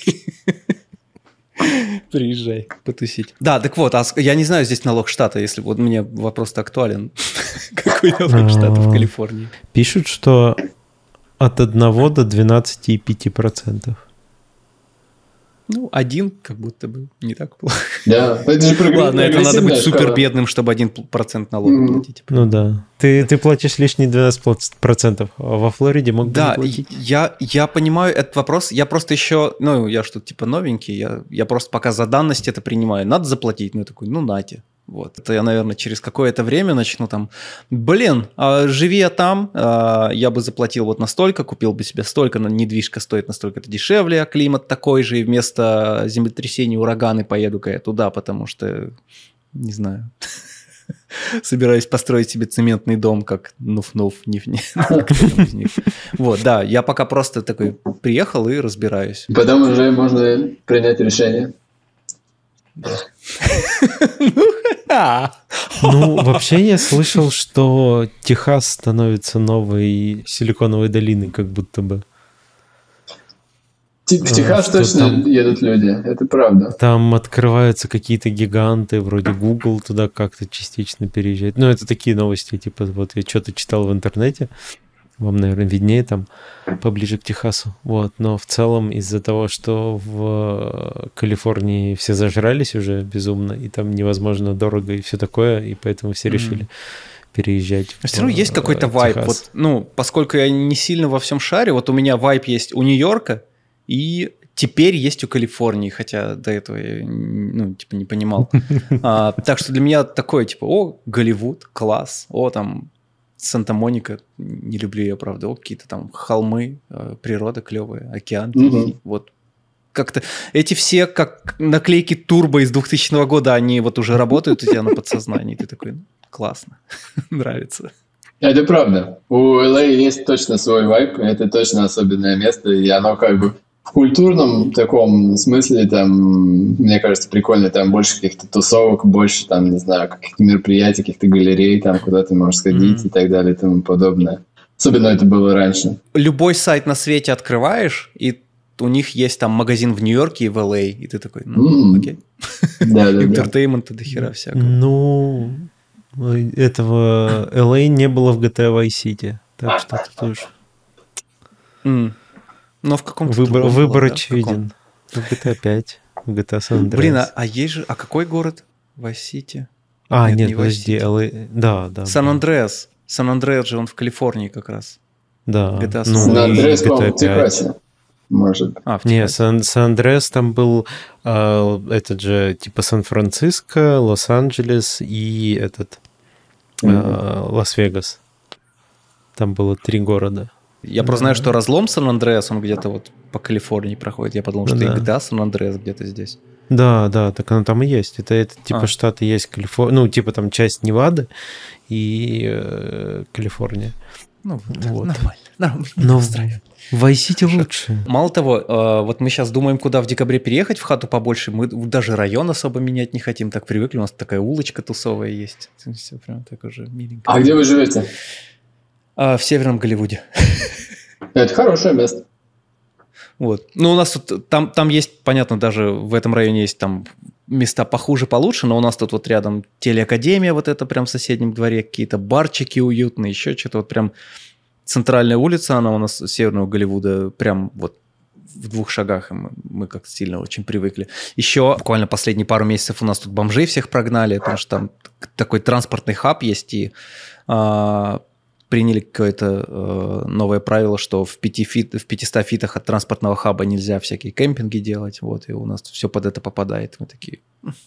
Приезжай потусить. Да, так вот, а я не знаю здесь налог штата, если вот мне вопрос-то актуален. Какой налог штата в Калифорнии? Пишут, что от одного до двенадцати и пяти процентов. Ну, один как будто бы не так плохо. Да, это же прогрессивная. Ладно, это надо быть супер бедным, чтобы один процент налога mm-hmm. платить. Ну да. Ты, ты платишь лишние двенадцать процентов, а во Флориде мог бы да, не платить. Я, я понимаю этот вопрос. Я просто еще, ну, я что-то типа новенький, я, я просто пока за данность это принимаю. Надо заплатить, ну, я такой, ну, нате. Вот. Это я, наверное, через какое-то время начну там, блин, а живи я там, а, я бы заплатил вот настолько, купил бы себе столько, но недвижка стоит настолько-то дешевле, а климат такой же, и вместо землетрясений, ураганы поеду-ка я туда, потому что, не знаю, собираюсь построить себе цементный дом, как Нуф-Нуф. Вот, да, я пока просто такой приехал и разбираюсь. Потом уже можно принять решение. Ну, вообще я слышал, что Техас становится новой силиконовой долиной, как будто бы. В Техас точно едут люди, это правда. Там открываются какие-то гиганты, вроде Google туда как-то частично переезжает. Ну, это такие новости, типа, вот я что-то читал в интернете. Вам, наверное, виднее там, поближе к Техасу. Вот. Но в целом из-за того, что в Калифорнии все зажрались уже безумно, и там невозможно дорого и все такое, и поэтому все решили mm. переезжать. Но все равно есть какой-то вайб. Вот, ну, поскольку я не сильно во всем шаре, вот у меня вайб есть у Нью-Йорка, и теперь есть у Калифорнии, хотя до этого я, ну, типа, не понимал. а, так что для меня такое, типа, о, Голливуд, класс, о, там, Санта-Моника, не люблю ее, правда, о, какие-то там холмы, природа клевая, океан. Mm-hmm. Вот как-то эти все, как наклейки турбо из двухтысячного года, они вот уже работают у тебя на подсознании. Ты такой, ну, классно, нравится. Это правда. У эл эй есть точно свой вайб, это точно особенное место, и оно как бы в культурном таком смысле, там, мне кажется, прикольно, там больше каких-то тусовок, больше, там, не знаю, каких-то мероприятий, каких-то галерей, там, куда ты можешь сходить mm-hmm. и так далее и тому подобное. Особенно это было раньше. Любой сайт на свете открываешь, и у них есть там магазин в Нью-Йорке и в эл эй, и ты такой, ну, mm-hmm. окей. Да-да-да. Интертеймента до хера всякого. Ну, этого эл эй не было в джи ти эй Vice City. Так что тут уж... Mm. Но в каком-то Выбор, другом выбор было, да? очевиден. В джи ти эй пять, в джи ти эй San Andreas. Блин, а, а есть же... А какой город? Vice City? А, нет, нет, не подожди, Vice City. эл эй... Да, да. Сан-Андреас. Сан-Андреас же он в Калифорнии как раз. Да. джи ти эй Ну, Сан и Андреас, джи ти эй по-моему, в пять. Техасе. Может. А, в Не, Техасе. Сан- Сан-Андреас там был э, этот же, типа Сан-Франциско, Лос-Анджелес и этот э, Мгм. Лас-Вегас. Там было три города. Я просто знаю, что разлом Сан-Андреас, он где-то вот по Калифорнии проходит. Я подумал, Ну что да. и джи ти эй Сан-Андреас где-то здесь. Да, да, так оно там и есть. Это, это типа А. штаты есть Калифорния, ну, типа там часть Невады и э, Калифорния. Ну, вот, Вот. нормально. Нормально. Но устраивает. Vice City лучше. Мало того, э, вот мы сейчас думаем, куда в декабре переехать в хату побольше. Мы даже район особо менять не хотим. Так привыкли, у нас такая улочка тусовая есть. Все прям так уже миленько. А где вы живете? А, в Северном Голливуде. Это хорошее место. Вот. Ну, у нас тут, там, там есть, понятно, даже в этом районе есть там места похуже, получше, но у нас тут вот рядом телеакадемия, вот это прям в соседнем дворе, какие-то барчики уютные, еще что-то вот прям центральная улица, она у нас Северного Голливуда прям вот в двух шагах, и мы, мы как-то сильно очень привыкли. Еще буквально последние пару месяцев у нас тут бомжей всех прогнали, потому что там такой транспортный хаб есть, и а, приняли какое-то э, новое правило, что в, пяти фит, в пятистах фитах от транспортного хаба нельзя всякие кемпинги делать, вот, и у нас все под это попадает. Мы такие...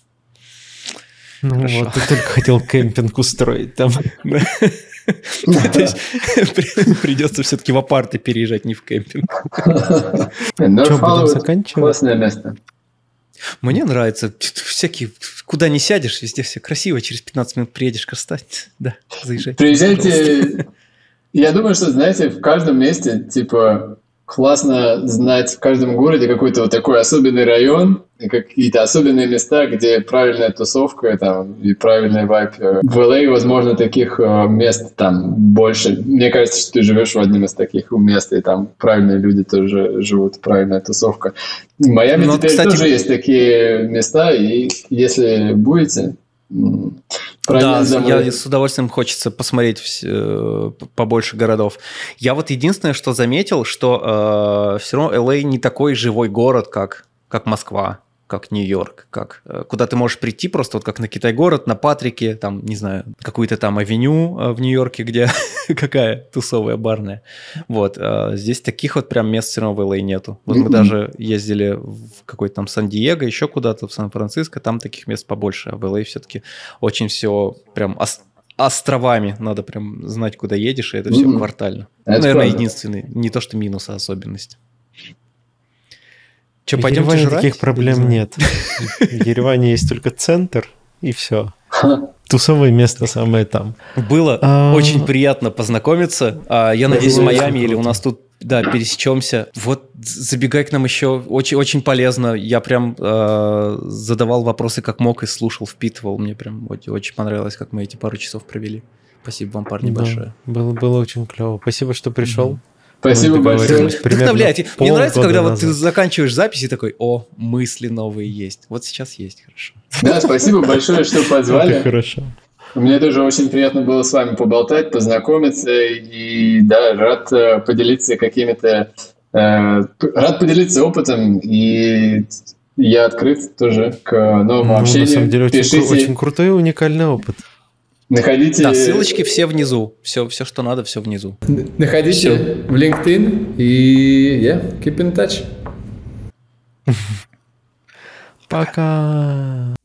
Ну Хорошо. вот, ты только хотел кемпинг устроить там. То есть придется все-таки в апарты переезжать, не в кемпинг. Норф Что, будем Холливуд заканчивать? классное место. Мне нравится. Всякие, куда не сядешь, везде все красиво. Через пятнадцать минут приедешь к Остать. Да, заезжайте. пожалуйста. Приезжайте. Я думаю, что, знаете, в каждом месте, типа, классно знать в каждом городе какой-то вот такой особенный район, и какие-то особенные места, где правильная тусовка там, и правильный вайб. В эл эй, возможно, таких э, мест там больше. Мне кажется, что ты живешь в одном из таких мест, и там правильные люди тоже живут, правильная тусовка. В Майами Ну, теперь кстати- тоже есть такие места, и если будете... м, правильно Да, домой. я с удовольствием хочется посмотреть вс- э, побольше городов. Я вот единственное, что заметил, что э, все равно эл эй не такой живой город, как, как Москва, как Нью-Йорк, как э, куда ты можешь прийти просто вот как на Китай-город, на Патрике, там, не знаю, какую-то там авеню э, в Нью-Йорке, где какая тусовая барная. Вот, э, здесь таких вот прям мест все равно в эл эй нету. Вот мы Мгм. даже ездили в какой-то там Сан-Диего, еще куда-то в Сан-Франциско, там таких мест побольше, а в эл эй все-таки очень все прям ос- островами, надо прям знать, куда едешь, и это все Мгм. квартально. Это Наверное, правда. единственный, не то что минус, а особенность. Что, В пойдемте Ереване жрать? таких проблем Или- нет. В Ереване есть только центр, и все. Тусовое место самое там. Было А, очень приятно познакомиться. А, Я надеюсь, в было Майами очень или у круто. нас тут, да, пересечемся. Вот забегай к нам еще. Очень, очень полезно. Я прям э, задавал вопросы как мог и слушал, впитывал. Мне прям очень, очень понравилось, как мы эти пару часов провели. Спасибо вам, парни, Да, большое. было, было очень клево. Спасибо, что пришел. Спасибо Мы большое. договорились примерно Вдохновляет. Мне нравится, полгода когда вот ты назад. заканчиваешь запись и такой, о, мысли новые есть. Вот сейчас есть, хорошо. Да, спасибо большое, что Это позвали. хорошо. Мне тоже очень приятно было с вами поболтать, познакомиться, и да, рад э, поделиться какими-то, э, п- рад поделиться опытом, и я открыт тоже к новому Ну, общению. на самом деле, очень, Пишите, кру- очень крутой и уникальный опыт. находите... Да, ссылочки все внизу. Все, все, что надо, все внизу. Находите в LinkedIn и yeah, keep in touch. Пока.